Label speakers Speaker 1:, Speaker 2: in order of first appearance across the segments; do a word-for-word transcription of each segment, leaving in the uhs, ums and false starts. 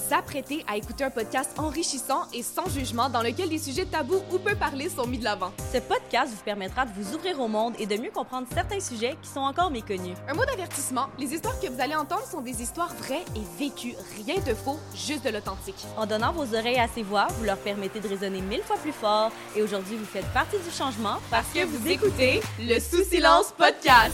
Speaker 1: vous apprêtez à écouter un podcast enrichissant et sans jugement dans lequel des sujets tabous ou peu parlés sont mis de l'avant.
Speaker 2: Ce podcast vous permettra de vous ouvrir au monde et de mieux comprendre certains sujets qui sont encore méconnus.
Speaker 1: Un mot d'avertissement, les histoires que vous allez entendre sont des histoires vraies et vécues, rien de faux, juste de l'authentique.
Speaker 2: En donnant vos oreilles à ces voix, vous leur permettez de résonner mille fois plus fort et aujourd'hui vous faites partie du changement
Speaker 1: parce que vous écoutez le Sous Silence Podcast.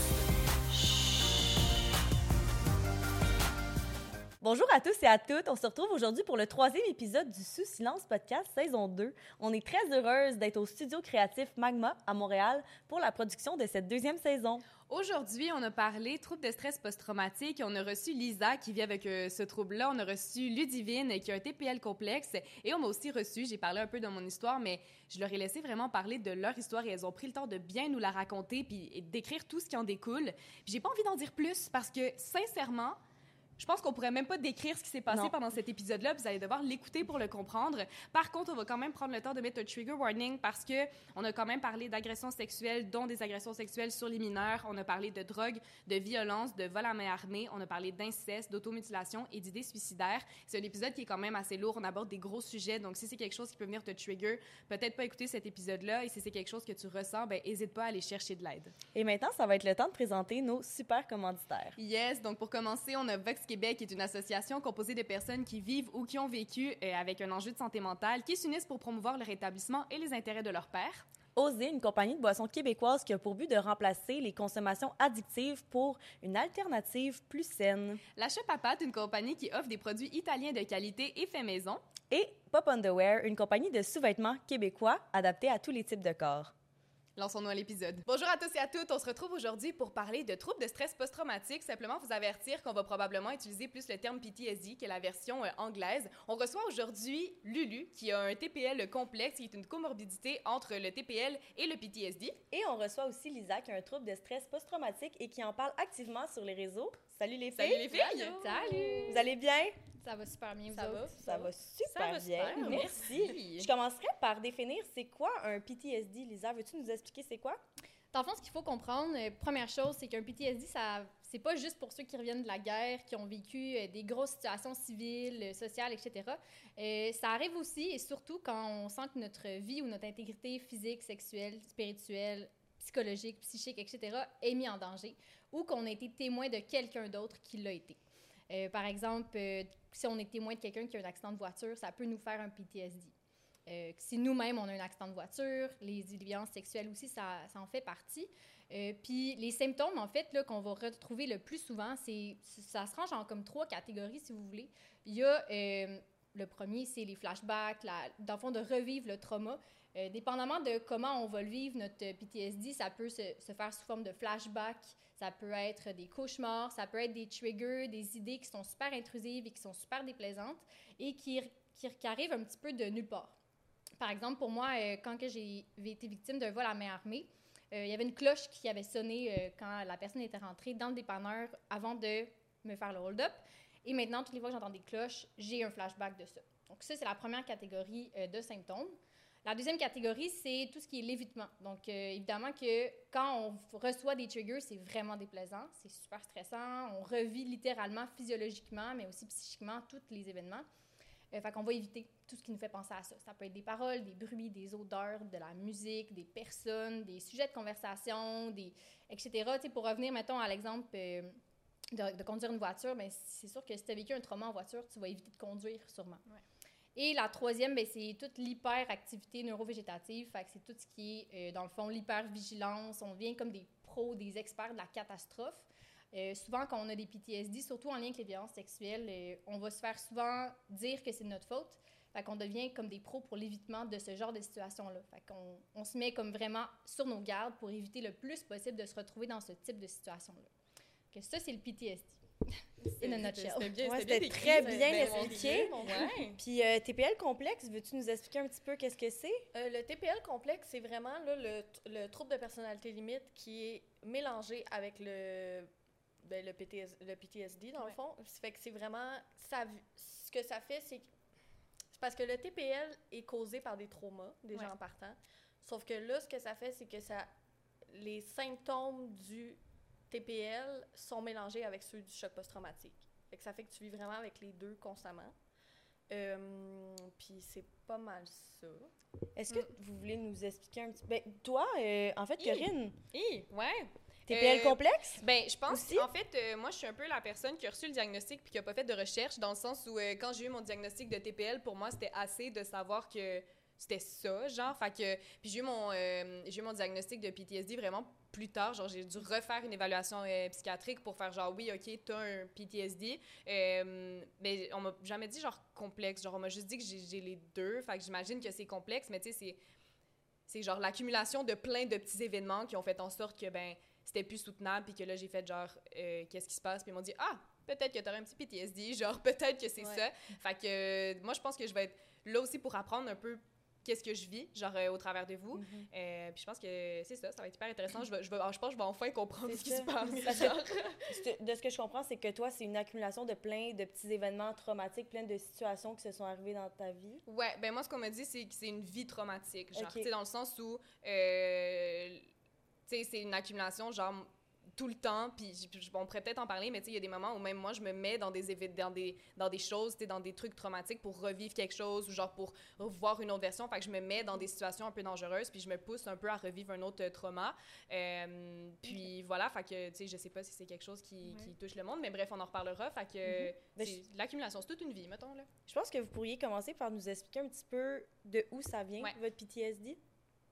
Speaker 2: Bonjour à tous et à toutes. On se retrouve aujourd'hui pour le troisième épisode du Sous Silence Podcast saison deux. On est très heureuse d'être au studio créatif Magma à Montréal pour la production de cette deuxième saison.
Speaker 1: Aujourd'hui, on a parlé troubles de stress post-traumatique. On a reçu Lisa qui vit avec euh, ce trouble-là. On a reçu Ludivine qui a un T P L complexe. Et on m'a aussi reçu, j'ai parlé un peu de mon histoire, mais je leur ai laissé vraiment parler de leur histoire et elles ont pris le temps de bien nous la raconter puis et d'écrire tout ce qui en découle. Puis j'ai pas envie d'en dire plus parce que, sincèrement, je pense qu'on pourrait même pas décrire ce qui s'est passé non. pendant cet épisode-là. Vous allez devoir l'écouter pour le comprendre. Par contre, on va quand même prendre le temps de mettre un trigger warning parce que on a quand même parlé d'agressions sexuelles, dont des agressions sexuelles sur les mineurs. On a parlé de drogue, de violence, de vol à main armée. On a parlé d'inceste, d'automutilation et d'idées suicidaires. C'est un épisode qui est quand même assez lourd. On aborde des gros sujets. Donc, si c'est quelque chose qui peut venir te trigger, peut-être pas écouter cet épisode-là. Et si c'est quelque chose que tu ressens, ben n'hésite pas à aller chercher de l'aide.
Speaker 2: Et maintenant, ça va être le temps de présenter nos super commanditaires.
Speaker 1: Yes. Donc, pour commencer, on a Vox Québec, qui est une association composée de personnes qui vivent ou qui ont vécu euh, avec un enjeu de santé mentale, qui s'unissent pour promouvoir le rétablissement et les intérêts de leur père.
Speaker 2: Oser, une compagnie de boissons québécoise qui a pour but de remplacer les consommations addictives pour une alternative plus saine.
Speaker 1: La Chef à Pâtes, une compagnie qui offre des produits italiens de qualité et fait maison.
Speaker 2: Et Pop Underwear, une compagnie de sous-vêtements québécois adaptés à tous les types de corps.
Speaker 1: Lançons-nous à l'épisode. Bonjour à tous et à toutes. On se retrouve aujourd'hui pour parler de troubles de stress post-traumatique. Simplement vous avertir qu'on va probablement utiliser plus le terme P T S D, qui est la version euh, anglaise. On reçoit aujourd'hui Lulu, qui a un T P L complexe, qui est une comorbidité entre le T P L et le P T S D.
Speaker 2: Et on reçoit aussi Lisa, qui a un trouble de stress post-traumatique et qui en parle activement sur les réseaux. Salut les filles!
Speaker 1: Salut les filles!
Speaker 3: Allô. Salut!
Speaker 2: Vous allez bien?
Speaker 3: Ça va super bien, vous
Speaker 2: ça
Speaker 3: autres?
Speaker 2: Va, ça va super
Speaker 3: ça va
Speaker 2: bien.
Speaker 3: Super,
Speaker 2: merci.
Speaker 3: merci.
Speaker 2: Je commencerai par définir c'est quoi un P T S D, Lisa. Veux-tu nous expliquer c'est quoi?
Speaker 3: Dans le fond, ce qu'il faut comprendre, euh, première chose, c'est qu'un P T S D, ça, c'est pas juste pour ceux qui reviennent de la guerre, qui ont vécu euh, des grosses situations civiles, euh, sociales, et cetera. Euh, ça arrive aussi et surtout quand on sent que notre vie ou notre intégrité physique, sexuelle, spirituelle, psychologique, psychique, et cetera est mise en danger ou qu'on a été témoin de quelqu'un d'autre qui l'a été. Euh, par exemple, euh, si on est témoin de quelqu'un qui a un accident de voiture, ça peut nous faire un P T S D. Euh, si nous-mêmes, on a un accident de voiture, les violences sexuelles aussi, ça, ça en fait partie. Euh, Puis les symptômes, en fait, là, qu'on va retrouver le plus souvent, c'est, ça se range en comme trois catégories, si vous voulez. Il y a, euh, le premier, c'est les flashbacks, la, dans le fond, de revivre le trauma. Euh, dépendamment de comment on va le vivre, notre P T S D, ça peut se, se faire sous forme de flashback, ça peut être des cauchemars, ça peut être des triggers, des idées qui sont super intrusives et qui sont super déplaisantes et qui, qui, qui arrivent un petit peu de nulle part. Par exemple, pour moi, euh, quand que j'ai été victime d'un vol à main armée, euh, il y avait une cloche qui avait sonné euh, quand la personne était rentrée dans le dépanneur avant de me faire le hold-up. Et maintenant, toutes les fois que j'entends des cloches, j'ai un flashback de ça. Donc ça, c'est la première catégorie euh, de symptômes. La deuxième catégorie, c'est tout ce qui est l'évitement. Donc, euh, évidemment que quand on reçoit des triggers, c'est vraiment déplaisant, c'est super stressant. On revit littéralement, physiologiquement, mais aussi psychiquement, tous les événements. Euh, fait qu'on va éviter tout ce qui nous fait penser à ça. Ça peut être des paroles, des bruits, des odeurs, de la musique, des personnes, des sujets de conversation, des, et cetera. Tu sais, pour revenir, mettons, à l'exemple euh, de, de conduire une voiture, bien, c'est sûr que si tu as vécu un trauma en voiture, tu vas éviter de conduire sûrement. Ouais. Et la troisième, bien, c'est toute l'hyperactivité neurovégétative. Fait que c'est tout ce qui est, euh, dans le fond, l'hypervigilance. On devient comme des pros, des experts de la catastrophe. Euh, souvent, quand on a des P T S D, surtout en lien avec les violences sexuelles, euh, on va se faire souvent dire que c'est de notre faute. Fait qu'on devient comme des pros pour l'évitement de ce genre de situation-là. Fait qu'on on se met comme vraiment sur nos gardes pour éviter le plus possible de se retrouver dans ce type de situation-là. Que ça, c'est le P T S D. In a nutshell.
Speaker 2: C'était, bien,
Speaker 3: ouais,
Speaker 2: c'était,
Speaker 3: c'était
Speaker 2: très bien, bien expliqué.
Speaker 4: Ouais.
Speaker 2: Puis euh, T P L complexe, veux-tu nous expliquer un petit peu qu'est-ce que c'est?
Speaker 4: Euh, le T P L complexe, c'est vraiment là, le, le trouble de personnalité limite qui est mélangé avec le, ben, le, P T S, le P T S D, dans ouais. le fond. Ça fait que c'est vraiment... Ça, ce que ça fait, c'est... C'est parce que le T P L est causé par des traumas, déjà ouais. en partant. Sauf que là, ce que ça fait, c'est que ça, les symptômes du T P L sont mélangés avec ceux du choc post-traumatique. Fait que ça fait que tu vis vraiment avec les deux constamment. Euh, Puis c'est pas mal ça.
Speaker 2: Est-ce que
Speaker 1: Mm.
Speaker 2: vous voulez nous expliquer un petit peu? Ben, toi, euh, en fait,
Speaker 1: Hi.
Speaker 2: Corinne,
Speaker 1: Hi, ouais.
Speaker 2: T P L
Speaker 1: Euh,
Speaker 2: complexe?
Speaker 1: Ben, je pense,
Speaker 2: Aussi?
Speaker 1: en fait, euh, moi, je suis un peu la personne qui a reçu le diagnostic puis qui a pas fait de recherche, dans le sens où, euh, quand j'ai eu mon diagnostic de T P L, pour moi, c'était assez de savoir que c'était ça, genre, fait que, puis j'ai eu mon, euh, j'ai eu mon diagnostic de P T S D vraiment plus tard, genre, j'ai dû refaire une évaluation euh, psychiatrique pour faire genre, oui, OK, t'as un P T S D, euh, mais on m'a jamais dit, genre, complexe, genre, on m'a juste dit que j'ai j'ai les deux, fait que j'imagine que c'est complexe, mais tu sais, c'est, c'est genre l'accumulation de plein de petits événements qui ont fait en sorte que, ben, c'était plus soutenable, puis que là, j'ai fait genre, euh, qu'est-ce qui se passe? Puis ils m'ont dit, ah, peut-être que t'aurais un petit P T S D, genre, peut-être que c'est
Speaker 2: Ouais.
Speaker 1: ça. Fait que euh, moi, je pense que je vais être là aussi pour apprendre un peu qu'est-ce que je vis, genre, euh, au travers de vous.
Speaker 2: Mhm.
Speaker 1: Euh, puis je pense que c'est ça, ça va être hyper intéressant. Je, vais, je, vais, je pense que je vais enfin comprendre
Speaker 2: C'est
Speaker 1: ce qui
Speaker 2: ça.
Speaker 1: se passe.
Speaker 2: Parce que-
Speaker 1: genre.
Speaker 2: Ce- De ce que je comprends, c'est que toi, c'est une accumulation de plein de petits événements traumatiques, plein de situations qui se sont arrivées dans ta vie.
Speaker 1: Ouais, ben moi, ce qu'on m'a dit, c'est que c'est une vie traumatique. Genre,
Speaker 2: Ok.
Speaker 1: tu sais, dans le sens où, euh, tu sais, c'est une accumulation, genre, tout le temps, puis j- j- on pourrait peut-être en parler, mais tu sais, il y a des moments où même moi, je me mets dans des, évi- dans des, dans des choses, tu sais, dans des trucs traumatiques pour revivre quelque chose ou genre pour revoir une autre version. Fait que je me mets dans des situations un peu dangereuses, puis je me pousse un peu à revivre un autre euh, trauma. Euh, puis voilà, fait que, tu sais, je sais pas si c'est quelque chose qui,
Speaker 2: Ouais.
Speaker 1: qui touche le monde, mais bref, on en reparlera. Fait que,
Speaker 2: Mhm. Ben,
Speaker 1: c'est- l'accumulation, c'est toute une vie, mettons, là.
Speaker 2: Je pense que vous pourriez commencer par nous expliquer un petit peu de où ça vient,
Speaker 1: Ouais.
Speaker 2: votre P T S D.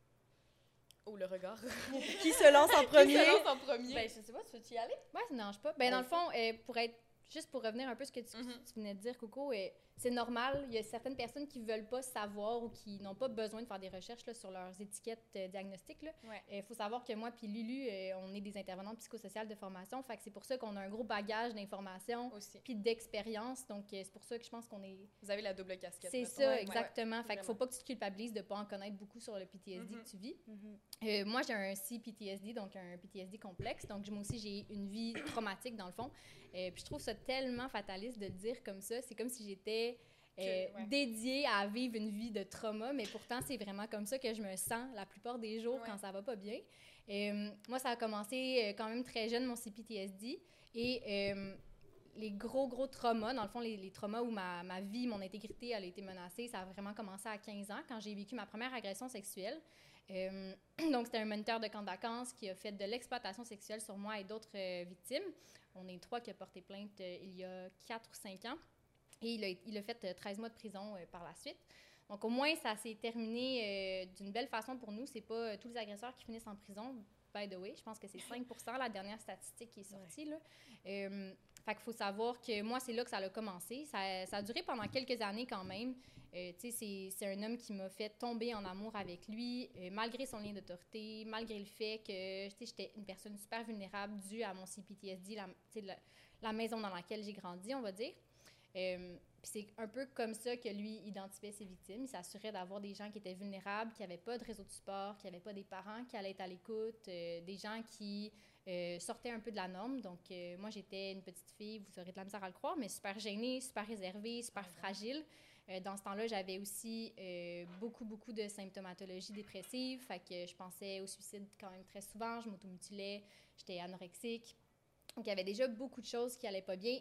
Speaker 1: Oh, le regard.
Speaker 2: Qui se lance en
Speaker 1: Qui
Speaker 2: premier?
Speaker 1: se lance en premier?
Speaker 4: Ben, je sais pas, tu veux-tu y aller?
Speaker 3: Ouais, ça ne dérange pas. Ben, dans le
Speaker 2: Vas-y.
Speaker 3: fond, euh, pour être juste pour revenir un peu à ce que tu,
Speaker 1: Mhm.
Speaker 3: tu venais de dire, Coco, euh, c'est normal. Il y a certaines personnes qui veulent pas savoir ou qui n'ont pas besoin de faire des recherches là, sur leurs étiquettes euh, diagnostiques. Il
Speaker 1: Ouais.
Speaker 3: faut savoir que moi puis Lulu, euh, on est des intervenantes psychosociales de formation. Fait que c'est pour ça qu'on a un gros bagage d'informations
Speaker 1: Aussi.
Speaker 3: puis d'expérience. Donc, euh, c'est pour ça que je pense qu'on est...
Speaker 1: Vous avez la double casquette.
Speaker 3: C'est
Speaker 1: mettons.
Speaker 3: ça,
Speaker 1: Ouais.
Speaker 3: exactement. Fait qu'il faut
Speaker 1: vraiment.
Speaker 3: pas que tu te culpabilises de pas en connaître beaucoup sur le P T S D
Speaker 1: Mhm.
Speaker 3: que tu vis.
Speaker 2: Mhm.
Speaker 3: Euh, moi, j'ai un C P T S D, donc un P T S D complexe. Donc, moi aussi, j'ai une vie traumatique, dans le fond. Euh, puis je trouve ça tellement fataliste de le dire comme ça. C'est comme si j'étais euh,
Speaker 1: Que- ouais.
Speaker 3: dédiée à vivre une vie de trauma, mais pourtant, c'est vraiment comme ça que je me sens la plupart des jours
Speaker 1: Ouais.
Speaker 3: quand ça va pas bien. Euh, moi, ça a commencé euh, quand même très jeune, mon C P T S D. Et euh, les gros, gros traumas, dans le fond, les, les traumas où ma, ma vie, mon intégrité, elle a été menacée, ça a vraiment commencé à quinze ans, quand j'ai vécu ma première agression sexuelle. Euh, donc, c'était un moniteur de camp de vacances qui a fait de l'exploitation sexuelle sur moi et d'autres euh, victimes. On est trois qui a porté plainte euh, il y a quatre ou cinq ans. Et il a, il a fait euh, treize mois de prison euh, par la suite. Donc, au moins, ça s'est terminé euh, d'une belle façon pour nous. C'est pas euh, tous les agresseurs qui finissent en prison, by the way. Je pense que c'est cinq pour cent la dernière statistique qui est sortie. Là. Euh, fait qu'il faut savoir que moi, c'est là que ça a commencé. Ça, ça a duré pendant quelques années quand même. Euh, tu sais, c'est, c'est un homme qui m'a fait tomber en amour avec lui, euh, malgré son lien d'autorité, malgré le fait que, tu sais, j'étais une personne super vulnérable due à mon C P T S D, la, tu sais, la, la maison dans laquelle j'ai grandi, on va dire. Euh, puis c'est un peu comme ça que lui identifiait ses victimes. Il s'assurait d'avoir des gens qui étaient vulnérables, qui n'avaient pas de réseau de support, qui n'avaient pas des parents qui allaient être à l'écoute, euh, des gens qui euh, sortaient un peu de la norme. Donc, euh, moi, j'étais une petite fille, vous aurez de la misère à le croire, mais super gênée, super réservée, super fragile. Euh, dans ce temps-là, j'avais aussi euh, beaucoup, beaucoup de symptomatologie dépressive. Fait que je pensais au suicide quand même très souvent. Je m'automutilais, j'étais anorexique. Donc, il y avait déjà beaucoup de choses qui n'allaient pas bien.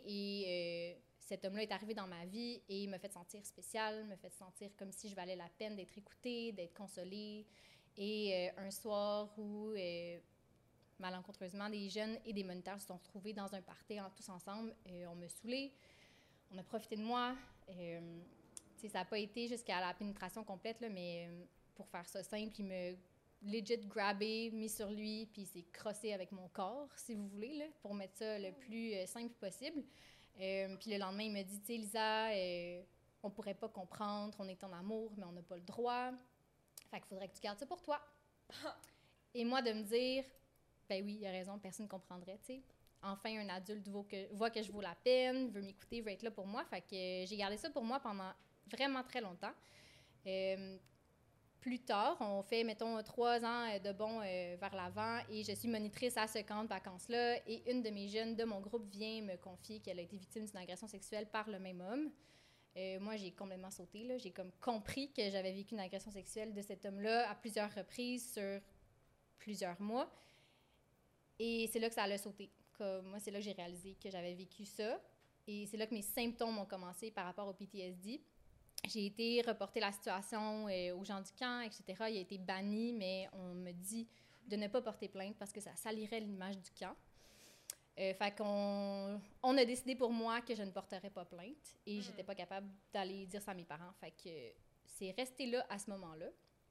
Speaker 3: Et euh, cet homme-là est arrivé dans ma vie et il m'a fait sentir spéciale, m'a fait sentir comme si je valais la peine d'être écoutée, d'être consolée. Et euh, un soir où, euh, malencontreusement, des jeunes et des moniteurs se sont retrouvés dans un party en, tous ensemble, euh, on m'a saoulée, on a profité de moi. Euh, tu sais, ça n'a pas été jusqu'à la pénétration complète, là, mais euh, pour faire ça simple, il me legit grabé, mis sur lui, puis il s'est crossé avec mon corps, si vous voulez, là, pour mettre ça le plus euh, simple possible. Euh, puis le lendemain, il m'a dit, tu sais, Lisa, euh, on pourrait pas comprendre, on est en amour, mais on n'a pas le droit. Fait qu'il faudrait que tu gardes ça pour toi. Et moi, de me dire, ben oui, il a raison, personne ne comprendrait, tu sais. Enfin, un adulte voit que, voit que je vaux la peine, veut m'écouter, veut être là pour moi. Fait que euh, j'ai gardé ça pour moi pendant vraiment très longtemps. Euh, plus tard, on fait, mettons, trois ans de bond euh, vers l'avant et je suis monitrice à ce camp de vacances-là. Et une de mes jeunes de mon groupe vient me confier qu'elle a été victime d'une agression sexuelle par le même homme. Euh, moi, j'ai complètement sauté, là. J'ai comme compris que j'avais vécu une agression sexuelle de cet homme-là à plusieurs reprises sur plusieurs mois. Et c'est là que ça allait sauter. Comme, moi, c'est là que j'ai réalisé que j'avais vécu ça. Et c'est là que mes symptômes ont commencé par rapport au P T S D. j'ai été reporter la situation euh, aux gens du camp, et cetera. Il a été banni, mais on me dit de ne pas porter plainte parce que ça salirait l'image du camp. Euh, fait qu'on on a décidé pour moi que je ne porterais pas plainte et mm. j'étais pas capable d'aller dire ça à mes parents. Fait que c'est resté là à ce moment-là.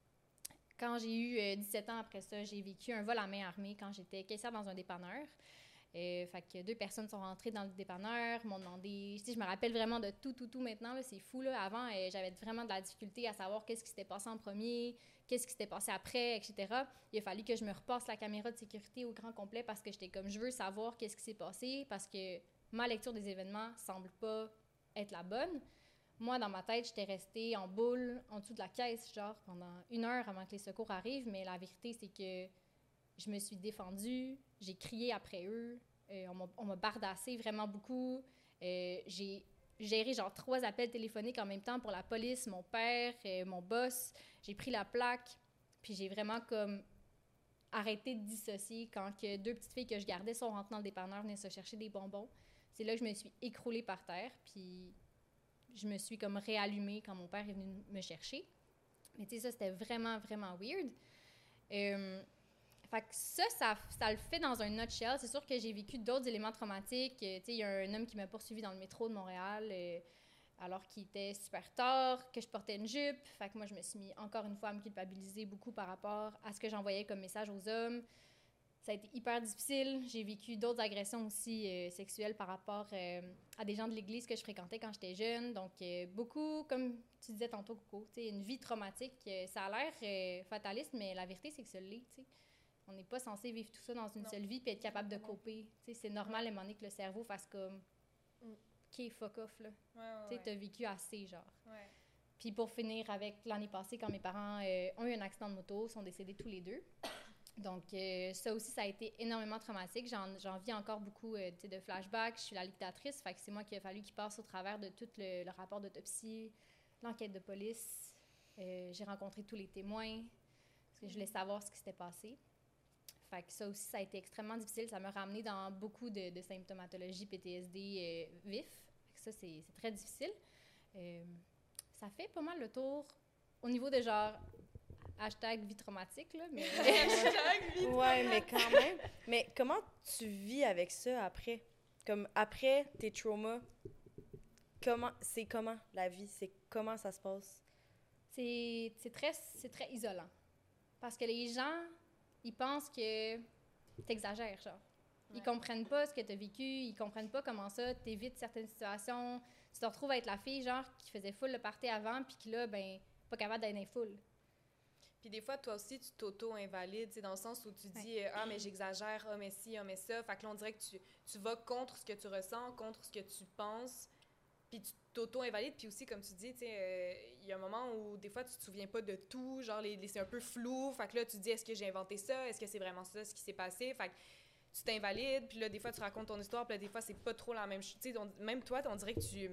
Speaker 3: Quand j'ai eu euh, dix-sept ans après ça, j'ai vécu un vol à main armée quand j'étais caissière dans un dépanneur. Euh, fait que deux personnes sont rentrées dans le dépanneur, m'ont demandé... Tu sais, je me rappelle vraiment de tout, tout, tout maintenant, là, c'est fou, là. Avant, euh, j'avais vraiment de la difficulté à savoir qu'est-ce qui s'était passé en premier, qu'est-ce qui s'était passé après, et cetera. Il a fallu que je me repasse la caméra de sécurité au grand complet parce que j'étais comme, je veux savoir qu'est-ce qui s'est passé parce que ma lecture des événements semble pas être la bonne. Moi, dans ma tête, j'étais restée en boule, en dessous de la caisse, genre, pendant une heure avant que les secours arrivent, mais la vérité, c'est que je me suis défendue, j'ai crié après eux, euh, on, m'a, on m'a bardassé vraiment beaucoup. Euh, j'ai géré genre trois appels téléphoniques en même temps pour la police, mon père, euh, mon boss. J'ai pris la plaque, puis j'ai vraiment comme arrêté de dissocier quand que deux petites filles que je gardais sont rentrées dans le dépanneur, venaient se chercher des bonbons. C'est là que je me suis écroulée par terre, puis je me suis comme réallumée quand mon père est venu me chercher. Mais tu sais, ça, c'était vraiment, vraiment weird. Euh, fait que ça, ça, ça le fait dans un nutshell. C'est sûr que j'ai vécu d'autres éléments traumatiques. Euh, tu sais, il y a un homme qui m'a poursuivi dans le métro de Montréal euh, alors qu'il était super tard, que je portais une jupe. Fait que moi, je me suis mis encore une fois à me culpabiliser beaucoup par rapport à ce que j'envoyais comme message aux hommes. Ça a été hyper difficile. J'ai vécu d'autres agressions aussi euh, sexuelles par rapport euh, à des gens de l'église que je fréquentais quand j'étais jeune. Donc, euh, beaucoup, comme tu disais tantôt, Coco, une vie traumatique. Euh, ça a l'air euh, fataliste, mais la vérité, c'est que ça l'est. T'sais. On n'est pas censé vivre tout ça dans une non. seule vie puis être capable de coper. T'sais, c'est normal à un moment donné que le cerveau fasse comme mm. « OK, fuck off, là. Ouais, ouais, ouais. T'as vécu assez, genre. Ouais. » Puis pour finir avec l'année passée, quand mes parents euh, ont eu un accident de moto, sont décédés tous les deux. Donc, euh, ça aussi, ça a été énormément traumatique. J'en, j'en vis encore beaucoup euh, de flashbacks. Je suis la liquidatrice, fait que c'est moi qui a fallu qu'il passe au travers de tout le, le rapport d'autopsie, l'enquête de police. Euh, j'ai rencontré tous les témoins parce que je voulais savoir ce qui s'était passé. Fait que ça aussi, ça a été extrêmement difficile. Ça m'a ramené dans beaucoup de, de symptomatologie P T S D euh, vif. Fait que ça, c'est, c'est très difficile. Euh, ça fait pas mal le tour au niveau de genre... Hashtag vie traumatique, là, mais...
Speaker 2: Hashtag vie traumatique! Ouais, mais quand même. Mais comment tu vis avec ça après? Comme après tes traumas, comment, c'est comment la vie? C'est comment ça se passe?
Speaker 3: C'est, c'est, très, c'est très isolant. Parce que les gens, ils pensent que t'exagères, genre. Ils ouais. comprennent pas ce que t'as vécu, ils comprennent pas comment ça, t'évites certaines situations. Tu te retrouves à être la fille, genre, qui faisait full le party avant, puis qui, là, ben, pas capable d'être dans full.
Speaker 1: Puis des fois, toi aussi, tu t'auto-invalides, dans le sens où tu dis ouais. « Ah, mais j'exagère, ah, mais ci, ah, mais ça ». Fait que là, on dirait que tu, tu vas contre ce que tu ressens, contre ce que tu penses, puis tu t'auto-invalides. Puis aussi, comme tu dis, tu sais, il euh, y a un moment où des fois, tu te souviens pas de tout, genre, les, les, c'est un peu flou. Fait que là, tu te dis « Est-ce que j'ai inventé ça? Est-ce que c'est vraiment ça, ce qui s'est passé? » Fait que tu t'invalides, puis là, des fois, tu racontes ton histoire, puis là, des fois, c'est pas trop la même chose. Tu sais, même toi, on dirait que tu...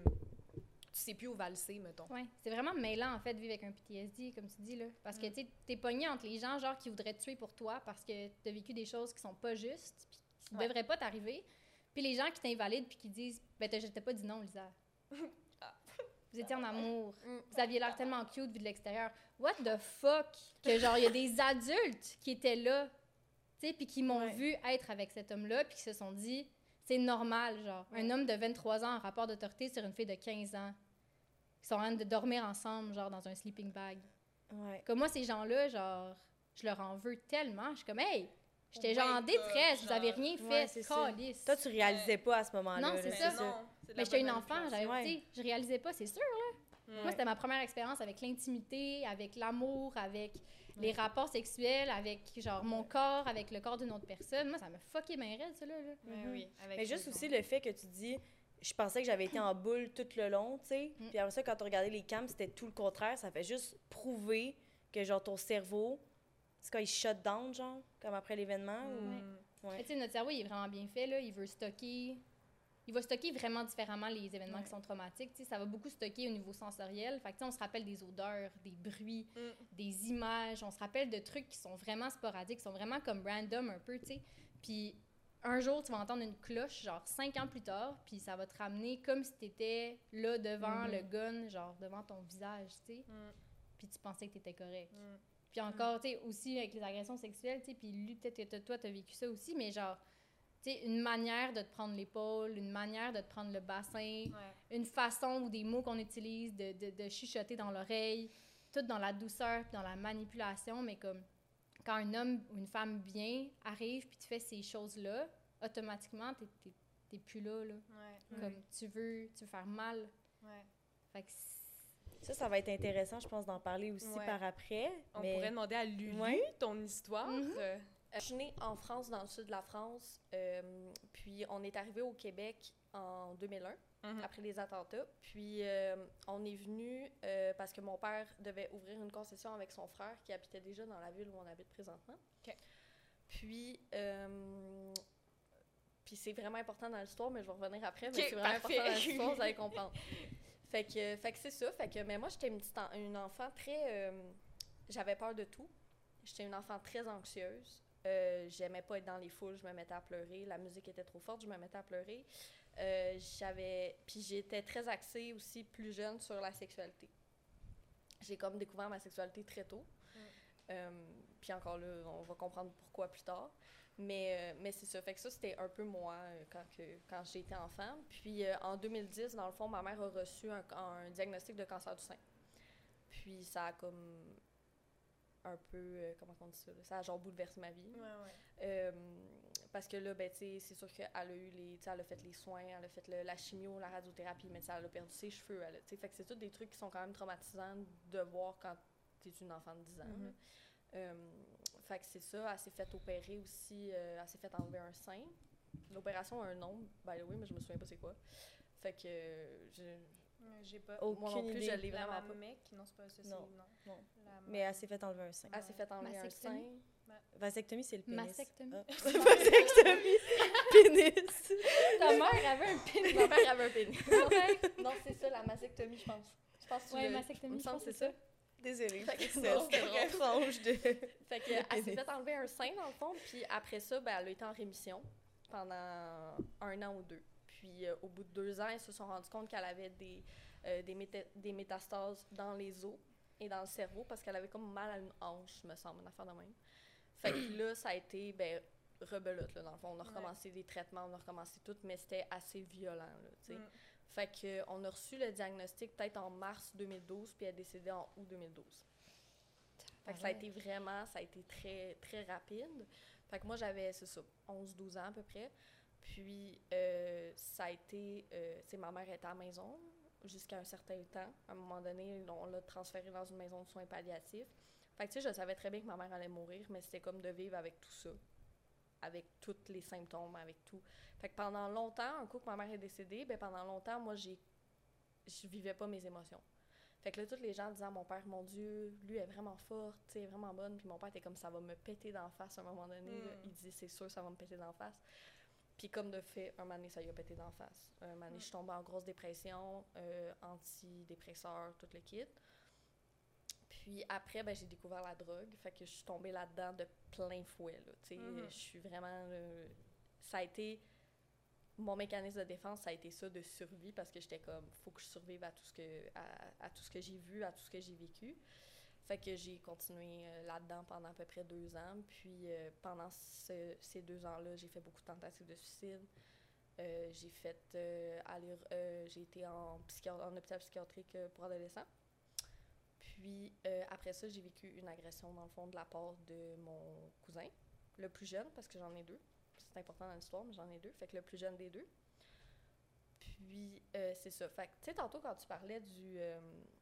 Speaker 1: tu sais plus où valser, mettons.
Speaker 3: Oui, c'est vraiment mêlant, en fait, de vivre avec un P T S D, comme tu dis, là. Parce que, mm. tu sais, t'es pogné entre les gens, genre, qui voudraient te tuer pour toi parce que t'as vécu des choses qui sont pas justes, puis qui ouais. devraient pas t'arriver. Puis les gens qui t'invalident puis qui disent « Ben, je t'ai pas dit non, Lisa. ah. Vous étiez en amour. Mm. Vous aviez l'air tellement cute vu de l'extérieur. What the fuck? » Que, genre, il y a des adultes qui étaient là, tu sais, puis qui m'ont ouais. vu être avec cet homme-là, puis qui se sont dit « C'est normal, genre. Ouais. Un homme de vingt-trois ans en rapport d'autorité sur une fille de quinze ans. » Ils sont en train de dormir ensemble, genre, dans un sleeping bag. Ouais. Comme moi, ces gens-là, genre, je leur en veux tellement. Je suis comme, hey, j'étais genre en détresse, vous avez rien fait, ouais, c'est calice.
Speaker 2: Toi, tu réalisais pas à ce moment-là.
Speaker 3: Non, c'est
Speaker 2: là,
Speaker 3: ça. Non, c'est mais j'étais une enfant, j'avais, ouais. tu sais, je réalisais pas, c'est sûr, là. Ouais. Moi, c'était ma première expérience avec l'intimité, avec l'amour, avec ouais. les rapports sexuels, avec, genre, mon corps, avec le corps d'une autre personne. Moi, ça m'a fucké bien raide, ça, là. là.
Speaker 2: Mm-hmm. Oui, avec mais juste aussi le fait que tu dis... Je pensais que j'avais été en boule tout le long, tu sais. Mm. Puis après ça, quand on regardait les cams, c'était tout le contraire. Ça fait juste prouver que, genre, ton cerveau, c'est quand il shut down, genre, comme après l'événement.
Speaker 3: Mm.
Speaker 2: Ou...
Speaker 3: Ouais. Tu sais, notre cerveau, il est vraiment bien fait, là. Il veut stocker... Il va stocker vraiment différemment les événements ouais. qui sont traumatiques. Tu sais, ça va beaucoup stocker au niveau sensoriel. Fait que, tu sais, on se rappelle des odeurs, des bruits, mm. des images. On se rappelle de trucs qui sont vraiment sporadiques, qui sont vraiment comme random un peu, tu sais. Puis... un jour, tu vas entendre une cloche, genre cinq ans plus tard, puis ça va te ramener comme si t'étais là devant
Speaker 2: Mm-hmm.
Speaker 3: le gun, genre devant ton visage, tu sais.
Speaker 4: Mm.
Speaker 3: Puis tu pensais que t'étais correct.
Speaker 4: Mm.
Speaker 3: Puis encore, tu sais, aussi avec les agressions sexuelles, tu sais, puis lui, peut-être que t'as- toi, t'as vécu ça aussi, mais genre, tu sais, une manière de te prendre l'épaule, une manière de te prendre le bassin,
Speaker 4: Ouais.
Speaker 3: une façon ou des mots qu'on utilise, de, de, de chuchoter dans l'oreille, tout dans la douceur puis dans la manipulation, mais comme quand un homme ou une femme bien arrive puis tu fais ces choses-là, automatiquement, t'es, t'es, t'es plus là, là.
Speaker 4: Ouais.
Speaker 3: Comme tu veux, tu veux faire mal.
Speaker 4: Ouais.
Speaker 3: Fait que c'est-
Speaker 2: Ça, ça va être intéressant, je pense, d'en parler aussi
Speaker 1: Ouais.
Speaker 2: par après.
Speaker 1: On
Speaker 2: mais...
Speaker 1: pourrait demander à Lulu
Speaker 2: Ouais.
Speaker 1: ton histoire.
Speaker 3: Mhm.
Speaker 1: Euh,
Speaker 4: Je suis née en France, dans le sud de la France. euh, puis on est arrivé au Québec en deux mille un,
Speaker 1: Mhm.
Speaker 4: après les attentats. Puis euh, on est venu euh, parce que mon père devait ouvrir une concession avec son frère qui habitait déjà dans la ville où on habite présentement.
Speaker 1: OK.
Speaker 4: Puis, euh, puis c'est vraiment important dans l'histoire, mais je vais revenir après. Mais
Speaker 1: OK,
Speaker 4: c'est vraiment
Speaker 1: parfait.
Speaker 4: important dans l'histoire, vous allez comprendre. Fait que, fait que c'est ça. Fait que, mais moi, j'étais une, petite en- une enfant très... euh, j'avais peur de tout. J'étais une enfant très anxieuse. Euh, j'aimais pas être dans les foules, je me mettais à pleurer. La musique était trop forte, je me mettais à pleurer. Euh, j'avais... Puis j'étais très axée aussi, plus jeune, sur la sexualité. J'ai comme découvert ma sexualité très tôt.
Speaker 1: Mm.
Speaker 4: Euh, puis encore là, on va comprendre pourquoi plus tard. Mais, euh, mais c'est ça. Fait que ça, c'était un peu moi euh, quand, que, quand j'étais enfant. Puis euh, en deux mille dix, dans le fond, ma mère a reçu un, un diagnostic de cancer du sein. Puis ça a comme un peu, euh, comment on dit ça, là? Ça a genre bouleversé ma vie.
Speaker 1: Ouais, ouais.
Speaker 4: Euh, parce que là, ben, tu sais, c'est sûr qu'elle a eu les, tu sais, elle a fait les soins, elle a fait le- la chimio, la radiothérapie, mais tu sais, elle a perdu ses cheveux, elle a- tu sais, fait que c'est tous des trucs qui sont quand même traumatisants de voir quand t'es une enfant de dix ans.
Speaker 1: Mhm.
Speaker 4: là. Euh, fait que c'est ça, elle s'est fait opérer aussi, euh, elle s'est fait enlever un sein. L'opération a un nom, by the way, mais je me souviens pas c'est quoi. Fait que, euh, je,
Speaker 1: Euh, J'ai pas.
Speaker 2: Aucune
Speaker 4: moi non plus,
Speaker 2: idée.
Speaker 4: je l'ai
Speaker 1: La
Speaker 4: vraiment pas.
Speaker 1: mamec, non, c'est pas ça, c'est
Speaker 2: Non.
Speaker 1: non.
Speaker 2: Non.
Speaker 1: La
Speaker 2: Mais elle s'est fait enlever un sein.
Speaker 4: Elle s'est fait enlever un
Speaker 3: Mastectomie?
Speaker 4: sein.
Speaker 2: Vasectomie, c'est le pénis.
Speaker 3: Mastectomie.
Speaker 2: Ah. Vasectomie, pénis.
Speaker 3: ta mère avait un pénis.
Speaker 4: Ma mère avait un pénis.
Speaker 3: Ouais,
Speaker 4: Non, c'est ça, la mastectomie, je pense. Je pense que tu
Speaker 3: ouais,
Speaker 4: l'as-
Speaker 3: mastectomie,
Speaker 4: il me
Speaker 3: je
Speaker 4: semble
Speaker 3: pense
Speaker 4: que
Speaker 3: que
Speaker 4: c'est
Speaker 3: c'est
Speaker 4: ça.
Speaker 2: Désolée,
Speaker 4: Fait que
Speaker 2: c'était
Speaker 4: non, c'est
Speaker 2: très franche de...
Speaker 4: Fait que, elle s'est
Speaker 2: pénis.
Speaker 4: fait enlever un sein, dans le fond, puis après ça, ben, elle a été en rémission pendant un an ou deux. Puis euh, au bout de deux ans, ils se sont rendus compte qu'elle avait des, euh, des, méta- des métastases dans les os et dans le cerveau parce qu'elle avait comme mal à une hanche, me semble, une affaire de même. Fait que là, ça a été, ben, rebelote, là, dans le fond. On a
Speaker 1: Ouais.
Speaker 4: recommencé les traitements, on a recommencé tout, mais c'était assez violent, là, tu sais.
Speaker 1: Mm.
Speaker 4: Fait que, on a reçu le diagnostic peut-être en mars deux mille douze, puis elle est décédée en août deux mille douze. Fait que ça a été vraiment, ça a été très, très rapide. Fait que moi, j'avais, c'est ça, onze douze ans à peu près. Puis, euh, ça a été, euh, tu sais, ma mère était à la maison jusqu'à un certain temps. À un moment donné, on l'a transférée dans une maison de soins palliatifs. Fait que, tu sais, je savais très bien que ma mère allait mourir, mais c'était comme de vivre avec tout ça. Avec tous les symptômes, avec tout. Fait que pendant longtemps, un coup que ma mère est décédée, ben pendant longtemps, moi, j'ai, je vivais pas mes émotions. Fait que là, tous les gens disaient à mon père, mon Dieu, lui, elle est vraiment forte, tu sais, elle est vraiment bonne. Puis mon père était comme, ça va me péter d'en face à un moment donné. là.
Speaker 1: Mm.
Speaker 4: Il dit, c'est sûr, ça va me péter d'en face. Puis comme de fait, un moment donné, ça lui a pété d'en face. Un moment donné,
Speaker 1: Mm.
Speaker 4: je suis tombée en grosse dépression, euh, antidépresseur, tout le kit. Puis après, ben, j'ai découvert la drogue. Fait que je suis tombée là-dedans de plein fouet, là. Tu sais,
Speaker 1: Mhm.
Speaker 4: je suis vraiment... là, ça a été... Mon mécanisme de défense, ça a été ça, de survie, parce que j'étais comme, faut que je survive à tout ce que, à, à tout ce que j'ai vu, à tout ce que j'ai vécu. Fait que j'ai continué euh, là-dedans pendant à peu près deux ans. Puis euh, pendant ce- ces deux ans-là, j'ai fait beaucoup de tentatives de suicide. Euh, j'ai fait euh, aller, euh, j'ai été en, psychiat- en hôpital psychiatrique euh, pour adolescents. Puis euh, après ça, j'ai vécu une agression dans le fond de la part de mon cousin, le plus jeune, parce que j'en ai deux. C'est important dans l'histoire, mais j'en ai deux. Fait que le plus jeune des deux. Puis euh, c'est ça. Fait que tu sais, tantôt quand tu parlais du, euh,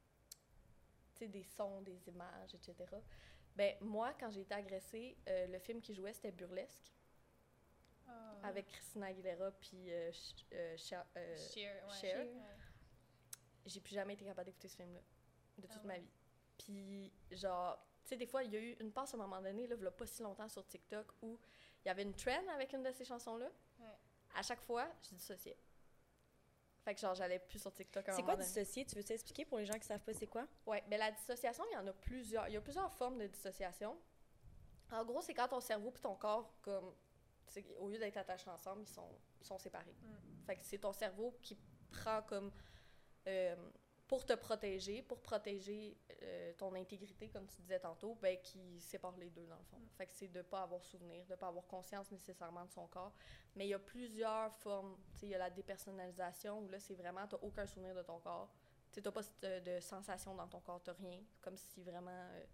Speaker 4: tu sais, des sons, des images, et cetera. Ben moi, quand j'ai été agressée, euh, le film qui jouait c'était Burlesque
Speaker 1: Ah.
Speaker 4: avec Christina Aguilera puis euh, Ch- euh, Cher- euh,
Speaker 1: Cher, ouais.
Speaker 4: Cher.
Speaker 1: Ouais.
Speaker 4: J'ai plus jamais été capable d'écouter ce film-là de toute
Speaker 1: Ah
Speaker 4: ma
Speaker 1: ouais.
Speaker 4: vie. Puis genre, tu sais, des fois, il y a eu une passe à un moment donné, là, il y a pas si longtemps sur TikTok, où il y avait une trend avec une de ces chansons-là.
Speaker 1: Ouais.
Speaker 4: À chaque fois, je dissociais. Fait que genre, j'allais plus sur TikTok à un
Speaker 2: C'est
Speaker 4: moment
Speaker 2: quoi
Speaker 4: donné.
Speaker 2: dissocier? Tu veux t'expliquer pour les gens qui savent pas c'est quoi?
Speaker 4: Ouais, mais la dissociation, il y en a plusieurs. Il y a plusieurs formes de dissociation. En gros, c'est quand ton cerveau puis ton corps comme c'est, au lieu d'être attachés ensemble, ils sont, ils sont séparés. Mm. Fait que c'est ton cerveau qui prend comme... Euh, pour te protéger, pour protéger euh, ton intégrité, comme tu disais tantôt, ben, qui sépare les deux, dans le fond. Mm. Fait que c'est de ne pas avoir souvenir, de ne pas avoir conscience nécessairement de son corps. Mais il y a plusieurs formes. Tu sais, il y a la dépersonnalisation, où là, c'est vraiment, tu n'as aucun souvenir de ton corps. Tu n'as pas de, de sensation dans ton corps, tu n'as rien. Comme si vraiment... Euh,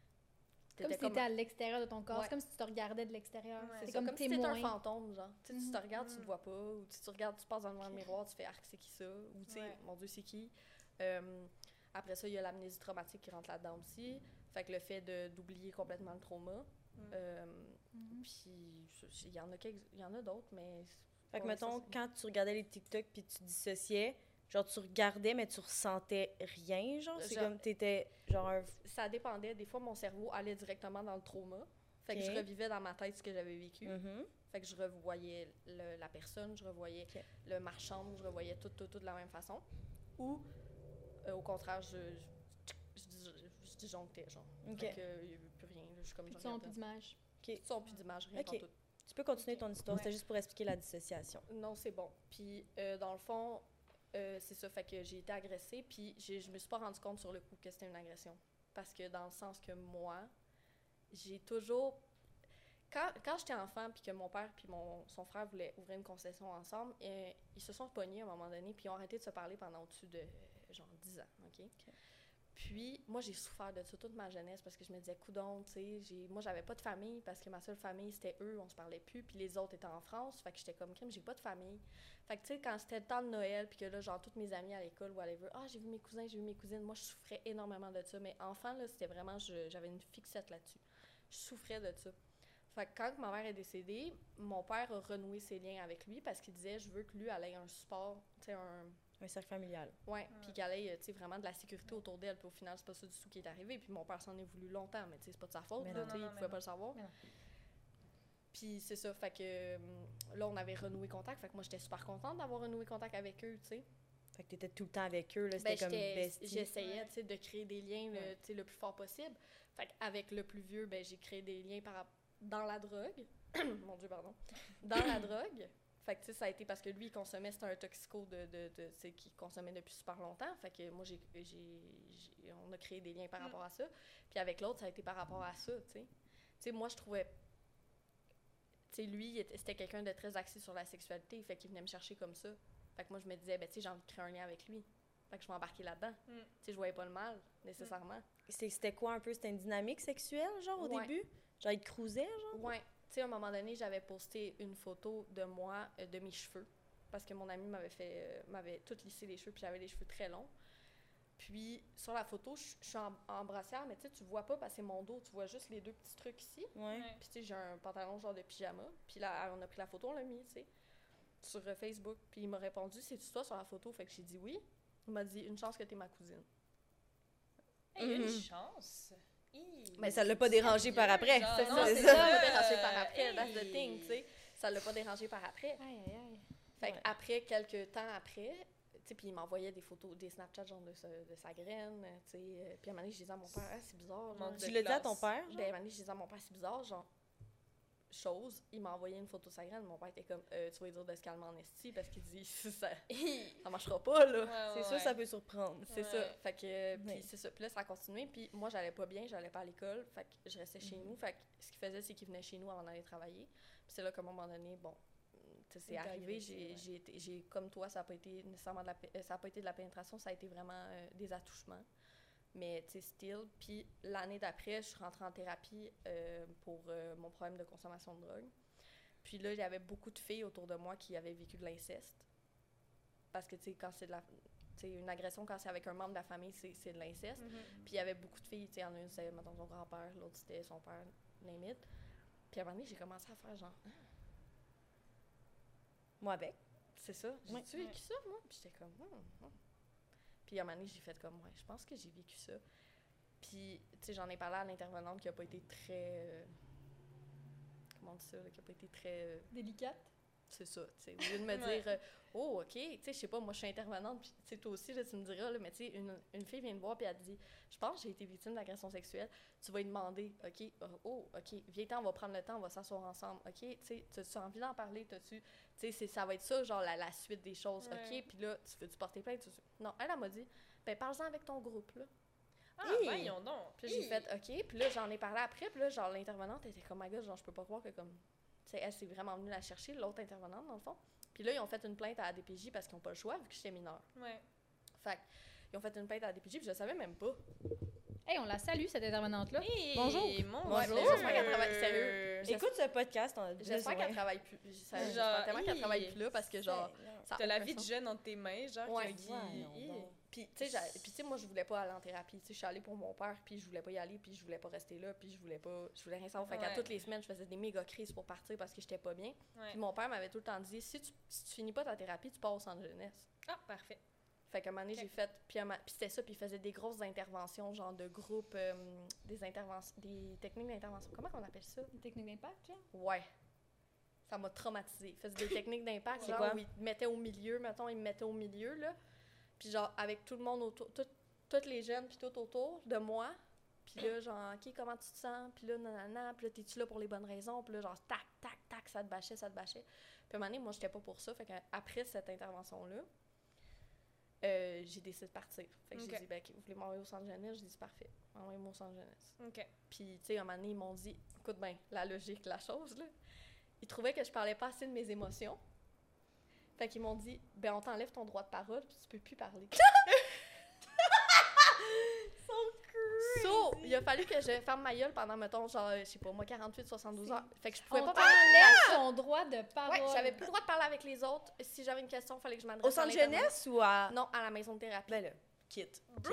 Speaker 3: comme si tu étais à l'extérieur de ton corps. Ouais. C'est comme si tu te regardais de l'extérieur.
Speaker 4: Ouais, c'est, c'est comme, comme si tu étais un fantôme, genre. Tu sais, mm-hmm. tu te regardes, tu te vois pas. Ou tu te regardes, tu passes devant okay. le miroir, tu fais « Arc, c'est qui ça? » Ou tu sais, ouais. « Mon Dieu, c'est qui? » Euh, après ça, il y a l'amnésie traumatique qui rentre là-dedans aussi. Fait que le fait de, d'oublier complètement le trauma. Mm. Euh, mm-hmm. Puis, il y en a quelques, il y en a d'autres, mais...
Speaker 2: Fait que, mettons, ça, quand tu regardais les TikTok puis tu dissociais, genre, tu regardais, mais tu ressentais rien, genre? C'est genre, comme t'étais, genre... Un...
Speaker 4: Ça dépendait. Des fois, mon cerveau allait directement dans le trauma. Fait okay. que je revivais dans ma tête ce que j'avais vécu. Mm-hmm. Fait que je revoyais le, la personne, je revoyais okay. le marchand, je revoyais tout, tout, tout de la même façon. Ou... Euh, au contraire, je, je, je, je, je disjonctais, genre.
Speaker 2: Okay.
Speaker 4: Fait que, il n'y avait plus rien. Là, je, comme,
Speaker 3: plus de son, plus d'image.
Speaker 4: Okay. Plus de son, plus d'image, rien
Speaker 2: okay.
Speaker 4: tout.
Speaker 2: Tu peux continuer
Speaker 4: okay.
Speaker 2: ton histoire,
Speaker 4: ouais.
Speaker 2: C'était juste pour expliquer la dissociation.
Speaker 4: Non, c'est bon. Puis, euh, dans le fond, euh, c'est ça, fait que j'ai été agressée, puis j'ai, je me suis pas rendu compte sur le coup que c'était une agression. Parce que dans le sens que moi, j'ai toujours... Quand, quand j'étais enfant, puis que mon père puis mon, son frère voulaient ouvrir une concession ensemble, euh, ils se sont pognés à un moment donné, puis ils ont arrêté de se parler pendant au-dessus de... genre dix ans, OK? okay. Puis, moi, j'ai souffert de ça toute ma jeunesse parce que je me disais, coudonc, tu sais, j'ai... moi, j'avais pas de famille parce que ma seule famille, c'était eux, on se parlait plus, puis les autres étaient en France, fait que j'étais comme, crème, j'ai pas de famille. Fait que, tu sais, quand c'était le temps de Noël, puis que là, genre, toutes mes amies à l'école ou whatever, ah, j'ai vu mes cousins, j'ai vu mes cousines, moi, je souffrais énormément de ça, mais enfant, là, c'était vraiment, je, j'avais une fixette là-dessus. Je souffrais de ça. Fait que quand ma mère est décédée, mon père a renoué ses liens avec lui parce qu'il disait, je veux que lui, elle ait un support, tu sais, un...
Speaker 2: Un cercle familial.
Speaker 4: Oui, ouais. Puis qu'elle ait, tu sais, vraiment de la sécurité autour d'elle. Puis au final, c'est pas ça du tout qui est arrivé. Puis mon père s'en est voulu longtemps, mais tu sais, c'est pas de sa faute, là, tu sais, il pouvait pas le savoir. Puis c'est ça, fait que là, on avait renoué contact. Fait que moi, j'étais super contente d'avoir renoué contact avec eux, tu sais.
Speaker 2: Fait que t'étais tout le temps avec eux, là, c'était ben, comme bestie.
Speaker 4: J'essayais, tu sais, de créer des liens, ouais. le, tu sais, le plus fort possible. Fait qu'avec le plus vieux, ben, j'ai créé des liens par, dans la drogue. Mon Dieu, pardon. Dans la drogue. Fait que, tu sais, ça a été parce que lui, il consommait, c'était un toxico de, de, de, tu sais, qu'il consommait depuis super longtemps. Fait que moi, j'ai, j'ai, j'ai, on a créé des liens par rapport à ça. Puis avec l'autre, ça a été par rapport à ça, tu sais. Tu sais, moi, je trouvais... Tu sais, lui, c'était quelqu'un de très axé sur la sexualité. Fait qu'il venait me chercher comme ça. Fait que moi, je me disais, ben, tu sais, j'ai envie de créer un lien avec lui. Fait que je m'embarquais là-dedans. Mm. Tu sais, je voyais pas le mal, nécessairement.
Speaker 2: C'était quoi un peu? C'était une dynamique sexuelle, genre, au ouais. début? Genre, il te cruisait, genre?
Speaker 4: Ouais. Tu sais, à un moment donné, j'avais posté une photo de moi, euh, de mes cheveux, parce que mon ami m'avait fait, euh, m'avait tout lissé les cheveux, puis j'avais les cheveux très longs. Puis, sur la photo, je suis en, en brassière, mais tu sais, tu vois pas parce que c'est mon dos, tu vois juste les deux petits trucs ici.
Speaker 2: Ouais.
Speaker 4: Puis, tu sais, j'ai un pantalon genre de pyjama. Puis là, on a pris la photo, on l'a mis, tu sais, sur euh, Facebook. Puis, il m'a répondu, c'est-tu toi sur la photo? Fait que j'ai dit oui. Il m'a dit, une chance que t'es ma cousine.
Speaker 5: Hey, mm-hmm. Une chance?
Speaker 2: Mais ça l'a pas dérangé par après.
Speaker 4: C'est ça, c'est ça, ça l'a pas dérangé par après. That's the thing, tu sais. Ça l'a pas dérangé par après.
Speaker 3: Aïe, aïe, aïe.
Speaker 4: Fait qu'après, quelques temps après, tu sais, puis il m'envoyait des photos, des Snapchats genre de sa, de sa graine, tu sais. Puis à un moment donné, je disais à mon père, ah, c'est bizarre. Genre,
Speaker 2: tu l'as dit à ton père?
Speaker 4: Ben, à un moment donné, je disais à mon père, c'est bizarre, genre, chose. Il m'a envoyé une photo de sa graine. Mon père était comme, euh, tu vas lui dire de se calmer en esti parce qu'il dit, ça, ça marchera pas, là.
Speaker 2: Ouais, ouais, c'est sûr, ouais. Ça peut surprendre.
Speaker 4: C'est ouais. ça. Fait que, puis ouais. c'est ça. Puis là, ça a continué. Puis moi, j'allais pas bien, j'allais pas à l'école. Fait que je restais chez mm-hmm. nous. Fait que ce qu'il faisait, c'est qu'il venait chez nous avant d'aller travailler. Puis c'est là qu'à un moment donné, bon, c'est arrivé. J'ai, ouais. j'ai, été, j'ai, comme toi, ça n'a pas été nécessairement de la, ça a pas été de la pénétration, ça a été vraiment euh, des attouchements. Mais, tu sais, still. Puis l'année d'après, je suis rentrée en thérapie euh, pour euh, mon problème de consommation de drogue. Puis là, il y avait beaucoup de filles autour de moi qui avaient vécu de l'inceste. Parce que, tu sais, quand c'est de la... Tu sais, une agression, quand c'est avec un membre de la famille, c'est, c'est de l'inceste. Mm-hmm. Puis il y avait beaucoup de filles, tu sais, il y en a une, c'était, mettons, son grand-père, l'autre, c'était son père, limite. Puis à un moment donné, j'ai commencé à faire genre... Ah.
Speaker 2: Moi avec.
Speaker 4: C'est ça. J'ai-tu ouais. vécu ça, moi? Puis j'étais comme... Hum, hum. Puis à un moment donné, j'ai fait comme... Ouais, je pense que j'ai vécu ça. Puis, tu sais, j'en ai parlé à l'intervenante qui a pas été très... Euh, comment on dit ça, là, qui a pas été très... Euh,
Speaker 3: délicate?
Speaker 4: c'est ça, tu sais. Au lieu de me
Speaker 5: Ouais.
Speaker 4: dire, euh, oh, OK, tu sais, je sais pas, moi, je suis intervenante, puis tu sais, toi aussi, là, tu me diras, là, mais tu sais, une, une fille vient me voir, puis elle te dit, je pense que j'ai été victime d'agression sexuelle. Tu vas lui demander, OK, euh, oh, OK, viens-t'en, on va prendre le temps, on va s'asseoir ensemble, OK, tu sais, as-tu envie d'en parler, t'as-tu, tu sais, c'est- ça va être ça, genre, la, la suite des choses,
Speaker 5: Ouais.
Speaker 4: OK, puis là, tu veux-tu porter plainte? Tu- Non, elle, elle m'a dit, ben, parle-en avec ton groupe, là.
Speaker 5: Ah,
Speaker 2: Hi.
Speaker 5: voyons donc.
Speaker 4: Puis là, j'ai
Speaker 5: Hi.
Speaker 4: fait OK. Puis là, j'en ai parlé après. Puis là, genre, l'intervenante était comme, my God, genre, je peux pas croire que, comme, tu sais, elle s'est vraiment venue la chercher, l'autre intervenante, dans le fond. Puis là, ils ont fait une plainte à la D P J parce qu'ils n'ont pas le choix, vu que j'étais mineure.
Speaker 5: Ouais.
Speaker 4: Fait ils ont fait une plainte à la D P J, puis je le savais même pas.
Speaker 3: Hey, on la salue, cette intervenante-là.
Speaker 5: Hey,
Speaker 3: Bonjour.
Speaker 5: Mon
Speaker 4: Ouais,
Speaker 5: Dieu.
Speaker 4: mais j'espère qu'elle travaille sérieux. J'es-
Speaker 2: Écoute ce podcast. On
Speaker 4: J'espère qu'elle travaille plus. Ça-
Speaker 5: Genre,
Speaker 4: J'espère tellement qu'elle
Speaker 5: hi.
Speaker 4: travaille plus là parce que, genre, ça a
Speaker 5: T'as la
Speaker 4: aucun
Speaker 5: vie de
Speaker 4: sens.
Speaker 5: jeune entre tes mains, genre,
Speaker 4: Ouais.
Speaker 5: qui...
Speaker 2: Voyons
Speaker 5: Hi.
Speaker 2: donc.
Speaker 4: Puis, tu sais, j'a- puis, tu sais, moi, je voulais pas aller en thérapie. Tu sais, je suis allée pour mon père, puis je voulais pas y aller, puis je voulais pas rester là, puis je voulais pas. Je voulais rien savoir. Fait qu'à
Speaker 5: Ouais.
Speaker 4: toutes les semaines, je faisais des méga crises pour partir parce que j'étais pas bien.
Speaker 5: Ouais.
Speaker 4: Puis mon père m'avait tout le temps dit, si tu, si tu finis pas ta thérapie, tu pars au centre jeunesse.
Speaker 5: Ah, parfait.
Speaker 4: Fait qu'à un moment donné,
Speaker 5: Ok.
Speaker 4: j'ai fait. Puis, à ma- puis c'était ça, puis il faisait des grosses interventions, genre de groupe, euh, des interventions, des techniques d'intervention. Comment on appelle ça?
Speaker 3: Une technique d'impact, genre?
Speaker 4: Ouais. Ça m'a traumatisée. Il faisait des techniques d'impact,
Speaker 2: C'est
Speaker 4: genre
Speaker 2: quoi?
Speaker 4: où il te mettait au milieu, mettons, il me mettait au milieu, là. Puis genre, avec tout le monde autour, tout, toutes les jeunes, puis tout autour de moi. Puis là, genre, OK, comment tu te sens? Puis là, nanana, puis là, t'es-tu là pour les bonnes raisons? Puis là, genre, tac, tac, tac, ça te bâchait, ça te bâchait. Puis à un moment donné, moi, j'étais pas pour ça. Fait qu'après cette intervention-là, euh, j'ai décidé de partir. Fait que
Speaker 5: Ok.
Speaker 4: j'ai dit, ben, OK, vous voulez m'envoyer au centre jeunesse? J'ai dit, parfait, envoyez-moi au centre jeunesse.
Speaker 5: OK.
Speaker 4: Puis, tu sais, à un moment donné, ils m'ont dit, écoute bien, la logique, la chose, là. Ils trouvaient que je parlais pas assez de mes émotions. Fait qu'ils m'ont dit, ben, on t'enlève ton droit de parole, puis tu peux plus parler. So, il a fallu que je ferme ma gueule pendant, mettons, genre, je sais pas, moi, quarante-huit soixante-douze heures. Fait que je pouvais
Speaker 3: On
Speaker 4: pas parler.
Speaker 3: t'enlève son droit de parole.
Speaker 4: Ouais, j'avais plus le droit de parler avec les autres. Si j'avais une question, il fallait que je m'adresse
Speaker 2: Au centre
Speaker 4: à l'intervenant.
Speaker 2: jeunesse ou à.
Speaker 4: Non, à la maison de thérapie.
Speaker 2: Ben là.
Speaker 4: Quitte.
Speaker 5: Bro!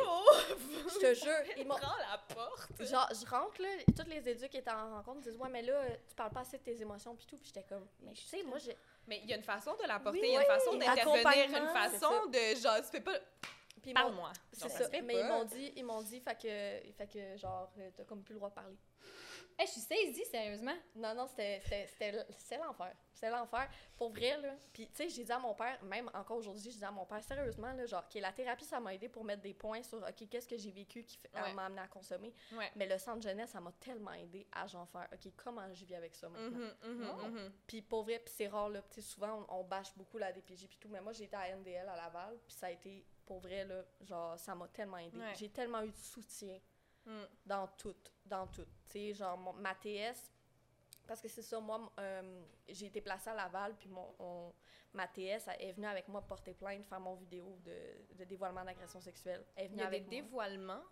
Speaker 4: Je te jure, ils m'ont...
Speaker 5: Prends la porte!
Speaker 4: Genre, je rentre, là, tous les éducs qui étaient en rencontre disent « Ouais, mais là, euh, tu parles pas assez de tes émotions, puis tout. » Puis j'étais comme « Mais tu sais, moi, j'ai...
Speaker 5: Mais il y a une façon de l'apporter,
Speaker 2: Oui,
Speaker 5: il y a une façon
Speaker 2: oui,
Speaker 5: d'intervenir,
Speaker 2: accompagnement,
Speaker 5: une
Speaker 4: c'est
Speaker 5: façon de, genre, tu fais pas... »
Speaker 4: Puis ils m'ont-
Speaker 5: Parle-moi.
Speaker 4: C'est
Speaker 5: Genre,
Speaker 4: ça.
Speaker 5: se fait
Speaker 4: Mais ils
Speaker 5: pas.
Speaker 4: m'ont dit, ils m'ont dit, fait que, fait que genre, euh, t'as comme plus le droit de parler.
Speaker 3: Hey, je suis saisie, sérieusement.
Speaker 4: Non, non, c'était, c'était, c'était, c'était l'enfer. C'était l'enfer. Pour vrai, là. Puis, tu sais, j'ai dit à mon père, même encore aujourd'hui, j'ai dit à mon père, sérieusement, là, genre, OK, la thérapie, ça m'a aidé pour mettre des points sur, OK, qu'est-ce que j'ai vécu qui fait,
Speaker 5: Ouais.
Speaker 4: m'a amené à consommer.
Speaker 5: Ouais.
Speaker 4: Mais le centre jeunesse, ça m'a tellement aidé à genre faire, OK, comment je vis avec ça maintenant.
Speaker 5: Mhm, mhm,
Speaker 3: Oh.
Speaker 5: mhm.
Speaker 4: Puis pour vrai, puis c'est rare, là, tu sais, souvent, on, on bâche beaucoup la D P J puis tout, mais moi, j'ai été à N D L à Laval, puis ça a été, pour vrai, là, genre, ça m'a tellement aidé.
Speaker 5: Ouais.
Speaker 4: J'ai tellement eu de soutien
Speaker 5: Mm.
Speaker 4: dans tout, dans tout. Tu sais, genre, mon- ma T S, parce que c'est ça, moi, euh, j'ai été placée à Laval, puis mon, on- ma T S elle est venue avec moi porter plainte, faire mon vidéo de, de dévoilement d'agression sexuelle. Elle est
Speaker 5: Il
Speaker 4: venue
Speaker 5: y a des
Speaker 4: avec moi.
Speaker 5: dévoilements.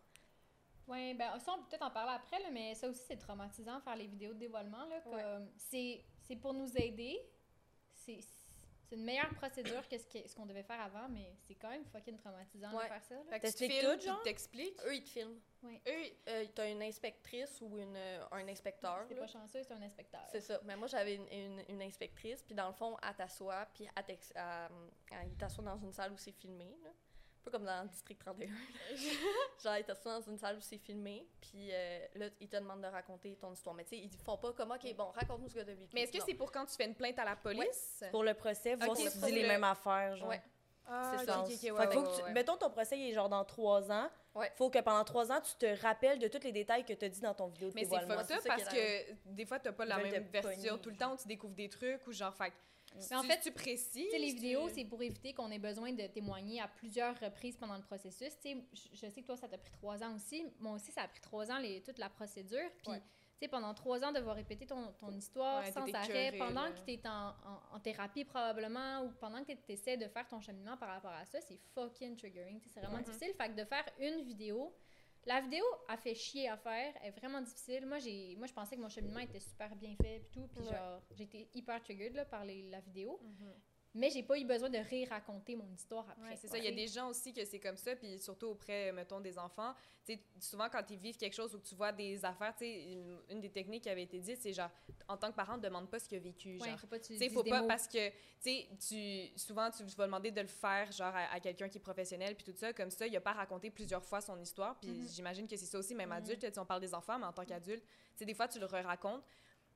Speaker 3: Oui, ben ça, on peut peut-être en parler après, là, mais ça aussi, c'est traumatisant, faire les vidéos de dévoilement. Là,
Speaker 4: Ouais.
Speaker 3: comme, c'est, c'est pour nous aider. C'est, c'est une meilleure procédure que ce, que- ce qu'on devait faire avant, mais c'est quand même fucking traumatisant
Speaker 4: Ouais.
Speaker 3: de faire ça. Là.
Speaker 5: Fait que tu te
Speaker 2: T'expliques
Speaker 5: filmes,
Speaker 2: tout,
Speaker 5: puis
Speaker 2: genre?
Speaker 5: tu t'expliques.
Speaker 4: Eux, ils te filment.
Speaker 5: Eux,
Speaker 4: Euh, t'as une inspectrice ou une, euh, un inspecteur.
Speaker 3: C'est
Speaker 4: là.
Speaker 3: pas chanceux, c'est un inspecteur.
Speaker 4: C'est ça. Mais moi, j'avais une, une, une inspectrice, puis dans le fond, elle t'assoit, puis elle, t'ex- elle- elle t'assoit dans une salle où c'est filmé, là. Un peu comme dans le District trente et un. là. Genre, elle t'assoit dans une salle où c'est filmé, puis euh, là, ils te demandent de raconter ton histoire. Mais tu sais, ils font pas comme, OK, bon, raconte-nous ce que t'as vécu.
Speaker 5: mais est-ce que
Speaker 4: Non.
Speaker 5: c'est pour quand tu fais une plainte à la police?
Speaker 2: Pour le procès, voir
Speaker 5: Ok,
Speaker 2: si
Speaker 5: c'est
Speaker 2: tu
Speaker 5: pour
Speaker 2: dis les
Speaker 5: le-
Speaker 2: mêmes affaires, genre.
Speaker 4: Ouais.
Speaker 5: Ah,
Speaker 4: C'est
Speaker 5: ok,
Speaker 4: ça.
Speaker 5: ok, ok, ouais,
Speaker 2: Fait que
Speaker 5: ouais,
Speaker 2: faut
Speaker 5: ouais,
Speaker 2: que tu-
Speaker 5: ouais.
Speaker 2: mettons, ton procès il est genre dans trois ans.
Speaker 4: Ouais.
Speaker 2: Faut que pendant trois ans, tu te rappelles de tous les détails que tu as dit dans ton vidéo de
Speaker 5: Mais c'est
Speaker 2: dévoilement.
Speaker 5: fucked
Speaker 4: c'est
Speaker 5: up
Speaker 4: ça qui
Speaker 5: parce
Speaker 4: est
Speaker 5: que des fois, t'as pas la
Speaker 2: Ils veulent
Speaker 5: même
Speaker 2: te
Speaker 5: version
Speaker 2: pogner.
Speaker 5: tout le temps, tu découvres des trucs ou genre, fait
Speaker 3: Mais en fait,
Speaker 5: tu précis.
Speaker 3: Tu sais, les
Speaker 5: tu-
Speaker 3: vidéos, c'est pour éviter qu'on ait besoin de témoigner à plusieurs reprises pendant le processus. Tu sais, je je sais que toi, ça t'a pris trois ans aussi. Moi aussi, ça a pris trois ans, les, toute la procédure. Puis,
Speaker 4: Ouais.
Speaker 3: tu sais, pendant trois ans, devoir répéter ton, ton histoire
Speaker 5: Ouais,
Speaker 3: sans
Speaker 5: t'étais
Speaker 3: arrêt,
Speaker 5: écœurée,
Speaker 3: pendant
Speaker 5: là.
Speaker 3: que tu es en, en, en thérapie probablement, ou pendant que tu essaies de faire ton cheminement par rapport à ça, c'est fucking triggering. Tu sais, c'est vraiment
Speaker 5: Mhm.
Speaker 3: difficile. Fait que de faire une vidéo, la vidéo a fait chier à faire, elle est vraiment difficile. Moi, j'ai, moi je pensais que mon cheminement était super bien fait, puis tout. Puis
Speaker 4: Ouais.
Speaker 3: genre, j'ai été hyper triggered là, par les, la vidéo.
Speaker 5: Mhm.
Speaker 3: Mais j'ai pas eu besoin de ré-raconter mon histoire après.
Speaker 5: Ouais, c'est ça. Il y a des gens aussi que c'est comme ça, puis surtout auprès, mettons, des enfants. Tu sais, souvent, quand ils vivent quelque chose ou que tu vois des affaires, tu sais, une, une des techniques qui avait été dite, c'est genre, en tant que parent, ne demande pas ce qu'il a vécu.
Speaker 3: Ouais,
Speaker 5: Genre,
Speaker 3: faut pas que tu
Speaker 5: tu sais,
Speaker 3: dises
Speaker 5: faut
Speaker 3: des
Speaker 5: pas
Speaker 3: mots.
Speaker 5: parce que, tu sais, tu, souvent, tu vas demander de le faire, genre, à, à quelqu'un qui est professionnel, puis tout ça. Comme ça, il a pas raconté plusieurs fois son histoire. Puis
Speaker 3: Mhm.
Speaker 5: j'imagine que c'est ça aussi, même
Speaker 3: Mhm.
Speaker 5: adulte. Tu sais, on parle des enfants, mais en tant qu'adulte, tu sais, des fois, tu le racontes.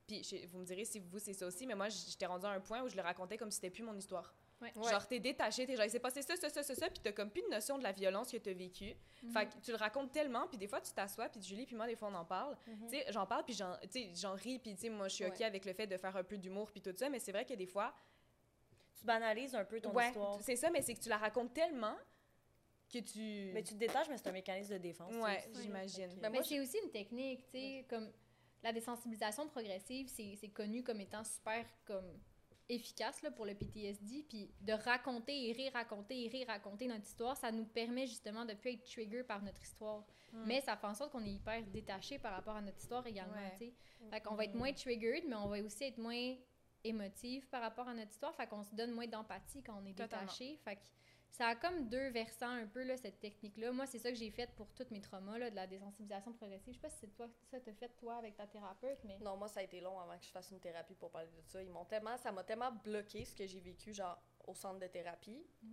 Speaker 5: Puis je- vous me direz si vous, c'est ça aussi, mais moi, j'étais rendue à un point où je le racontais comme si c'était plus mon histoire.
Speaker 3: Ouais.
Speaker 5: Genre, t'es détaché, t'es genre, il s'est passé ça, ça, ça, ça, ça, puis t'as comme plus de notion de la violence que t'as vécue.
Speaker 3: Mhm.
Speaker 5: Fait que tu le racontes tellement, puis des fois, tu t'assois, puis Julie, puis moi, des fois, on en parle.
Speaker 2: Mhm.
Speaker 5: Tu sais, j'en parle, puis j'en, tu sais, j'en ris, puis tu sais, moi, je suis OK
Speaker 4: Ouais.
Speaker 5: avec le fait de faire un peu d'humour, puis tout ça, mais c'est vrai que des fois,
Speaker 2: Tu banalises un peu ton
Speaker 5: ouais,
Speaker 2: histoire.
Speaker 5: c'est ça, mais c'est que tu la racontes tellement que tu...
Speaker 2: Mais tu te détaches, mais c'est un mécanisme de défense.
Speaker 5: Ouais,
Speaker 2: tu sais, aussi.
Speaker 5: j'imagine.
Speaker 2: Fait que-
Speaker 4: Ben,
Speaker 3: Mais
Speaker 4: moi,
Speaker 3: c'est aussi une technique, tu sais, comme la désensibilisation progressive, c'est c'est connu comme étant super comme efficace là, pour le P T S D, puis de raconter et ré-raconter et ré-raconter notre histoire, ça nous permet justement de plus être trigger par notre histoire.
Speaker 5: Mm.
Speaker 3: Mais ça fait en sorte qu'on est hyper détaché par rapport à notre histoire également,
Speaker 5: Ouais.
Speaker 3: tu sais. Fait qu'on va être moins triggered, mais on va aussi être moins émotif par rapport à notre histoire, fait qu'on se donne moins d'empathie quand on est
Speaker 5: Totalement.
Speaker 3: détaché. Fait que ça a comme deux versants un peu, là, cette technique-là. Moi, c'est ça que j'ai fait pour tous mes traumas, là, de la désensibilisation progressive. Je sais pas si c'est toi, ça t'as fait, toi, avec ta thérapeute, mais...
Speaker 4: Non, moi, ça a été long avant que je fasse une thérapie pour parler de ça. Ils m'ont tellement, ça m'a tellement bloqué ce que j'ai vécu, genre, au centre de thérapie,
Speaker 3: Mm.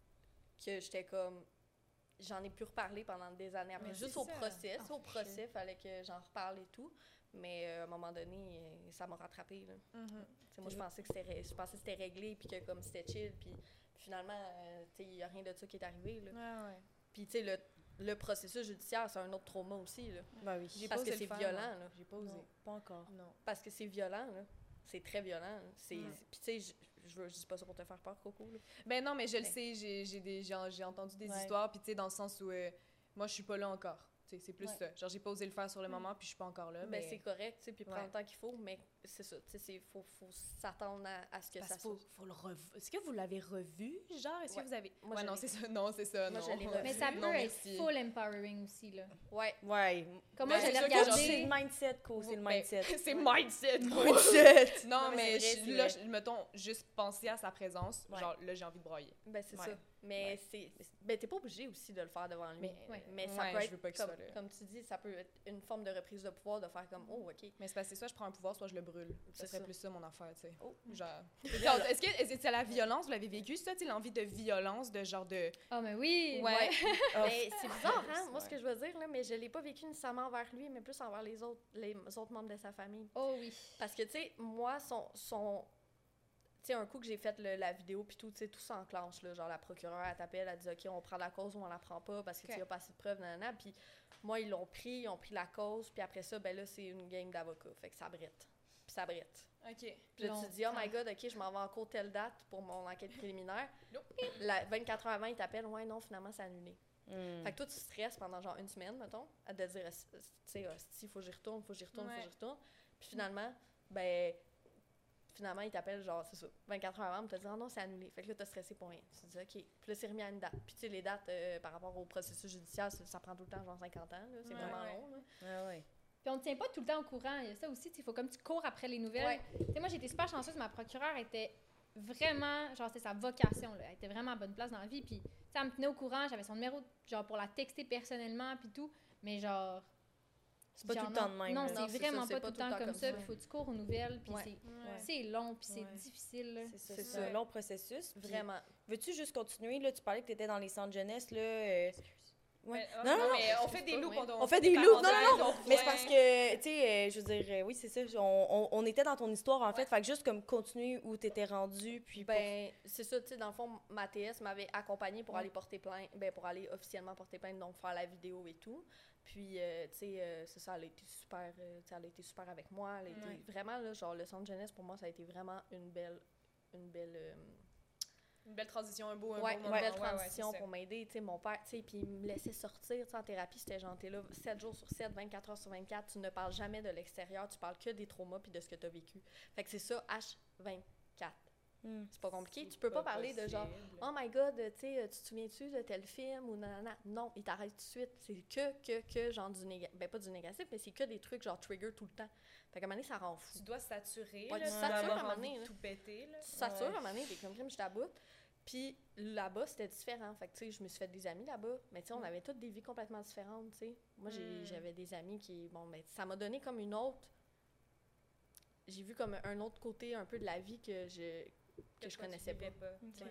Speaker 4: que j'étais comme... J'en ai plus reparlé pendant des années après.
Speaker 5: Mais
Speaker 4: Juste
Speaker 5: c'est
Speaker 4: au
Speaker 5: ça.
Speaker 4: procès.
Speaker 3: Ah,
Speaker 4: au procès, il fallait que j'en reparle et tout. Mais euh, à un moment donné, euh, ça m'a rattrapé. Là.
Speaker 5: Mhm.
Speaker 4: T'sais, moi, je pensais que c'était ré- je pensais que c'était réglé, puis que comme c'était chill, puis finalement, euh, il n'y a rien de ça qui est arrivé. Là.
Speaker 5: Ouais, ouais.
Speaker 4: Puis, tu sais, le, le processus judiciaire, c'est un autre trauma aussi. Là.
Speaker 2: Ben oui.
Speaker 5: J'ai
Speaker 4: Parce
Speaker 5: pas
Speaker 4: que
Speaker 5: osé
Speaker 4: c'est
Speaker 5: le faire,
Speaker 4: violent.
Speaker 5: moi.
Speaker 4: Là.
Speaker 5: J'ai pas osé.
Speaker 2: Non, pas encore.
Speaker 5: Non.
Speaker 4: Parce que c'est violent, là. C'est très violent. C'est...
Speaker 5: Mm.
Speaker 4: Puis, tu sais, je, je, veux- je dis pas ça pour te faire peur, Coco. Là.
Speaker 5: Ben non, mais je le
Speaker 4: Ouais.
Speaker 5: sais, j'ai, j'ai, des, j'ai, j'ai entendu des
Speaker 2: Ouais.
Speaker 5: histoires, puis tu sais, dans le sens où euh, moi, je suis pas là encore. Tu sais, c'est plus
Speaker 2: Ouais.
Speaker 5: ça. Genre, j'ai pas osé le faire sur le moment, puis je suis pas encore là.
Speaker 4: Ben,
Speaker 5: mais
Speaker 4: c'est correct, tu sais, puis prendre
Speaker 5: Ouais.
Speaker 4: le temps qu'il faut, mais c'est ça. Tu sais, il faut, faut s'attendre à, à ce que
Speaker 5: Parce
Speaker 4: ça
Speaker 5: qu'il faut,
Speaker 4: soit.
Speaker 5: faut le rev... Est-ce que vous l'avez revu, genre? Est-ce
Speaker 4: Ouais.
Speaker 5: que vous avez...
Speaker 4: Moi,
Speaker 5: ouais,
Speaker 4: je
Speaker 5: non,
Speaker 4: l'ai
Speaker 5: c'est ça. Non, c'est ça,
Speaker 4: Moi,
Speaker 5: non.
Speaker 4: je l'ai revu.
Speaker 3: Mais ça
Speaker 5: Non,
Speaker 3: peut être
Speaker 5: merci.
Speaker 3: full empowering aussi, là.
Speaker 4: Ouais.
Speaker 2: Ouais.
Speaker 3: Comme
Speaker 5: Ben,
Speaker 3: moi, je
Speaker 5: c'est
Speaker 3: l'ai
Speaker 5: sûr que
Speaker 2: C'est
Speaker 3: regardé...
Speaker 2: le mindset, Co, c'est le
Speaker 5: Ben,
Speaker 2: mindset.
Speaker 5: c'est mindset, gros.
Speaker 2: Mindset.
Speaker 5: Non,
Speaker 4: Non, mais
Speaker 5: mais,
Speaker 4: c'est vrai,
Speaker 5: je-
Speaker 4: c'est
Speaker 5: là,
Speaker 4: vrai.
Speaker 5: je- mettons, juste penser à sa présence,
Speaker 2: Ouais.
Speaker 5: genre, là, j'ai envie de broyer.
Speaker 4: Ben, c'est
Speaker 5: Ouais.
Speaker 4: ça. Mais
Speaker 5: Ouais.
Speaker 4: c'est. Ben, t'es pas obligé aussi de le faire devant lui.
Speaker 5: Mais-
Speaker 3: Ouais.
Speaker 4: Mais ça
Speaker 5: Ouais,
Speaker 4: peut
Speaker 5: je
Speaker 4: être,
Speaker 5: veux pas qu'il
Speaker 4: comme,
Speaker 5: soit là.
Speaker 4: comme tu dis, ça peut être une forme de reprise de pouvoir de faire comme, oh, OK.
Speaker 5: Mais c'est parce que soit je prends un pouvoir, soit je le brûle. Ça
Speaker 4: C'est
Speaker 5: serait
Speaker 4: ça.
Speaker 5: plus ça, mon affaire, tu sais.
Speaker 4: Oh.
Speaker 5: Genre... Genre, Est-ce que est-ce que c'est la violence, vous l'avez vécu, ça, tu sais, l'envie de violence, de genre de...
Speaker 3: Ah, mais oui!
Speaker 5: Ouais.
Speaker 4: Mais c'est bizarre, hein, moi, ce
Speaker 5: Ouais.
Speaker 4: que je veux dire, là, mais je l'ai pas vécu nécessairement envers lui, mais plus envers les autres, les autres membres de sa famille.
Speaker 3: Oh oui.
Speaker 4: Parce que, tu sais, moi, son. son tu sais, un coup que j'ai fait le- la vidéo, puis tout, tu sais, tout s'enclenche, là. Genre, la procureure, elle t'appelle, elle dit, OK, on prend la cause ou on la prend pas parce que, tu sais,
Speaker 3: Ok.
Speaker 4: il y a pas assez de preuves, nanana. Puis moi, ils l'ont pris, ils ont pris la cause, puis après ça, ben là, c'est une game d'avocat. Fait que ça brette. Puis ça brette.
Speaker 5: OK.
Speaker 4: Puis là, tu te dis, oh my
Speaker 3: Longtemps.
Speaker 4: god, OK, je m'en vais en cours telle date pour mon enquête préliminaire.
Speaker 5: Nope.
Speaker 4: La, vingt-quatre heures avant, ils t'appellent, ouais, non, finalement, c'est annulé.
Speaker 2: Mm.
Speaker 4: Fait que toi, tu stresses pendant genre une semaine, mettons, à te dire, tu sais, il faut que j'y retourne, faut que j'y retourne, faut que j'y retourne. Puis finalement, ben, finalement, ils t'appellent genre, c'est ça, vingt-quatre heures avant, pour te dire, ah non, c'est annulé. Fait que là, t'as stressé pour rien. Tu te dis, OK. Puis là, c'est remis à une date. Puis tu sais, les dates, euh, par rapport au processus judiciaire, ça, ça prend tout le temps, genre cinquante ans, là. C'est
Speaker 5: Ouais,
Speaker 4: vraiment
Speaker 5: ouais.
Speaker 4: long, là.
Speaker 2: Ah ouais.
Speaker 3: Puis on ne tient pas tout le temps au courant. Il y a ça aussi, il faut comme tu cours après les nouvelles.
Speaker 4: Ouais.
Speaker 3: Tu sais, moi, j'étais super chanceuse. Ma procureure était vraiment, genre, c'était sa vocation, là. Elle était vraiment à bonne place dans la vie. Puis, tu sais, elle me tenait au courant. J'avais son numéro, genre, pour la texter personnellement, puis tout. Mais genre...
Speaker 2: C'est pas
Speaker 3: genre,
Speaker 2: tout le temps
Speaker 3: non.
Speaker 2: de même.
Speaker 3: Non,
Speaker 2: là.
Speaker 3: c'est
Speaker 4: Non, c'est
Speaker 3: vraiment
Speaker 4: ça, c'est
Speaker 3: pas, tout le temps comme ça. Puis,
Speaker 4: ça.
Speaker 3: faut que tu cours aux nouvelles. Puis,
Speaker 4: Ouais.
Speaker 3: c'est,
Speaker 5: Ouais.
Speaker 3: c'est long, puis c'est
Speaker 2: Ouais.
Speaker 3: difficile, là.
Speaker 2: C'est ça,
Speaker 4: C'est
Speaker 2: c'est
Speaker 4: ça.
Speaker 2: un long processus. Puis,
Speaker 4: Vraiment.
Speaker 2: veux-tu juste continuer? Là, tu parlais que tu étais dans les centres jeunesse. Là, euh, Ouais.
Speaker 5: Mais,
Speaker 2: Non, non, non,
Speaker 5: mais on
Speaker 4: excuse
Speaker 5: fait des
Speaker 4: pas,
Speaker 5: loops.
Speaker 4: oui.
Speaker 2: On fait des loops, non, non,
Speaker 5: non,
Speaker 2: mais c'est parce que, tu sais, euh, je veux dire, euh, oui, c'est ça. On, on, on était dans ton histoire, en fait. Fait que juste comme continuer où t'étais rendu, puis pour-
Speaker 4: Ben, c'est ça, tu sais, dans le fond, ma T S m'avait accompagnée pour
Speaker 2: Ouais.
Speaker 4: aller porter plainte, ben, pour aller officiellement porter plainte, donc faire la vidéo et tout. Puis, euh, tu sais, euh, c'est ça, elle a été super, euh, tu sais, elle a été super avec moi. Elle a été
Speaker 5: Ouais.
Speaker 4: vraiment, là, genre, le centre jeunesse, pour moi, ça a été vraiment une belle, une belle, euh,
Speaker 5: Une belle transition, un beau, un
Speaker 4: ouais,
Speaker 5: beau
Speaker 4: une
Speaker 5: moment.
Speaker 4: belle
Speaker 5: Ouais, ouais,
Speaker 4: transition
Speaker 5: c'est ça.
Speaker 4: pour m'aider, tu sais, mon père, tu sais, puis il me laissait sortir, tu sais, en thérapie, c'était genre, t'es là sept jours sur sept, vingt-quatre heures sur vingt-quatre, tu ne parles jamais de l'extérieur, tu parles que des traumas puis de ce que tu as vécu. Fait que c'est ça, H vingt-quatre.
Speaker 2: Hmm.
Speaker 4: C'est pas compliqué.
Speaker 5: C'est
Speaker 4: Tu peux pas, parler de genre,
Speaker 5: possible.
Speaker 4: oh my god, tu sais, tu te souviens-tu de tel film ou nanana. Non, il t'arrête tout de suite. C'est que, que, que, genre du négatif. Ben, pas du négatif, mais c'est que des trucs genre trigger tout le temps. Fait qu'à un moment donné, ça rend fou.
Speaker 5: Tu dois saturer,
Speaker 4: Ouais,
Speaker 5: là,
Speaker 4: tu
Speaker 5: tu
Speaker 4: satures
Speaker 5: dois
Speaker 4: à un
Speaker 5: avoir
Speaker 4: moment
Speaker 5: envie
Speaker 4: donné,
Speaker 5: de
Speaker 4: là.
Speaker 5: tout péter, là.
Speaker 4: Tu satures
Speaker 2: Ouais.
Speaker 4: à un moment donné, t'es comme crime, je t'aboute. Puis là-bas, c'était différent. Fait que, tu sais, je me suis fait des amis là-bas. Mais, tu sais, on avait toutes des vies complètement différentes, tu sais. Moi, j'ai-
Speaker 5: Mm.
Speaker 4: j'avais des amis qui, bon, mais ça m'a donné comme une autre. J'ai vu comme un autre côté un peu de la vie que je, que je
Speaker 5: toi, tu
Speaker 4: connaissais pas.
Speaker 5: vivais pas.
Speaker 2: Ok.
Speaker 5: Ouais.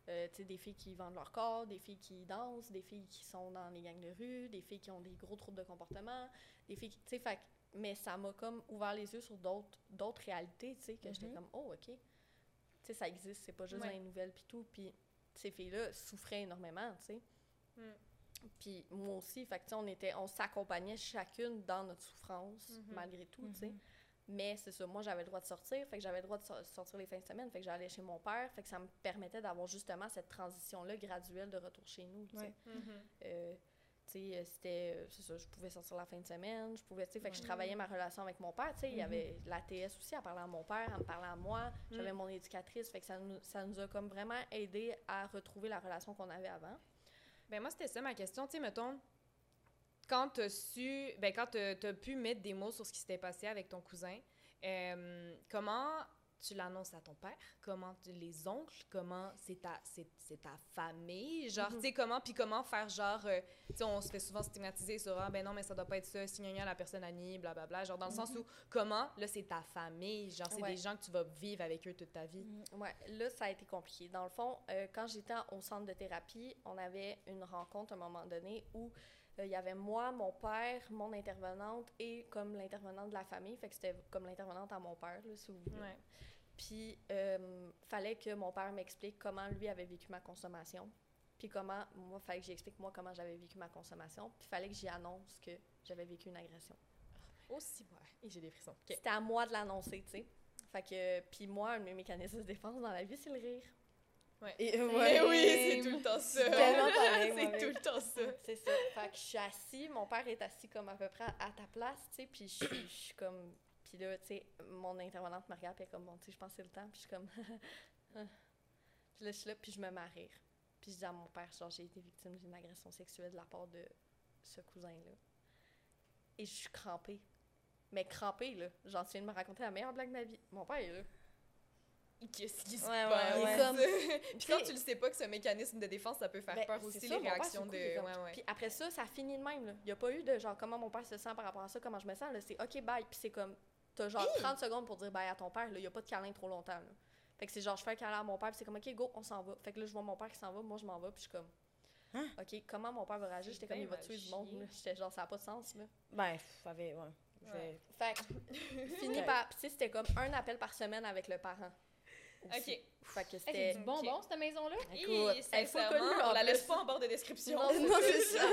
Speaker 4: Euh, tu sais, des filles qui vendent leur corps, des filles qui dansent, des filles qui sont dans les gangs de rue, des filles qui ont des gros troubles de comportement, des filles qui, tu sais, fait que- mais ça m'a comme ouvert les yeux sur d'autres d'autres réalités, tu sais, que j'étais
Speaker 2: Mhm.
Speaker 4: comme, oh, OK. Tu sais, ça existe, c'est pas juste
Speaker 5: Ouais.
Speaker 4: dans les nouvelles puis tout, puis ces filles-là souffraient énormément, tu sais.
Speaker 5: Mm.
Speaker 4: Puis moi aussi, fait que, tu sais, on était, on s'accompagnait chacune dans notre souffrance,
Speaker 5: Mhm.
Speaker 4: malgré tout, tu sais.
Speaker 2: Mhm.
Speaker 4: Mais c'est ça, moi j'avais le droit de sortir, fait que j'avais le droit de so- sortir les fins de semaine, fait que j'allais chez mon père, fait que ça me permettait d'avoir justement cette transition-là graduelle de retour chez nous, tu sais.
Speaker 2: Ouais.
Speaker 5: Mhm.
Speaker 4: Euh, tu sais, euh, c'était, euh, c'est ça, je pouvais sortir la fin de semaine, je pouvais, tu sais, fait que je
Speaker 2: Ouais.
Speaker 4: travaillais ma relation avec mon père, tu sais, il y
Speaker 2: Mhm.
Speaker 4: avait la T S aussi, elle parlait à mon père, elle me parlait à moi, j'avais
Speaker 5: Mm.
Speaker 4: mon éducatrice, fait que ça nous, ça nous a comme vraiment aidé à retrouver la relation qu'on avait avant.
Speaker 5: Ben moi, c'était ça ma question. Tu sais, mettons, quand t'as su, ben quand t'as, t'as pu mettre des mots sur ce qui s'était passé avec ton cousin, euh, comment tu l'annonces à ton père? Comment tu, les oncles? Comment c'est ta, c'est, c'est ta famille? Genre,
Speaker 4: Mhm.
Speaker 5: tu sais, comment, puis comment faire genre, euh, tu sais, on se fait souvent stigmatiser sur, ah, ben non, mais ça doit pas être ça, si gna gna, la personne a nié, blablabla. Genre, dans le sens où, comment, là, c'est ta famille, genre, c'est
Speaker 4: Ouais.
Speaker 5: des gens que tu vas vivre avec eux toute ta vie.
Speaker 4: Ouais, là, ça a été compliqué. Dans le fond, euh, quand j'étais au centre de thérapie, on avait une rencontre à un moment donné où euh, il y avait moi, mon père, mon intervenante et comme l'intervenante de la famille. Fait que c'était comme l'intervenante à mon père, là, si vous voulez.
Speaker 5: Ouais.
Speaker 4: Puis, euh, fallait que mon père m'explique comment lui avait vécu ma consommation. Puis comment, moi, fallait que j'explique moi comment j'avais vécu ma consommation. Puis, fallait que j'y annonce que j'avais vécu une agression.
Speaker 5: Aussi, ouais. Et j'ai des frissons. OK.
Speaker 4: C'était à moi de l'annoncer, tu sais. Fait que, puis moi, un de mes mécanismes de défense dans la vie, c'est le rire.
Speaker 5: Ouais.
Speaker 2: Et,
Speaker 5: Mais
Speaker 2: ouais.
Speaker 5: oui, c'est tout le temps ça.
Speaker 2: C'est tellement pareil, moi,
Speaker 5: C'est
Speaker 2: avec.
Speaker 5: tout le temps ça.
Speaker 4: C'est ça. Fait que je suis assis, mon père est assis comme à peu près à ta place, tu sais, puis je suis- je suis comme... Puis là, tu sais, mon intervenante me regarde, puis elle est comme, bon, tu sais, je pense que c'est le temps, puis je suis comme... Puis là, je suis là, puis je me mets à rire. Puis je dis à mon père, genre, j'ai été victime d'une agression sexuelle de la part de ce cousin-là. Et je suis crampée. Mais crampée, là. Genre, tu viens de me raconter la meilleure blague de ma vie. Mon père est là.
Speaker 5: Qu'est-ce qui se
Speaker 2: Ouais, ouais,
Speaker 5: passe?
Speaker 2: ouais.
Speaker 4: Comme-
Speaker 5: Puis quand tu le sais pas que ce mécanisme de défense, ça peut faire
Speaker 4: Ben,
Speaker 5: peur
Speaker 4: c'est
Speaker 5: aussi,
Speaker 4: ça,
Speaker 5: les
Speaker 4: mon père,
Speaker 5: réactions
Speaker 4: sur
Speaker 5: de...
Speaker 4: le coup, il est comme-
Speaker 5: Ouais, ouais.
Speaker 4: Puis après ça, ça finit de même, là. Il n'y a pas eu de genre comment mon père se sent par rapport à ça, comment je me sens, là. C'est OK, bye. Puis c'est comme, t'as genre trente secondes pour dire bye à ton père, là. Il n'y a pas de câlin trop longtemps, là. Fait que c'est genre, je fais un câlin à mon père, puis c'est comme, OK, go, on s'en va. Fait que là, je vois mon père qui s'en va, moi, je m'en vais, puis je suis comme,
Speaker 2: Hein?
Speaker 4: OK, comment mon père va réagir?
Speaker 5: C'est
Speaker 4: J'étais comme, il va
Speaker 5: bien
Speaker 4: tuer
Speaker 5: mal
Speaker 4: du monde,
Speaker 5: chier.
Speaker 4: là. J'étais genre, ça n'a pas de sens, là.
Speaker 2: Ben, pff, avait, ouais. Je vais-
Speaker 5: Ouais.
Speaker 4: Fait que, fini
Speaker 2: Ok.
Speaker 4: par. Puis tu sais, c'était comme un appel par semaine avec le parent. aussi.
Speaker 5: OK.
Speaker 4: Fait que
Speaker 3: Hey,
Speaker 4: c'était.
Speaker 3: c'est du bonbon, cette maison-là.
Speaker 4: Écoute,
Speaker 5: Et
Speaker 4: elle est
Speaker 5: sincèrement,
Speaker 4: full connue, en
Speaker 5: on la laisse
Speaker 4: plus.
Speaker 5: pas en barre de description.
Speaker 4: Non,
Speaker 2: Non, c'est ça.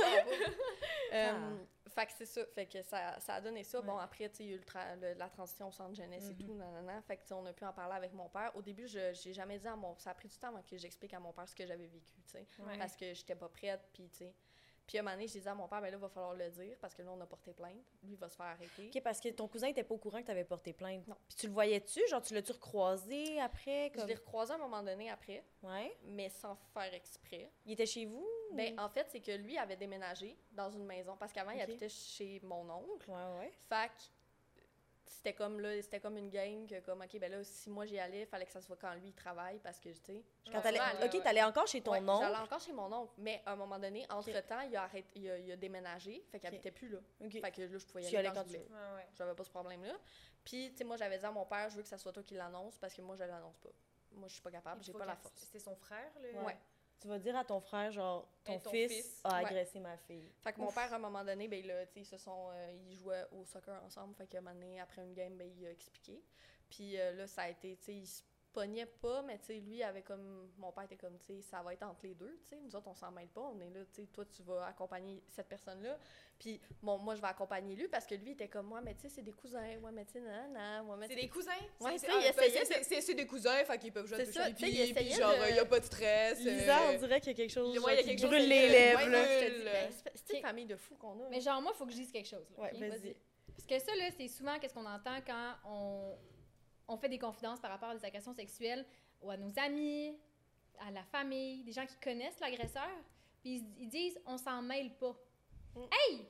Speaker 4: Euh, fait que c'est ça. Fait que ça, ça a donné ça. Bon,
Speaker 2: Ouais.
Speaker 4: après, tu sais, il y a eu le tra- le- la transition au centre jeunesse et
Speaker 2: Mhm.
Speaker 4: tout, nanana. Fait que, tu sais, on a pu en parler avec mon père. Au début, je j'ai jamais dit à mon... Ça a pris du temps avant que j'explique à mon père ce que j'avais vécu, tu sais.
Speaker 5: Ouais.
Speaker 4: Parce que j'étais pas prête, puis tu sais... Puis à un moment donné, j'ai dit à mon père, ben là, il va falloir le dire, parce que là, on a porté plainte. Lui, il va se faire arrêter.
Speaker 2: OK, parce que ton cousin était pas au courant que t'avais porté plainte.
Speaker 4: Non.
Speaker 2: Puis tu le voyais-tu? Genre, tu l'as-tu recroisé après?
Speaker 4: Je
Speaker 2: Comme...
Speaker 4: l'ai recroisé à un moment donné après,
Speaker 2: Ouais.
Speaker 4: mais sans faire exprès.
Speaker 2: Il était chez vous?
Speaker 4: Ben,
Speaker 2: ou-
Speaker 4: en fait, c'est que lui avait déménagé dans une maison, parce qu'avant, il
Speaker 2: Ok.
Speaker 4: habitait chez mon oncle.
Speaker 2: Ouais, ouais.
Speaker 4: Fait que c'était comme là, c'était comme une gang que comme OK, ben là, si moi j'y allais, il fallait que ça soit quand lui il travaille parce que tu sais.
Speaker 2: Quand
Speaker 5: Ouais,
Speaker 2: t'allais...
Speaker 5: ouais,
Speaker 2: OK,
Speaker 5: ouais.
Speaker 2: t'allais encore chez ton
Speaker 4: Ouais,
Speaker 2: oncle?
Speaker 4: J'allais encore chez mon oncle, mais à un moment donné, entre-temps, il a arrêté il a, il a déménagé, fait qu'il
Speaker 2: Ok.
Speaker 4: habitait plus là.
Speaker 2: OK.
Speaker 4: Fait que là, je pouvais y
Speaker 2: Tu y
Speaker 4: aller
Speaker 2: allais
Speaker 4: quand,
Speaker 2: quand
Speaker 4: je
Speaker 2: tu
Speaker 4: voulais.
Speaker 5: Ouais, ouais.
Speaker 4: J'avais pas ce problème-là. Puis, tu sais, moi, j'avais dit à mon père, je veux que ça soit toi qui l'annonce parce que moi, je l'annonce pas. Moi, je suis pas capable,
Speaker 5: Il
Speaker 4: j'ai
Speaker 5: faut
Speaker 4: pas la
Speaker 5: qu'elle-
Speaker 4: force.
Speaker 5: C'était son frère, le...
Speaker 4: Ouais.
Speaker 2: Tu vas dire à ton frère, genre, ton,
Speaker 5: Et ton
Speaker 2: fils,
Speaker 5: fils.
Speaker 2: a
Speaker 4: Ouais.
Speaker 2: agressé ma fille.
Speaker 4: Fait que mon père, à un moment donné, ben là, tu sais, ils se sont, euh, ils jouaient au soccer ensemble. Fait qu'à un moment donné, après une game, ben il a expliqué. Puis euh, là, ça a été, tu sais, il se pognait pas, mais tu sais, lui avait comme, mon père était comme, tu sais, ça va être entre les deux, tu sais. Nous autres, on s'en mêle pas, on est là, tu sais, toi, tu vas accompagner cette personne-là. Puis bon, moi, je vais accompagner lui parce que lui était comme, moi, mais tu sais, c'est des cousins, ouais, mais tu sais, non, non, moi, mais
Speaker 5: C'est
Speaker 4: tu sais,
Speaker 5: des cousins?
Speaker 4: Ouais,
Speaker 5: c'est
Speaker 4: ça, il
Speaker 5: ah, ben,
Speaker 4: essayait
Speaker 5: c'est-
Speaker 4: de-
Speaker 5: c'est- C'est des cousins, fait qu'ils peuvent jouer à
Speaker 4: C'est
Speaker 5: toucher
Speaker 4: ça,
Speaker 5: les
Speaker 4: tu sais, il
Speaker 5: pieds, puis
Speaker 4: essayait
Speaker 5: genre,
Speaker 4: de-
Speaker 5: il y a pas de stress.
Speaker 2: Lisa,
Speaker 5: euh,
Speaker 2: on dirait qu'il y a quelque chose,
Speaker 5: Ouais,
Speaker 2: genre,
Speaker 5: il y a
Speaker 2: qui
Speaker 5: quelque chose
Speaker 2: brûle
Speaker 5: de-
Speaker 2: les lèvres,
Speaker 5: ouais,
Speaker 2: là.
Speaker 5: ouais.
Speaker 4: je te dis,
Speaker 5: le-
Speaker 4: ben, c'est c'est une
Speaker 3: Ok.
Speaker 4: famille de fous qu'on a.
Speaker 3: Mais genre, moi, il faut que je dise quelque chose. Là,
Speaker 2: Ouais,
Speaker 3: ok?
Speaker 2: vas-y.
Speaker 3: Parce que ça, là, c'est souvent qu'est-ce qu'on entend quand on, on fait des confidences par rapport à des agressions sexuelles ou à nos amis, à la famille, des gens qui connaissent l'agresseur, puis ils, ils disent « on s'en mêle pas
Speaker 4: Mm.
Speaker 3: Hey!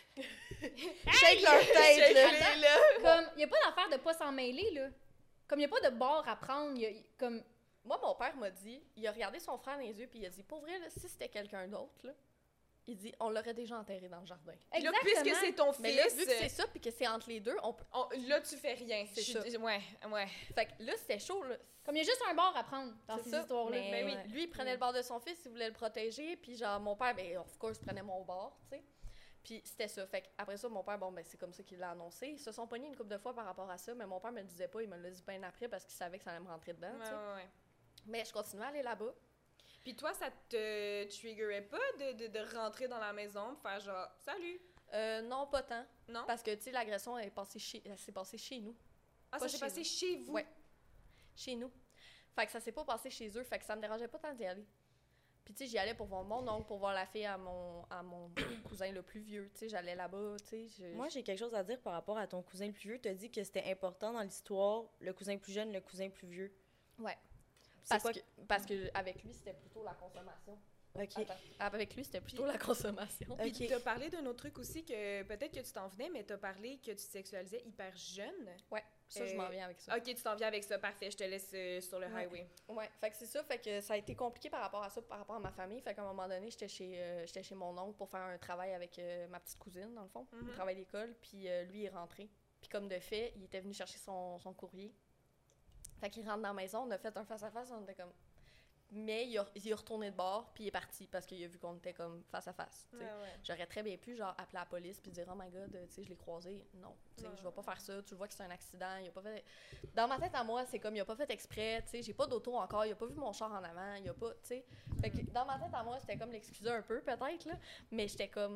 Speaker 2: Shake leur tête, là.
Speaker 3: Comme, il n'y a pas d'affaire de pas s'en mêler, là. Comme, il n'y a pas de bord à prendre. y a- y- comme,
Speaker 4: Moi, mon père m'a dit, il a regardé son frère dans les yeux, puis il a dit, pour vrai, là, si c'était quelqu'un d'autre, là, il dit, on l'aurait déjà enterré dans le jardin.
Speaker 5: Puis là, puisque c'est ton fils...
Speaker 4: Mais là, vu que c'est ça, puis que c'est entre les deux, on peut...
Speaker 5: on- là, tu fais rien.
Speaker 4: C'est
Speaker 5: Je
Speaker 4: ça.
Speaker 5: suis- Ouais, ouais.
Speaker 4: Fait que là, c'était chaud, là.
Speaker 3: Comme il y a juste un bord à prendre dans
Speaker 4: C'est
Speaker 3: ces
Speaker 4: ça.
Speaker 3: histoires-là.
Speaker 2: Mais-
Speaker 4: Ben oui,
Speaker 2: ouais.
Speaker 4: lui, il prenait le bord de son fils, il voulait le protéger, puis genre, mon père, ben, of course, prenait mon bord, tu sais. Puis c'était ça. Fait après ça, mon père, bon, ben, c'est comme ça qu'il l'a annoncé. Ils se sont pognés une couple de fois par rapport à ça, mais mon père me le disait pas, il me le dit bien après parce qu'il savait que ça allait me rentrer dedans, tu
Speaker 5: Ouais,
Speaker 4: sais.
Speaker 5: ouais, ouais.
Speaker 4: Mais je continuais à aller là-bas.
Speaker 5: Puis toi, ça te triggerait pas de, de, de rentrer dans la maison pour faire genre « Salut!
Speaker 4: Euh, non, pas tant. »
Speaker 5: Non?
Speaker 4: Parce que, tu sais, l'agression, elle est passée chez... elle s'est passée chez nous.
Speaker 5: Ah,
Speaker 4: pas
Speaker 5: ça s'est
Speaker 4: chez
Speaker 5: passé
Speaker 4: vous.
Speaker 5: chez vous?
Speaker 4: Ouais. Chez nous. Fait que ça s'est pas passé chez eux, fait que ça me dérangeait pas tant d'y aller. Puis tu sais, j'y allais pour voir mon oncle, pour voir la fille à mon, à mon cousin le plus vieux, tu sais, j'allais là-bas, tu sais. je-
Speaker 2: Moi, j'ai quelque chose à dire par rapport à ton cousin le plus vieux. Tu as dit que c'était important dans l'histoire, le cousin plus jeune, le cousin plus vieux.
Speaker 4: Ouais.
Speaker 2: C'est
Speaker 4: Parce
Speaker 2: quoi
Speaker 4: que, parce que avec lui, c'était plutôt la consommation.
Speaker 2: OK.
Speaker 4: Attends. Avec lui, c'était plutôt la consommation.
Speaker 5: Puis
Speaker 2: Ok.
Speaker 5: t'as parlé d'un autre truc aussi que peut-être que tu t'en venais, mais t'as parlé que tu te sexualisais hyper jeune.
Speaker 4: Ouais, ça, je m'en
Speaker 5: Euh,
Speaker 4: viens avec ça.
Speaker 5: Ok, tu t'en viens avec ça, parfait, je te laisse euh, sur le
Speaker 4: Ouais.
Speaker 5: highway.
Speaker 4: Ouais, fait que c'est ça, fait que ça a été compliqué par rapport à ça, par rapport à ma famille. Fait qu'à un moment donné, j'étais chez, euh, j'étais chez mon oncle pour faire un travail avec euh, ma petite cousine, dans le fond,
Speaker 5: Mhm.
Speaker 4: un travail d'école, puis euh, lui il est rentré. Puis comme de fait, il était venu chercher son, son courrier. Fait qu'il rentre dans la maison, on a fait un face-à-face, on était comme... Mais il, a, il est retourné de bord, puis il est parti, parce qu'il a vu qu'on était comme face-à-face, tu sais.
Speaker 5: Ouais, ouais.
Speaker 4: J'aurais très bien pu, genre, appeler la police puis dire « Oh my God, tu sais, je l'ai croisé. » Non, tu sais,
Speaker 5: Ouais.
Speaker 4: je vais pas faire ça. Tu vois que c'est un accident. Il a pas fait... Dans ma tête à moi, c'est comme, il a pas fait exprès, tu sais, j'ai pas d'auto encore, il a pas vu mon char en avant, il a pas, tu sais. Fait que dans ma tête à moi, c'était comme l'excuser un peu, peut-être, là, mais j'étais comme...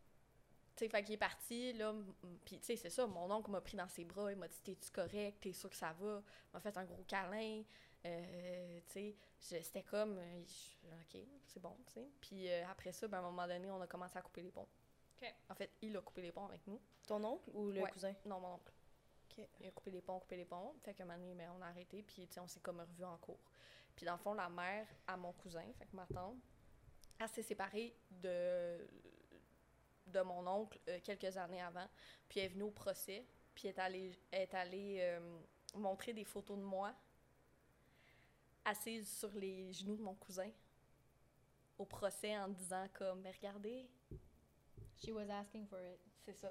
Speaker 4: Tu sais, fait qu'il est parti, là, m- m- puis tu sais, c'est ça, mon oncle m'a pris dans ses bras, il m'a dit « T'es-tu correct? T'es sûr que ça va? » Il m'a fait un gros câlin, euh, tu sais, je- c'était comme, euh, je- OK, c'est bon, tu sais. Puis euh, après ça, ben, à un moment donné, on a commencé à couper les ponts.
Speaker 5: OK.
Speaker 4: En fait, il a coupé les ponts avec nous.
Speaker 2: Ton oncle ou le
Speaker 4: Ouais.
Speaker 2: cousin?
Speaker 4: Non, mon oncle.
Speaker 2: OK.
Speaker 4: Il a coupé les ponts, coupé les ponts. Fait qu'à un moment donné, ben, on a arrêté, puis tu sais, on s'est comme revus en cours. Puis dans le fond, la mère à mon cousin, fait que ma tante, elle s'est séparée de, de mon oncle euh, quelques années avant. Puis elle est venue au procès, puis elle est allée, elle est allée euh, montrer des photos de moi assise sur les genoux de mon cousin au procès en disant comme, mais regardez,
Speaker 3: She was asking for it.
Speaker 4: c'est ça.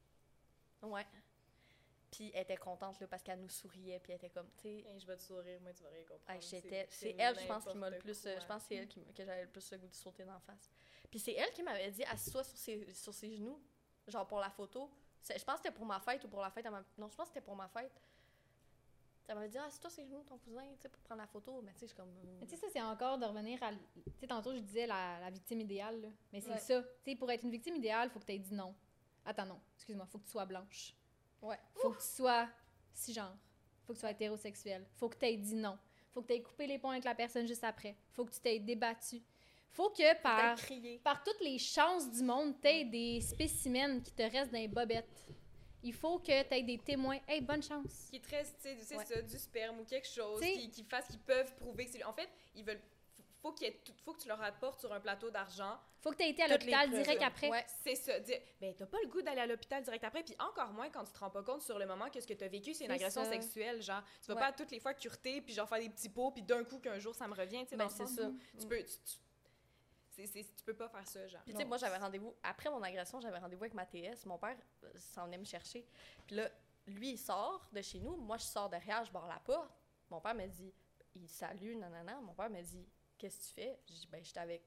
Speaker 4: Ouais. Puis elle était contente là, parce qu'elle nous souriait, puis elle était comme, tu sais,
Speaker 5: Hey, je vais te sourire, moi tu vas rien comprendre.
Speaker 4: hey, j'étais- c'est elle, je pense, qui m'a le plus, euh, je pense que c'est elle qui, m- que j'avais le plus le goût de sauter dans la face. Puis c'est elle qui m'avait dit, assis-toi sur ses, sur ses genoux, genre pour la photo. C'est- Je pense que c'était pour ma fête ou pour la fête à ma... Non, je pense que c'était pour ma fête. Elle m'avait dit, assis-toi sur les genoux de ton cousin, tu sais, pour prendre la photo. Mais tu sais, je suis comme...
Speaker 3: Mais tu sais, ça, c'est encore de revenir à. l- Tu sais, tantôt, je disais la, la victime idéale, là. Mais c'est
Speaker 4: Ouais.
Speaker 3: ça. Tu sais, pour être une victime idéale, faut que tu aies dit non. Attends, non. Excuse-moi, faut que tu sois blanche.
Speaker 4: Ouais.
Speaker 3: Faut que tu sois cisgenre. Faut que tu sois hétérosexuel. Faut que tu aies dit non. Faut que tu aies coupé les ponts avec la personne juste après. Faut que tu t'aies débattu. Faut que
Speaker 4: T'as
Speaker 3: par,
Speaker 4: crié.
Speaker 3: par toutes les chances du monde, tu aies des spécimens qui te restent dans les bobettes. Il faut que tu aies des témoins. Hey, bonne chance.
Speaker 5: Qui est très, tu sais, c'est
Speaker 4: Ouais.
Speaker 5: ça, du sperme ou quelque chose,
Speaker 3: T'sais-
Speaker 5: qui, qui fasse qu'ils peuvent prouver que c'est lui. En fait, ils veulent. Faut, qu'il y ait tout- faut que tu leur apportes sur un plateau d'argent.
Speaker 3: Faut que tu aies été à
Speaker 2: Toutes les
Speaker 3: l'hôpital
Speaker 2: preuves,
Speaker 3: direct
Speaker 2: là.
Speaker 3: après.
Speaker 4: Ouais.
Speaker 5: C'est ça. Dire, ben, t'as pas le goût d'aller à l'hôpital direct après, puis encore moins quand tu te rends pas compte sur le moment que ce que t'as vécu, c'est une
Speaker 3: C'est
Speaker 5: agression
Speaker 3: ça.
Speaker 5: sexuelle. Genre, tu vas
Speaker 4: Ouais.
Speaker 5: pas toutes les fois curter, puis genre faire des petits pots, puis d'un coup qu'un jour ça me revient, tu sais, dans
Speaker 4: Ben,
Speaker 5: le
Speaker 4: c'est
Speaker 5: sens
Speaker 4: ça.
Speaker 5: où Tu peux. Tu, tu- c'est- c'est- tu peux pas faire ça, genre.
Speaker 4: Puis tu sais,
Speaker 2: Non.
Speaker 4: moi, j'avais rendez-vous, après mon agression, j'avais rendez-vous avec ma T S. Mon père euh, s'en venait me chercher. Puis là, lui, il sort de chez nous. Moi, je sors derrière, je barre la porte. Mon père me dit, il salue, nanana. Mon père me dit, qu'est-ce que tu fais? Je dis, ben, j'étais avec.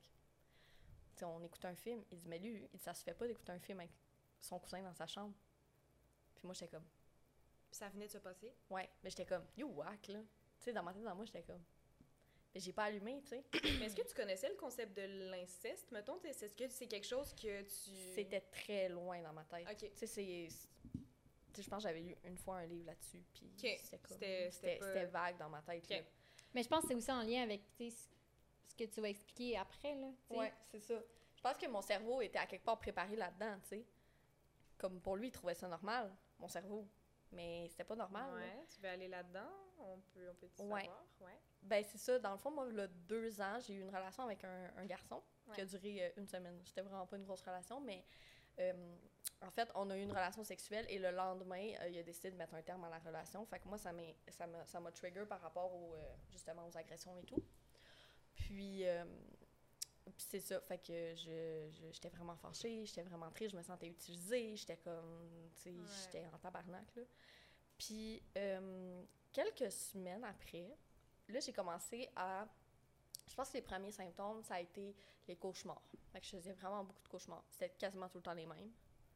Speaker 4: Tu sais, on écoute un film. Il dit, mais lui, il dit, ça se fait pas d'écouter un film avec son cousin dans sa chambre. Puis moi, j'étais comme,
Speaker 5: Puis ça venait de se passer.
Speaker 4: ouais. Mais j'étais comme, you whack, là. Tu sais, dans ma tête, dans moi, j'étais comme, mais j'ai pas allumé, tu sais.
Speaker 5: Mais est-ce que tu connaissais le concept de l'inceste, mettons? T'sais, Est-ce que c'est quelque chose que tu.
Speaker 4: C'était très loin dans ma tête.
Speaker 5: Ok.
Speaker 4: Tu sais, c'est. Tu sais, je pense que j'avais lu une fois un livre là-dessus, puis
Speaker 5: Ok.
Speaker 4: c'était comme...
Speaker 5: C'était- c'était
Speaker 4: C'était
Speaker 5: pas-
Speaker 4: c'était vague dans ma tête,
Speaker 5: Ok.
Speaker 4: là.
Speaker 3: Mais je pense que c'est aussi en lien avec tu sais, ce ce que tu vas expliquer après. Là, tu sais.
Speaker 4: Ouais, c'est ça. Je pense que mon cerveau était à quelque part préparé là-dedans, tu sais. Comme pour lui, il trouvait ça normal, mon cerveau. Mais c'était pas normal, là.
Speaker 5: Ouais, tu veux aller là-dedans? On peut, on peut
Speaker 4: Ouais.
Speaker 5: savoir? Ouais.
Speaker 4: Ben, c'est ça. Dans le fond, moi, il y a deux ans, j'ai eu une relation avec un, un garçon qui a
Speaker 5: Ouais.
Speaker 4: duré euh, une semaine. C'était vraiment pas une grosse relation, mais euh, en fait, on a eu une relation sexuelle et le lendemain, euh, il a décidé de mettre un terme à la relation. Fait que moi, ça m'a ça m'a ça m'a trigger par rapport au, euh, justement aux agressions et tout. Puis, euh, Puis c'est ça, fait que je, je- j'étais vraiment fâchée, j'étais vraiment triste, je me sentais utilisée, j'étais comme, tu sais,
Speaker 5: Ouais.
Speaker 4: j'étais en tabarnak, là. Puis euh, quelques semaines après, là, j'ai commencé à... Je pense que les premiers symptômes, ça a été les cauchemars. Fait que je faisais vraiment beaucoup de cauchemars. C'était quasiment tout le temps les mêmes.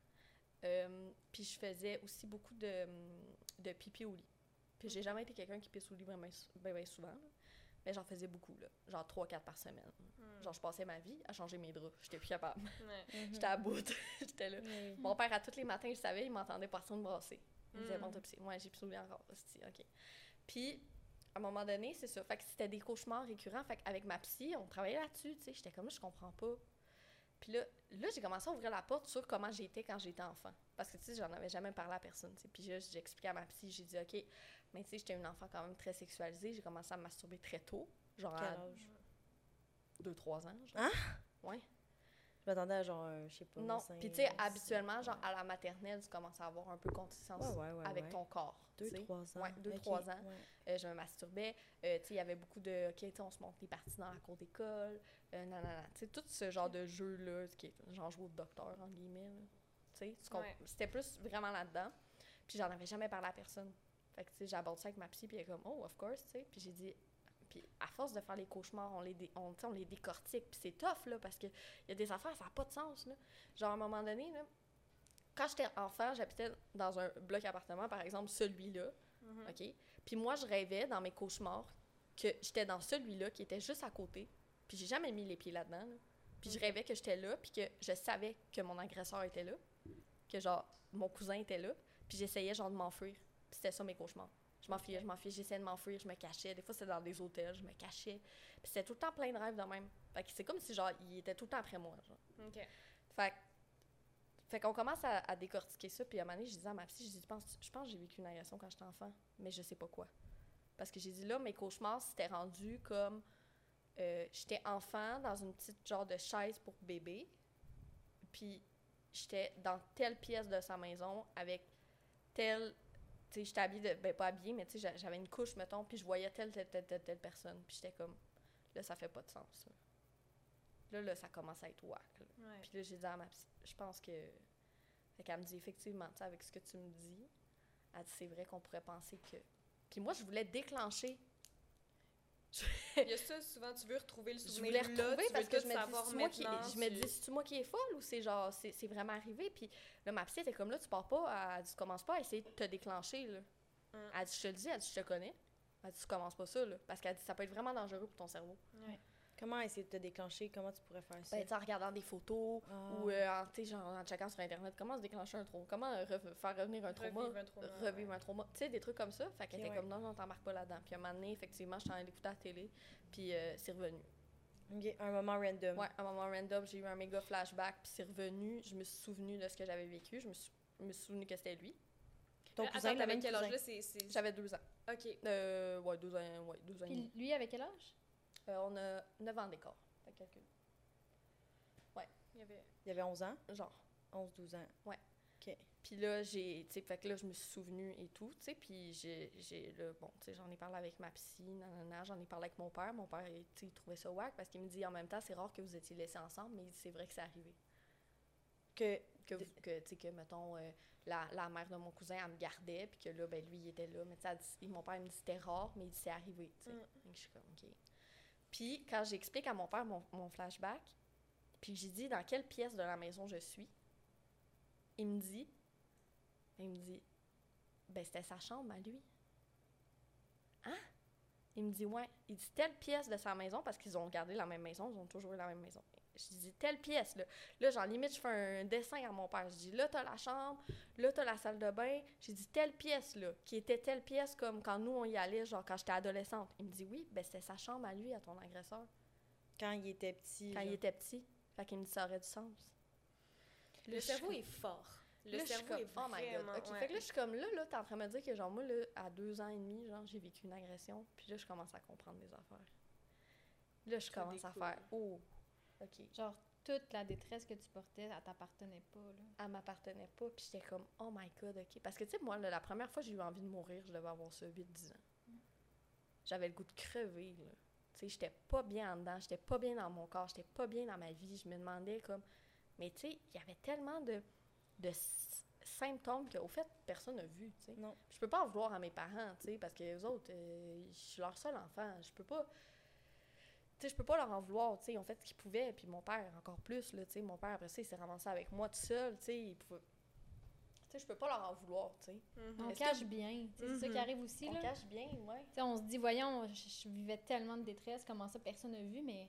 Speaker 4: Euh, puis je faisais aussi beaucoup de, de pipi au lit. Puis j'ai jamais été quelqu'un qui pisse au lit bien, bien, bien souvent, là. Mais j'en faisais beaucoup, là. Genre trois quatre par semaine.
Speaker 5: Hmm.
Speaker 4: Genre, je passais ma vie à changer mes draps. J'étais plus capable.
Speaker 5: Ouais.
Speaker 4: J'étais à bout. J'étais là.
Speaker 2: Oui.
Speaker 4: Mon père, à tous les matins, je savais, il m'entendait partir me brasser. Il me disait,
Speaker 5: Mm.
Speaker 4: bon, t'as pissé. Moi, j'ai pissé au lit encore. Hostie, OK. Puis, à un moment donné, c'est ça. Fait que c'était des cauchemars récurrents. Fait qu'avec ma psy, on travaillait là-dessus, tu sais. J'étais comme, là, je comprends pas. Puis là, là j'ai commencé à ouvrir la porte sur comment j'étais quand j'étais enfant. Parce que, tu sais, j'en avais jamais parlé à personne, tu sais. Puis là, j'ai expliqué à ma psy, j'ai dit, OK, mais tu sais, j'étais une enfant quand même très sexualisée. J'ai commencé à me masturber très tôt. Genre
Speaker 2: Quel
Speaker 4: à
Speaker 2: âge?
Speaker 4: deux trois ans, genre.
Speaker 2: Hein?
Speaker 4: Ouais.
Speaker 2: Je m'attendais à genre, euh, je sais pas.
Speaker 4: Non,
Speaker 2: cinq,
Speaker 4: puis tu sais,
Speaker 2: six,
Speaker 4: habituellement, genre
Speaker 2: ouais.
Speaker 4: à la maternelle, tu commences à avoir un peu conscience
Speaker 2: Ouais, ouais, ouais,
Speaker 4: avec
Speaker 2: ouais.
Speaker 4: ton corps.
Speaker 2: Deux,
Speaker 4: tu sais.
Speaker 2: trois ans.
Speaker 4: Ouais, deux,
Speaker 2: Ok,
Speaker 4: trois ans.
Speaker 2: ouais.
Speaker 4: Euh, je me masturbais. Euh, tu sais, il y avait beaucoup de. OK, tu sais, on se monte les parties dans la cour d'école. Euh, non, non, non. Tu sais, tout ce genre de jeu-là, ce qui est genre jouer au docteur, en guillemets. là. Tu sais, tu comp-
Speaker 5: Ouais.
Speaker 4: c'était plus vraiment là-dedans. Puis j'en avais jamais parlé à personne. Fait que, tu sais, j'ai abordé ça avec ma psy, puis elle est comme, oh, of course, tu sais. Puis j'ai dit. Puis à force de faire les cauchemars, on les, dé- on, tu sais, on les décortique. Puis c'est tough, là, parce qu'il y a des affaires, ça n'a pas de sens, là. Genre, à un moment donné, là, quand j'étais enfant, j'habitais dans un bloc appartement, par exemple, celui-là.
Speaker 5: Mhm.
Speaker 4: OK? Puis moi, je rêvais dans mes cauchemars que j'étais dans celui-là qui était juste à côté. Puis j'ai jamais mis les pieds là-dedans. là. Puis je rêvais que j'étais là, puis que je savais que mon agresseur était là. Que genre, mon cousin était là. Puis j'essayais genre de m'enfuir. Puis c'était ça mes cauchemars. Je m'enfuyais, je m'enfuyais, j'essayais de m'enfuir, je me cachais. Des fois, c'était dans des hôtels, je me cachais. Puis c'était tout le temps plein de rêves de même. Fait que c'est comme si genre, il était tout le temps après moi. Genre.
Speaker 5: OK.
Speaker 4: Fait que Fait qu'on commence à, à décortiquer ça, puis à un moment donné, je disais à ma psy, je dis, je pense, je pense que j'ai vécu une agression quand j'étais enfant, mais je sais pas quoi. Parce que j'ai dit là, mes cauchemars, c'était rendu comme, euh, j'étais enfant dans une petite genre de chaise pour bébé, puis j'étais dans telle pièce de sa maison avec telle, tu sais, j'étais habillée, de, ben pas habillée, mais tu sais, j'a- j'avais une couche, mettons, puis je voyais telle, telle, telle, telle, telle personne, puis j'étais comme, là, ça fait pas de sens, là. Là, là, ça commence à être whack, là.
Speaker 5: Ouais.
Speaker 4: Puis là, j'ai dit à ma psy, je pense que... Fait qu'elle me dit, effectivement, tu sais, avec ce que tu me dis, elle dit, c'est vrai qu'on pourrait penser que... Puis moi, je voulais déclencher.
Speaker 5: Il y a ça, souvent, tu veux retrouver le
Speaker 4: Je
Speaker 5: souvenir
Speaker 4: voulais
Speaker 5: là,
Speaker 4: retrouver
Speaker 5: tu
Speaker 4: parce
Speaker 5: veux
Speaker 4: que
Speaker 5: tout
Speaker 4: je me
Speaker 5: savoir
Speaker 4: dis, c'est moi qui...
Speaker 5: maintenant,
Speaker 4: Je me
Speaker 5: tu-
Speaker 4: dis, c'est-tu moi qui est folle ou c'est genre, c'est c'est vraiment arrivé? Puis là, ma psy était comme, là, tu pars pas, elle dit, tu commences pas à essayer de te déclencher, là.
Speaker 5: Mm.
Speaker 4: Elle dit, je te le dis, elle dit, je te connais. Elle dit, tu commences pas ça, là. Parce qu'elle dit, ça peut être vraiment dangereux pour ton cerveau.
Speaker 2: Comment essayer de te déclencher? Comment tu pourrais faire ça?
Speaker 4: Ben, tu sais, en regardant des photos
Speaker 2: Ah.
Speaker 4: ou euh, en, tu sais, genre, en checkant sur Internet, comment se déclencher un trauma, comment euh, re- faire revenir un trauma,
Speaker 5: Revivre un trauma,
Speaker 4: revivre
Speaker 5: ouais.
Speaker 4: un trauma, tu sais, des trucs comme ça. Fait qu'elle
Speaker 2: Ok,
Speaker 4: était
Speaker 2: ouais.
Speaker 4: comme, non, non, t'embarques pas là-dedans. Puis à un moment donné, effectivement, j'étais en train d'écouter la télé, puis euh, c'est revenu.
Speaker 2: Ok, un moment random.
Speaker 4: Ouais, à un moment random, j'ai eu un méga flashback, puis c'est revenu. Je me suis souvenu de ce que j'avais vécu. Je me suis, je me suis souvenu que c'était lui.
Speaker 2: Ton
Speaker 5: Euh,
Speaker 2: cousin,
Speaker 5: attends,
Speaker 2: le
Speaker 5: t'avais
Speaker 2: même
Speaker 5: quel
Speaker 2: cousin.
Speaker 5: âge là? C'est... c'est-
Speaker 4: J'avais deux ans.
Speaker 5: OK.
Speaker 4: Euh, ouais, deux ans, ouais, deux ans et
Speaker 3: Puis
Speaker 4: demi.
Speaker 3: lui, avec quel âge?
Speaker 4: Euh, on a neuf ans d'écart. Fait que calcule.
Speaker 5: Il y avait...
Speaker 2: Il y avait onze ans?
Speaker 4: Genre.
Speaker 2: onze douze ans.
Speaker 4: Ouais.
Speaker 2: OK.
Speaker 4: Puis là, j'ai, tu sais, fait que là, je me suis souvenue et tout, tu sais, puis j'ai, j'ai, là, bon, tu sais, j'en ai parlé avec ma psy, nanana, j'en ai parlé avec mon père. Mon père, tu sais, il trouvait ça wack parce qu'il me dit, en même temps, c'est rare que vous étiez laissés ensemble, mais il dit, c'est vrai que c'est arrivé.
Speaker 2: Que,
Speaker 4: Que, vous- que tu sais, que, mettons, euh, la, la mère de mon cousin, elle me gardait, puis que là, ben, lui, il était là, mais tu sais, elle dit- mon père me dit, c'était rare, mais il dit, c'est arrivé, tu sais.
Speaker 5: Mm.
Speaker 4: Fait que je suis comme, OK. Puis, quand j'explique à mon père mon, mon flashback, puis j'ai dit dans quelle pièce de la maison je suis, il me dit, il me dit, ben c'était sa chambre à lui. Hein? Il me dit, ouais. Il dit telle pièce de sa maison, parce qu'ils ont gardé la même maison, ils ont toujours eu la même maison. Je dis telle pièce, là. Là, genre, limite, je fais un dessin à mon père. Je dis, là, t'as la chambre, là, t'as la salle de bain. J'ai dit telle pièce, là, qui était telle pièce comme quand nous, on y allait, genre, quand j'étais adolescente. Il me dit, oui, ben c'était sa chambre à lui, à ton agresseur,
Speaker 2: quand il était petit.
Speaker 4: quand il
Speaker 2: genre.
Speaker 4: était petit. Fait qu'il me dit, ça aurait du sens.
Speaker 5: Le
Speaker 4: Là, je suis
Speaker 5: cerveau
Speaker 4: comme-
Speaker 5: est fort. Le
Speaker 4: Là, je suis
Speaker 5: cerveau
Speaker 4: comme,
Speaker 5: est
Speaker 4: oh my god.
Speaker 5: vraiment...
Speaker 4: OK,
Speaker 5: ouais.
Speaker 4: fait que là, je suis comme, là, là, t'es en train de me dire que, genre, moi, là, à deux ans et demi, genre, j'ai vécu une agression. Puis là, je commence à comprendre des affaires. Là, je
Speaker 5: Ça
Speaker 4: commence à
Speaker 5: découle.
Speaker 4: faire, oh, OK.
Speaker 3: Genre, toute la détresse que tu portais, elle t'appartenait pas, là.
Speaker 4: Elle m'appartenait pas. Puis j'étais comme, oh my god, OK. Parce que, tu sais, moi, là, la première fois que j'ai eu envie de mourir, je devais avoir ça huit dix ans. J'avais le goût de crever, là. Tu sais, j'étais pas bien en dedans, j'étais pas bien dans mon corps, j'étais pas bien dans ma vie. Je me demandais comme... Mais tu sais, il y avait tellement de, de s- symptômes qu'au fait, personne n'a vu, tu sais.
Speaker 2: Non.
Speaker 4: Je peux pas en vouloir à mes parents, tu sais, parce que les autres, euh, je suis leur seul enfant. Je peux pas... Tu sais, je peux pas leur en vouloir, tu sais. Ils ont fait ce qu'ils pouvaient, puis mon père, encore plus, là, tu sais. Mon père, après ça, il s'est ramassé avec moi tout seul, tu sais. Il pouvait... Tu sais, je peux pas leur en vouloir, tu sais.
Speaker 3: On
Speaker 4: Est-ce
Speaker 3: cache
Speaker 4: que-
Speaker 3: bien. Tu sais, C'est ça qui
Speaker 5: Mhm.
Speaker 3: arrive aussi.
Speaker 4: On
Speaker 3: Là.
Speaker 4: cache bien, ouais.
Speaker 3: Tu sais, on se dit, voyons, je, je vivais tellement de détresse, comment ça, personne n'a vu, mais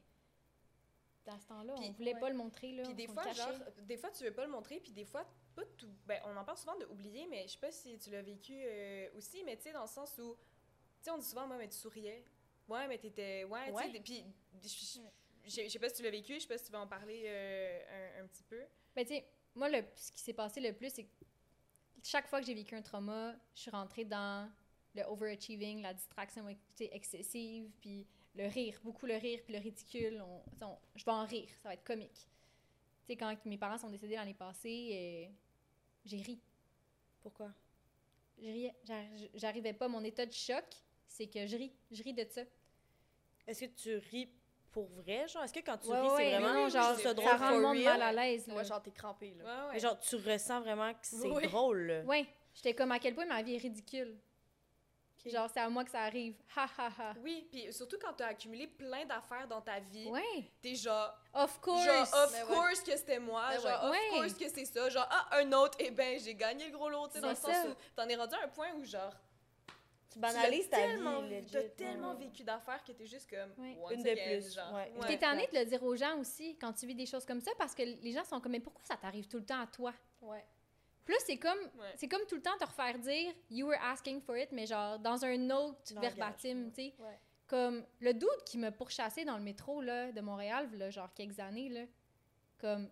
Speaker 3: à ce temps-là,
Speaker 5: Puis-
Speaker 3: on voulait
Speaker 4: ouais.
Speaker 3: pas le montrer. Là,
Speaker 5: Puis des
Speaker 3: on
Speaker 5: fois,
Speaker 3: le cachait.
Speaker 5: genre, des fois, tu veux pas le montrer, puis des fois, pas tout. Ben, on en parle souvent de oublier, mais je sais pas si tu l'as vécu euh, aussi, mais tu sais, dans le sens où, tu sais, on dit souvent, ouais, mais tu souriais. Ouais, mais t'étais. Ouais,
Speaker 4: Ouais.
Speaker 5: tu sais, puis je- je je- je sais pas si tu l'as vécu, je sais pas si tu veux en parler euh, un, un petit peu.
Speaker 3: Ben, tu sais, moi, le, ce qui s'est passé le plus, c'est que chaque fois que j'ai vécu un trauma, je suis rentrée dans le overachieving, la distraction tu sais, excessive, puis le rire, beaucoup le rire, puis le ridicule. On, tu sais, on- je vais en rire, ça va être comique. Tu sais, quand mes parents sont décédés l'année passée, euh, j'ai ri.
Speaker 2: Pourquoi?
Speaker 3: Je riais. J'ar- J'arrivais pas. Mon état de choc, c'est que je ris. Je ris de ça.
Speaker 2: Est-ce que tu ris pour vrai, genre? Est-ce que quand tu
Speaker 3: Ouais,
Speaker 2: ris,
Speaker 3: ouais,
Speaker 2: c'est vraiment
Speaker 3: non, genre,
Speaker 2: juste
Speaker 5: ça
Speaker 2: drôle
Speaker 3: ça rend
Speaker 2: for
Speaker 3: le monde
Speaker 2: real?
Speaker 3: mal à l'aise.
Speaker 4: Moi,
Speaker 3: là.
Speaker 4: genre, t'es crampé, là.
Speaker 5: Ouais, ouais.
Speaker 2: Mais genre, tu ressens vraiment que c'est
Speaker 4: Oui.
Speaker 2: drôle, là.
Speaker 3: Ouais, j'étais comme à quel point ma vie est ridicule.
Speaker 2: Ok.
Speaker 3: Genre, c'est à moi que ça arrive. Ha ha ha.
Speaker 5: Oui, puis surtout quand t'as accumulé plein d'affaires dans ta vie,
Speaker 3: Ouais,
Speaker 5: t'es genre,
Speaker 3: of course.
Speaker 5: genre, of
Speaker 4: Mais ouais.
Speaker 5: course que c'était moi,
Speaker 4: Mais
Speaker 5: genre,
Speaker 3: ouais.
Speaker 5: of
Speaker 3: Ouais.
Speaker 5: course que c'est ça, genre, ah, un autre, et ben, j'ai gagné le gros lot, tu sais, dans le
Speaker 3: C'est
Speaker 5: sens
Speaker 3: ça.
Speaker 5: où t'en es rendu à un point où, genre,
Speaker 2: Tu banalises ta
Speaker 5: tellement,
Speaker 2: vie, legit.
Speaker 5: t'as tellement
Speaker 2: Ouais.
Speaker 5: vécu d'affaires que t'es juste comme,
Speaker 3: Ouais.
Speaker 5: once
Speaker 2: Une de
Speaker 5: again,
Speaker 2: plus,
Speaker 5: genre.
Speaker 2: ouais.
Speaker 3: Puis
Speaker 5: Ouais.
Speaker 3: t'es tanné de le dire aux gens aussi quand tu vis des choses comme ça parce que les gens sont comme mais pourquoi ça t'arrive tout le temps à toi?
Speaker 4: Ouais.
Speaker 3: Puis là, c'est comme
Speaker 5: Ouais.
Speaker 3: c'est comme tout le temps te refaire dire you were asking for it mais genre dans un autre
Speaker 2: Langage,
Speaker 3: verbatim,
Speaker 2: ouais.
Speaker 3: tu sais.
Speaker 4: Ouais.
Speaker 3: Comme le doute qui m'a pourchassé dans le métro là, de Montréal, là, genre quelques années là. Comme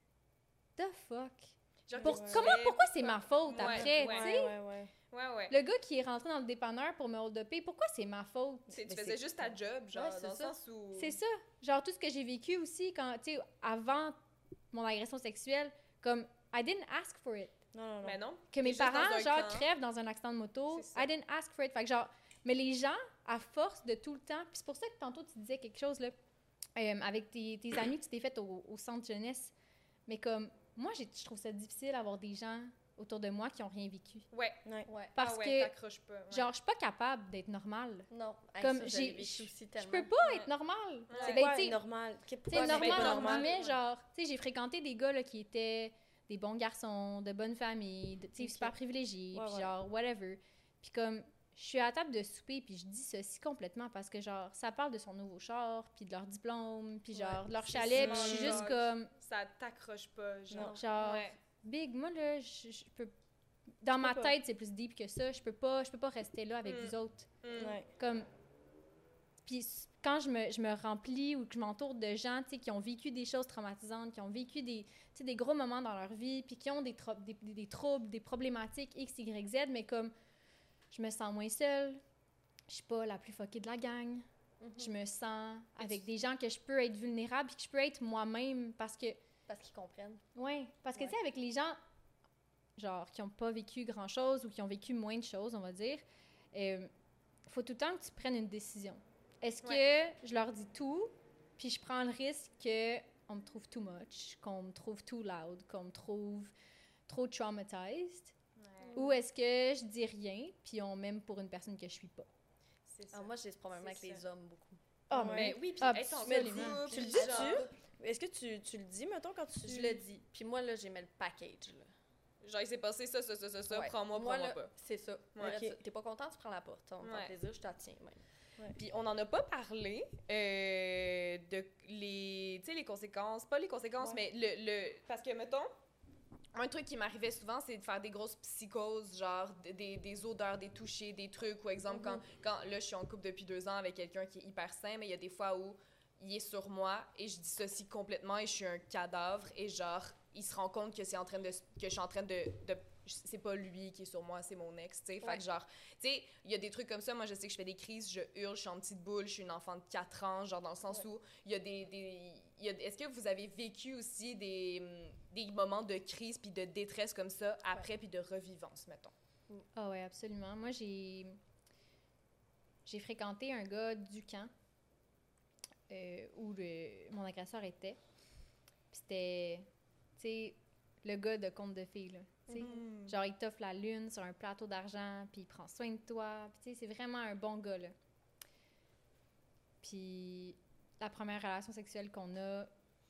Speaker 3: the fuck.
Speaker 5: Genre,
Speaker 3: Pour-
Speaker 5: qu'est-ce que tu
Speaker 3: comment
Speaker 5: fais?
Speaker 3: pourquoi c'est ma faute
Speaker 5: Ouais,
Speaker 3: après,
Speaker 5: ouais.
Speaker 3: tu sais?
Speaker 2: Ouais, ouais, ouais.
Speaker 5: Ouais, ouais.
Speaker 3: Le gars qui est rentré dans le dépanneur pour me hold-upper, pourquoi c'est ma faute?
Speaker 5: Tu sais, tu
Speaker 2: Mais
Speaker 5: faisais
Speaker 2: c'est-
Speaker 5: juste ta job, genre,
Speaker 4: Ouais, c'est
Speaker 5: dans le
Speaker 4: ça.
Speaker 5: sens où...
Speaker 3: C'est ça. Genre, tout ce que j'ai vécu aussi, quand, tu sais, avant mon agression sexuelle, comme, I didn't ask for it.
Speaker 2: Non, non, non.
Speaker 5: Mais non.
Speaker 3: Que
Speaker 5: T'es
Speaker 3: mes
Speaker 5: juste dans
Speaker 3: parents,
Speaker 5: un
Speaker 3: genre,
Speaker 5: camp.
Speaker 3: crèvent dans un accident de moto,
Speaker 5: C'est ça.
Speaker 3: I didn't ask for it. Fait que, genre, mais les gens, à force de tout le temps, puis c'est pour ça que tantôt, tu disais quelque chose, là, euh, avec tes, tes amis que tu t'es fait au, au centre jeunesse. Mais comme, moi, j'ai- je trouve ça difficile d'avoir des gens autour de moi qui ont rien vécu.
Speaker 5: Ouais.
Speaker 2: Ouais.
Speaker 4: Ouais.
Speaker 3: Parce
Speaker 5: Ah ouais,
Speaker 3: que,
Speaker 5: t'accroches pas. ouais.
Speaker 3: genre, je suis pas capable d'être normale.
Speaker 4: Non. Hey,
Speaker 3: Comme,
Speaker 4: ça, je
Speaker 3: j'ai-
Speaker 4: l'ai vécu
Speaker 3: je
Speaker 4: aussi
Speaker 3: je
Speaker 4: tellement.
Speaker 3: peux pas être normale.
Speaker 2: C'est
Speaker 3: Ben,
Speaker 2: quoi,
Speaker 3: tu sais,
Speaker 2: normal?
Speaker 3: Tu
Speaker 2: Qu'est-
Speaker 3: sais,
Speaker 2: pourquoi c'est
Speaker 3: normal,
Speaker 2: pas
Speaker 3: entre
Speaker 2: normal?
Speaker 3: guillemets,
Speaker 5: ouais.
Speaker 3: genre, tu sais, j'ai fréquenté des gars, là, qui étaient des bons garçons, de bonne famille, de- tu sais,
Speaker 2: Ok.
Speaker 3: super privilégiés,
Speaker 2: Ouais,
Speaker 3: puis
Speaker 2: ouais.
Speaker 3: genre, whatever. Puis comme, je suis à la table de souper, puis je dis ceci complètement parce que, genre, ça parle de son nouveau char, puis de leur diplôme, puis genre,
Speaker 4: Ouais,
Speaker 3: de leur
Speaker 5: c'est
Speaker 3: chalet,
Speaker 5: ça.
Speaker 3: puis je suis juste
Speaker 5: Genre,
Speaker 3: comme,
Speaker 5: Ça t'accroche pas, genre.
Speaker 2: Non.
Speaker 3: genre,
Speaker 5: Ouais.
Speaker 3: big, moi, là, je je peux... Dans ma
Speaker 2: pas.
Speaker 3: tête, c'est plus deep que ça. Je peux pas, je peux pas rester là avec
Speaker 5: Mm.
Speaker 3: vous autres.
Speaker 5: Mm.
Speaker 2: Ouais.
Speaker 3: Comme puis s- quand je me, je me remplis ou que je m'entoure de gens, tu sais, qui ont vécu des choses traumatisantes, qui ont vécu des, tu sais, des gros moments dans leur vie, puis qui ont des, tro- des, des- des troubles, des problématiques X, Y, Z, mais comme je me sens moins seule, je suis pas la plus fuckée de la gang,
Speaker 4: Mhm.
Speaker 3: je me sens avec des gens que je peux être vulnérable puis que je peux être moi-même parce que,
Speaker 4: Parce qu'ils comprennent.
Speaker 3: ouais, parce que
Speaker 4: Ouais.
Speaker 3: tu sais, avec les gens, genre, qui ont pas vécu grand-chose ou qui ont vécu moins de choses, on va dire, euh, faut tout le temps que tu prennes une décision. Est-ce que je leur dis tout, puis je prends le risque qu'on me trouve too much, qu'on me trouve too loud, qu'on me trouve trop traumatized,
Speaker 5: Ouais.
Speaker 3: ou est-ce que je dis rien, puis on m'aime pour une personne que je suis pas?
Speaker 5: C'est ça.
Speaker 4: Ah, moi, j'ai ce problème
Speaker 5: C'est
Speaker 4: avec les
Speaker 5: ça.
Speaker 4: hommes beaucoup.
Speaker 3: Oh,
Speaker 2: Ouais.
Speaker 5: Mais oui, puis
Speaker 3: Ah,
Speaker 5: être en
Speaker 2: mais
Speaker 5: couple,
Speaker 2: dis- tu le
Speaker 5: puis
Speaker 2: dis-tu?
Speaker 5: genre-
Speaker 2: Est-ce que tu, tu le dis, mettons, quand tu...
Speaker 4: Je le dis. Puis moi, là, j'ai mis le package, là.
Speaker 5: Genre, il s'est passé ça, ça, ça, ça, ça,
Speaker 4: Ouais.
Speaker 5: prends-moi,
Speaker 4: Moi,
Speaker 5: prends-moi
Speaker 4: là,
Speaker 5: pas.
Speaker 4: c'est ça.
Speaker 5: Ouais.
Speaker 4: Arrête ça. T'es pas content, tu prends la porte. Ça va me
Speaker 5: Ouais.
Speaker 4: faire plaisir, je t'en tiens même.
Speaker 5: Puis on n'en a pas parlé euh, de les, tu sais, les conséquences, pas les conséquences,
Speaker 4: Ouais.
Speaker 5: mais le, le... Parce que, mettons, un truc qui m'arrivait souvent, c'est de faire des grosses psychoses, genre d- des, des odeurs, des touchés, des trucs, ou exemple, quand, quand, là, je suis en couple depuis deux ans avec quelqu'un qui est hyper sain, mais il y a des fois où il est sur moi et je dissocie complètement et je suis un cadavre et genre, il se rend compte que c'est en train de, que je suis en train de, de c'est pas lui qui est sur moi, c'est mon ex, tu sais. Fait
Speaker 4: Ouais.
Speaker 5: que genre, tu sais, il y a des trucs comme ça. Moi, je sais que je fais des crises, je hurle, je suis en petite boule, je suis une enfant de quatre ans, genre dans le sens
Speaker 4: Ouais.
Speaker 5: où il y a des... des il y a- est-ce que vous avez vécu aussi des, hum, des moments de crise puis de détresse comme ça après puis de revivance, mettons?
Speaker 3: Ah ouais, absolument. Moi, j'ai j'ai fréquenté un gars du camp. euh, où le, mon agresseur était. Puis c'était, tu sais, le gars de conte de fées, là. Tu sais,
Speaker 5: Mm.
Speaker 3: genre, il t'offre la lune sur un plateau d'argent, puis il prend soin de toi. Puis, tu sais, c'est vraiment un bon gars, là. Puis, la première relation sexuelle qu'on a,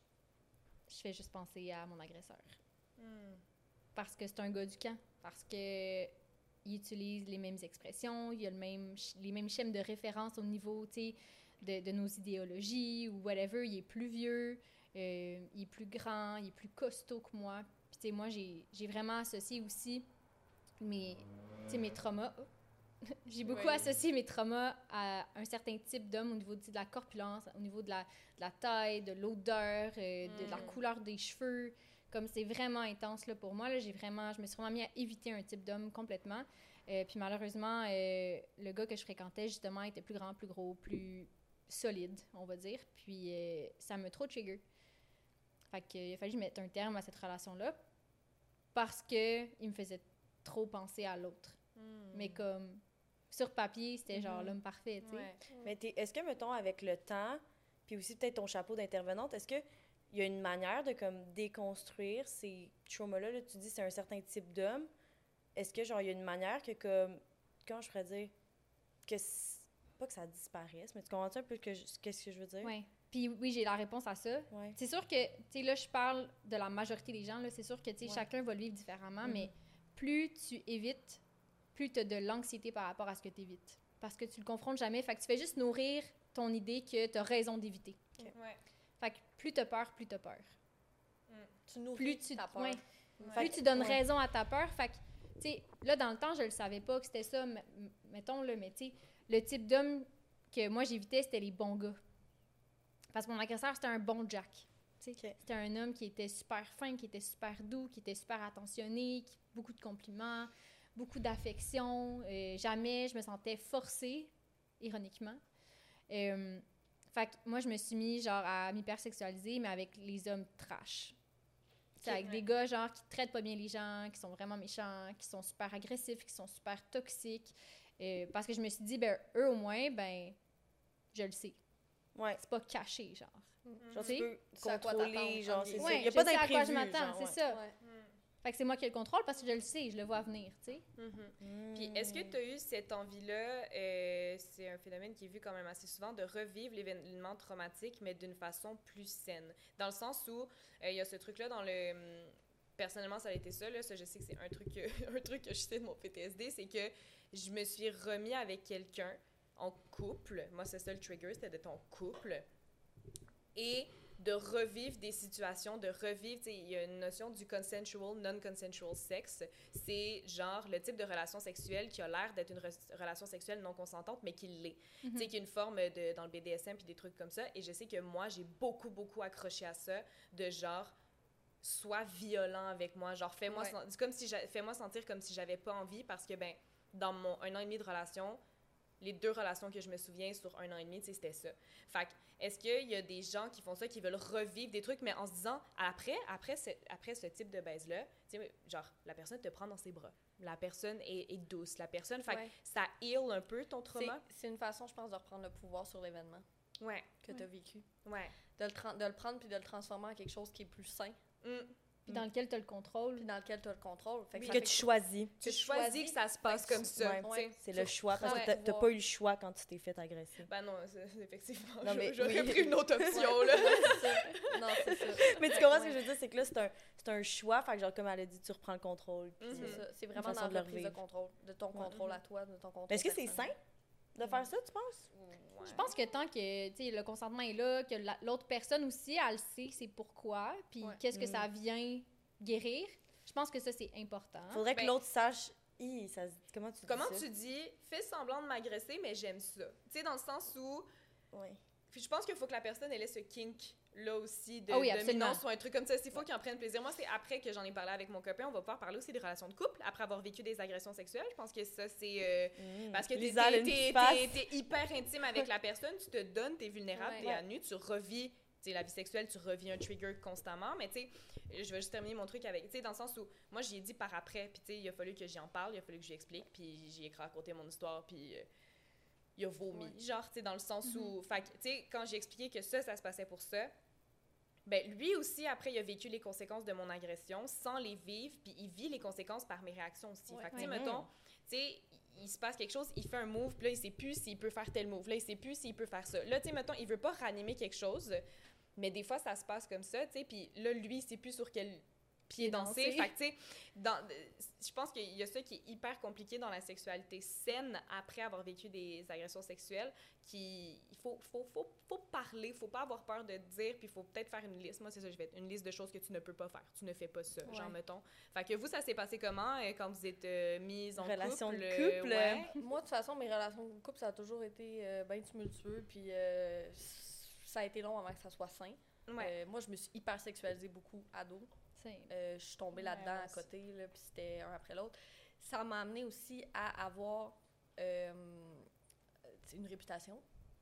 Speaker 3: je fais juste penser à mon agresseur.
Speaker 5: Mm.
Speaker 3: Parce que c'est un gars du camp. Parce que il utilise les mêmes expressions, il a le même, ch- les mêmes schèmes de référence au niveau, tu sais, de, de nos idéologies ou whatever. Il est plus vieux, euh, il est plus grand, il est plus costaud que moi. Puis, tu sais, moi, j'ai, j'ai vraiment associé aussi mes, tu sais, mes traumas. J'ai beaucoup
Speaker 5: Oui.
Speaker 3: associé mes traumas à un certain type d'homme au niveau tu sais, de la corpulence, au niveau de la, de la taille, de l'odeur, euh, de, de la
Speaker 5: Mm.
Speaker 3: couleur des cheveux. Comme c'est vraiment intense là, pour moi, là, j'ai vraiment, je me suis vraiment mis à éviter un type d'homme complètement. Euh, puis malheureusement, euh, le gars que je fréquentais, justement, était plus grand, plus gros, plus solide, on va dire. Puis euh, ça me trop trigger. Fait qu'il a fallu que je mette un terme à cette relation-là parce que il me faisait trop penser à l'autre.
Speaker 5: Mm.
Speaker 3: Mais comme, sur papier, c'était genre
Speaker 2: Mhm.
Speaker 3: l'homme parfait, tu sais.
Speaker 5: Ouais.
Speaker 2: Mais t'es- est-ce que, mettons, avec le temps, puis aussi peut-être ton chapeau d'intervenante, est-ce qu'il y a une manière de comme déconstruire ces traumas-là? Là, tu dis que c'est un certain type d'homme. Est-ce que, genre, il y a une manière que, comme, comment je pourrais dire, que, c- pas que ça disparaisse, mais tu comprends un peu que je- qu'est-ce que je veux dire?
Speaker 3: Ouais. Puis oui, j'ai la réponse à ça.
Speaker 2: Ouais.
Speaker 3: C'est sûr que, tu sais, là, je parle de la majorité des gens, là, c'est sûr que, tu sais,
Speaker 2: Ouais.
Speaker 3: chacun va le vivre différemment,
Speaker 2: Mhm.
Speaker 3: mais plus tu évites, plus tu as de l'anxiété par rapport à ce que tu évites. Parce que tu le confrontes jamais, fait que tu fais juste nourrir ton idée que tu as raison d'éviter.
Speaker 5: Ouais.
Speaker 3: Fait que plus tu as peur, plus tu as peur.
Speaker 4: Tu nourris
Speaker 3: Plus tu,
Speaker 4: ta peur.
Speaker 3: ouais,
Speaker 2: Fait
Speaker 3: plus
Speaker 2: que-
Speaker 3: tu donnes
Speaker 2: ouais.
Speaker 3: raison à ta peur. Fait que, tu sais, là, dans le temps, je le savais pas que c'était ça, m- m- mettons, là, mais tu sais, le type d'homme que moi j'évitais, c'était les bons gars. Parce que mon agresseur, c'était un bon Jack. Tu sais,
Speaker 2: Ok.
Speaker 3: C'était un homme qui était super fin, qui était super doux, qui était super attentionné, qui, beaucoup de compliments, beaucoup d'affection. Euh, jamais je me sentais forcée, ironiquement. Euh, fait que moi, je me suis mis genre à m'hypersexualiser, mais avec les hommes trash. C'est
Speaker 5: Ok,
Speaker 3: avec
Speaker 5: ouais.
Speaker 3: des gars genre qui traitent pas bien les gens, qui sont vraiment méchants, qui sont super agressifs, qui sont super toxiques. Euh, parce que je me suis dit, ben eux au moins, ben je le sais.
Speaker 2: Ouais.
Speaker 3: C'est pas caché, genre.
Speaker 2: Genre,
Speaker 3: Tu
Speaker 2: tu peux
Speaker 4: C'est à quoi
Speaker 2: contrôler,
Speaker 4: t'attendre,
Speaker 2: genre,
Speaker 4: entre
Speaker 2: c'est ça.
Speaker 3: Ouais,
Speaker 2: Il n'y a
Speaker 3: je
Speaker 2: pas
Speaker 3: sais à quoi je
Speaker 2: d'imprévu,
Speaker 3: m'attends,
Speaker 2: genre,
Speaker 3: c'est ça.
Speaker 4: Ouais.
Speaker 3: Fait que c'est moi qui ai le contrôle parce que je le sais, je le vois venir, tu sais.
Speaker 5: Mhm.
Speaker 2: ouais.
Speaker 5: Puis est-ce que tu as eu cette envie-là, euh, c'est un phénomène qui est vu quand même assez souvent, de revivre l'événement traumatique, mais d'une façon plus saine? Dans le sens où euh, il y a ce truc-là dans le... hum, personnellement, ça a été ça, là, ça je sais que c'est un truc, que, un truc que je sais de mon P T S D, c'est que je me suis remis avec quelqu'un en couple. Moi, c'est ça le trigger, c'était d'être en couple. Et de revivre des situations, de revivre, tu sais, il y a une notion du consensual, non-consensual sex. C'est genre le type de relation sexuelle qui a l'air d'être une re- relation sexuelle non consentante, mais qui l'est. Tu sais, qu'il y a une forme de, dans le B D S M puis des trucs comme ça. Et je sais que moi, j'ai beaucoup, beaucoup accroché à ça, de genre, sois violent avec moi. Genre, fais-moi
Speaker 4: Ouais.
Speaker 5: sen- c'est comme si j'a- fais-moi sentir comme si j'avais pas envie, parce que, ben, dans mon un an et demi de relation, les deux relations que je me souviens sur un an et demi, tu sais, c'était ça. Fait que, est-ce qu'il y a des gens qui font ça, qui veulent revivre des trucs, mais en se disant, après, après, ce, après ce type de baise-là, tu sais, genre, la personne te prend dans ses bras. La personne est, est douce. La personne, fait que
Speaker 4: Ouais.
Speaker 5: ça heal un peu ton
Speaker 4: C'est
Speaker 5: trauma.
Speaker 4: c'est une façon, je pense, de reprendre le pouvoir sur l'événement
Speaker 5: Ouais,
Speaker 4: que tu as vécu.
Speaker 5: ouais.
Speaker 4: De le, tra- de le prendre puis de le transformer en quelque chose qui est plus sain,
Speaker 5: Mm.
Speaker 3: Puis dans lequel tu as le contrôle.
Speaker 4: puis dans lequel tu as le contrôle. Fait que
Speaker 2: Puis
Speaker 4: ça
Speaker 2: que
Speaker 4: fait
Speaker 2: tu choisis.
Speaker 5: Tu
Speaker 4: Tu
Speaker 5: choisis
Speaker 4: choisis,
Speaker 5: que ça se passe
Speaker 4: fait que
Speaker 5: comme
Speaker 4: tu-
Speaker 5: ça.
Speaker 2: ouais,
Speaker 5: tu sais.
Speaker 4: ouais.
Speaker 2: C'est le choix, parce que
Speaker 4: Ouais.
Speaker 2: t'as- t'as pas eu le choix quand tu t'es fait agresser.
Speaker 5: Ben non, c'est- c'est effectivement.
Speaker 2: Non, mais
Speaker 5: J'aurais
Speaker 2: oui.
Speaker 5: pris une autre option, là.
Speaker 4: c'est ça. Non, c'est ça.
Speaker 2: Mais tu comprends ce que je veux dire, c'est que là, c'est un, c'est un choix, fait que genre, comme elle a dit, tu reprends le contrôle. puis,
Speaker 5: Mhm.
Speaker 4: C'est
Speaker 2: euh,
Speaker 4: ça. C'est vraiment
Speaker 2: façon
Speaker 4: dans
Speaker 2: de
Speaker 4: la
Speaker 2: le
Speaker 4: prise de
Speaker 2: revivre.
Speaker 4: contrôle, de ton contrôle
Speaker 5: Mhm.
Speaker 4: à toi, de ton contrôle
Speaker 2: Mais est-ce que c'est sain
Speaker 4: personnel.
Speaker 2: de faire ça, tu penses?
Speaker 5: Ouais.
Speaker 3: Je pense que tant que tu sais, le consentement est là, que la- l'autre personne aussi, elle sait c'est pourquoi, puis
Speaker 4: Ouais.
Speaker 3: qu'est-ce que
Speaker 2: Mm.
Speaker 3: ça vient guérir, je pense que ça, c'est important.
Speaker 2: Faudrait que
Speaker 5: Ben-
Speaker 2: l'autre sache. Hi, ça, se- comment tu dis
Speaker 5: Comment
Speaker 2: ça?
Speaker 5: tu dis, fais semblant de m'agresser, mais j'aime ça. Tu sais, dans le sens où,
Speaker 2: Ouais.
Speaker 5: puis je pense qu'il faut que la personne elle ait ce kink là aussi de
Speaker 3: Ah oui, absolument.
Speaker 5: dominance ou un truc comme ça. Il faut qu'ils en prennent plaisir. Moi, c'est après que j'en ai parlé avec mon copain, on va pouvoir parler aussi des relations de couple après avoir vécu des agressions sexuelles. Je pense que ça, c'est... euh,
Speaker 2: Mm.
Speaker 5: parce que t'es,
Speaker 2: Lisa, elle a
Speaker 5: t'es,
Speaker 2: une
Speaker 5: t'es,
Speaker 2: petite face.
Speaker 5: t'es- t'es hyper intime avec la personne, tu te donnes, t'es vulnérable,
Speaker 4: Ouais.
Speaker 5: t'es à nu, tu revis... Tu sais, la vie sexuelle, tu revis un trigger constamment, mais tu sais, je vais juste terminer mon truc avec, tu sais, dans le sens où, moi, j'y ai dit par après, puis tu sais, il a fallu que j'y en parle, il a fallu que j'y explique, puis j'y ai raconté mon histoire, puis... euh, il a vomi.
Speaker 3: Ouais.
Speaker 5: Genre, tu sais, dans le sens
Speaker 3: Mm-hmm.
Speaker 5: où... Fait que, tu sais, quand j'ai expliqué que ça, ça se passait pour ça, ben lui aussi, après, il a vécu les conséquences de mon agression sans les vivre, puis il vit les conséquences par mes réactions aussi.
Speaker 4: Ouais.
Speaker 5: Fait que, tu sais,
Speaker 2: Ouais.
Speaker 5: mettons, tu sais, il se passe quelque chose, il fait un move, puis là, il sait plus s'il peut faire tel move, là, il sait plus s'il peut faire ça. Là, tu sais, mettons, il veut pas ranimer quelque chose, mais des fois, ça se passe comme ça, tu sais, puis là, lui, il sait plus sur quel pied danser.
Speaker 3: danser.
Speaker 5: Fait que, tu sais, dans- je pense qu'il y a ça qui est hyper compliqué dans la sexualité saine après avoir vécu des agressions sexuelles, qui, il faut, faut, faut, faut parler, faut pas avoir peur de dire, puis il faut peut-être faire une liste. Moi, c'est ça, je vais être une liste de choses que tu ne peux pas faire. Tu ne fais pas ça,
Speaker 3: Ouais.
Speaker 5: genre, mettons. Fait que vous, ça s'est passé comment euh, quand vous êtes euh, mise en
Speaker 2: Relation
Speaker 5: couple?
Speaker 2: de
Speaker 5: euh,
Speaker 2: couple.
Speaker 5: ouais.
Speaker 4: Moi, de toute façon, mes relations de couple, ça a toujours été euh, bien tumultueux, puis euh, ça a été long avant que ça soit sain.
Speaker 5: Ouais.
Speaker 4: Euh, moi, je me suis hyper sexualisée beaucoup ado.
Speaker 3: C'est-
Speaker 4: Euh, je suis tombée
Speaker 5: Ouais,
Speaker 4: là-dedans
Speaker 5: moi
Speaker 4: à
Speaker 5: aussi.
Speaker 4: côté, là, puis c'était un après l'autre. Ça m'a amené aussi à avoir euh, tu sais, une réputation.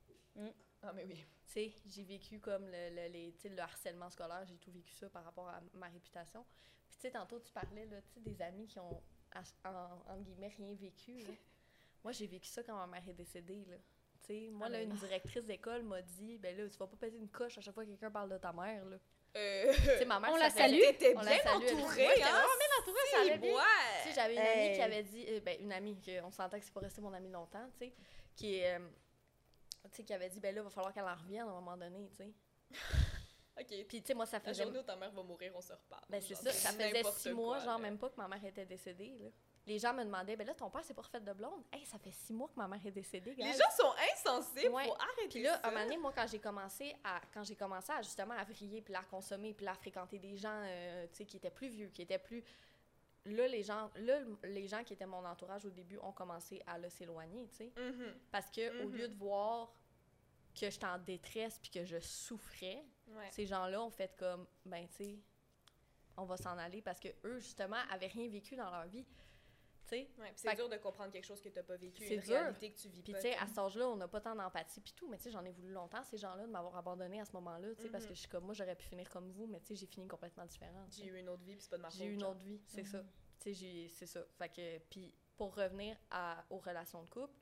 Speaker 5: Ah, mais oui.
Speaker 4: Tu sais, j'ai vécu comme le, le, les, tu sais, le harcèlement scolaire, j'ai tout vécu ça par rapport à ma réputation. Puis tu sais, tantôt, tu parlais là, tu sais, des amis qui ont, en, entre guillemets, rien vécu. Là. Moi, j'ai vécu ça quand ma mère est décédée, là. Tu sais, moi,
Speaker 5: Ah,
Speaker 4: là,
Speaker 5: mais
Speaker 4: une
Speaker 5: non.
Speaker 4: directrice d'école m'a dit, ben là, tu vas pas péter une coche à chaque fois que quelqu'un parle de ta mère, là.
Speaker 5: Euh,
Speaker 4: Tu sais, ma mère,
Speaker 3: On
Speaker 4: ça
Speaker 3: la
Speaker 4: fait-
Speaker 3: salue.
Speaker 5: T'étais
Speaker 4: On
Speaker 5: bien
Speaker 4: la salue, elle.
Speaker 5: entourée,
Speaker 4: Ouais, j'étais
Speaker 5: hein?
Speaker 4: vraiment bien entourée, ça allait bien.
Speaker 5: Ouais.
Speaker 4: Tu sais, j'avais une amie
Speaker 2: Hey.
Speaker 4: qui avait dit, euh, ben, une amie, que on s'entend que c'est pas resté mon amie longtemps, tu sais, qui est, euh, tu sais, qui avait dit, ben là, il va falloir qu'elle en revienne à un moment donné, tu sais.
Speaker 5: OK.
Speaker 4: Puis, tu sais, moi, ça
Speaker 5: La
Speaker 4: faisait.
Speaker 5: journée où ta mère va mourir, on se reparle.
Speaker 4: Ben, c'est
Speaker 5: Genre,
Speaker 4: ça, ça faisait
Speaker 5: n'importe
Speaker 4: six mois,
Speaker 5: quoi,
Speaker 4: genre,
Speaker 5: là.
Speaker 4: même pas que ma mère était décédée, là. Les gens me demandaient, ben là, ton père s'est pas refait de blonde. Hey, ça fait six mois que ma mère est décédée,
Speaker 5: Les
Speaker 4: guys.
Speaker 5: gens sont insensés,
Speaker 4: Ouais.
Speaker 5: faut arrêter
Speaker 4: Puis là,
Speaker 5: ça.
Speaker 4: à un moment donné, moi, quand j'ai commencé à, quand j'ai commencé à justement à vriller, puis à consommer, puis à fréquenter des gens, euh, tu sais, qui étaient plus vieux, qui étaient plus... Là, les gens, là, les gens qui étaient mon entourage au début ont commencé à là, s'éloigner, tu sais.
Speaker 5: Mhm.
Speaker 4: Parce que au
Speaker 5: Mhm.
Speaker 4: lieu de voir que j'étais en détresse puis que je souffrais,
Speaker 5: Ouais.
Speaker 4: ces gens-là ont fait comme, ben, tu sais, on va s'en aller parce que eux, justement, avaient rien vécu dans leur vie, tu sais.
Speaker 5: Ouais, puis c'est
Speaker 4: Fait que-
Speaker 5: dur de comprendre quelque chose que t'as pas vécu,
Speaker 4: C'est
Speaker 5: une
Speaker 4: dur.
Speaker 5: réalité que tu vis
Speaker 4: Puis,
Speaker 5: pas.
Speaker 4: tu sais, à cet âge-là, on n'a pas tant d'empathie puis tout, mais tu sais, j'en ai voulu longtemps, ces gens-là, de m'avoir abandonné à ce moment-là, tu sais, parce
Speaker 5: Mhm.
Speaker 4: que je suis comme, moi, j'aurais pu finir comme vous, mais tu sais, j'ai fini complètement différent. tu sais.
Speaker 5: J'ai eu une autre vie, puis c'est pas de ma faute.
Speaker 4: J'ai eu une
Speaker 5: genre.
Speaker 4: autre vie, c'est
Speaker 3: Mhm.
Speaker 4: ça. Tu sais, j'ai- c'est ça. Fait que, puis pour revenir à, aux relations de couple,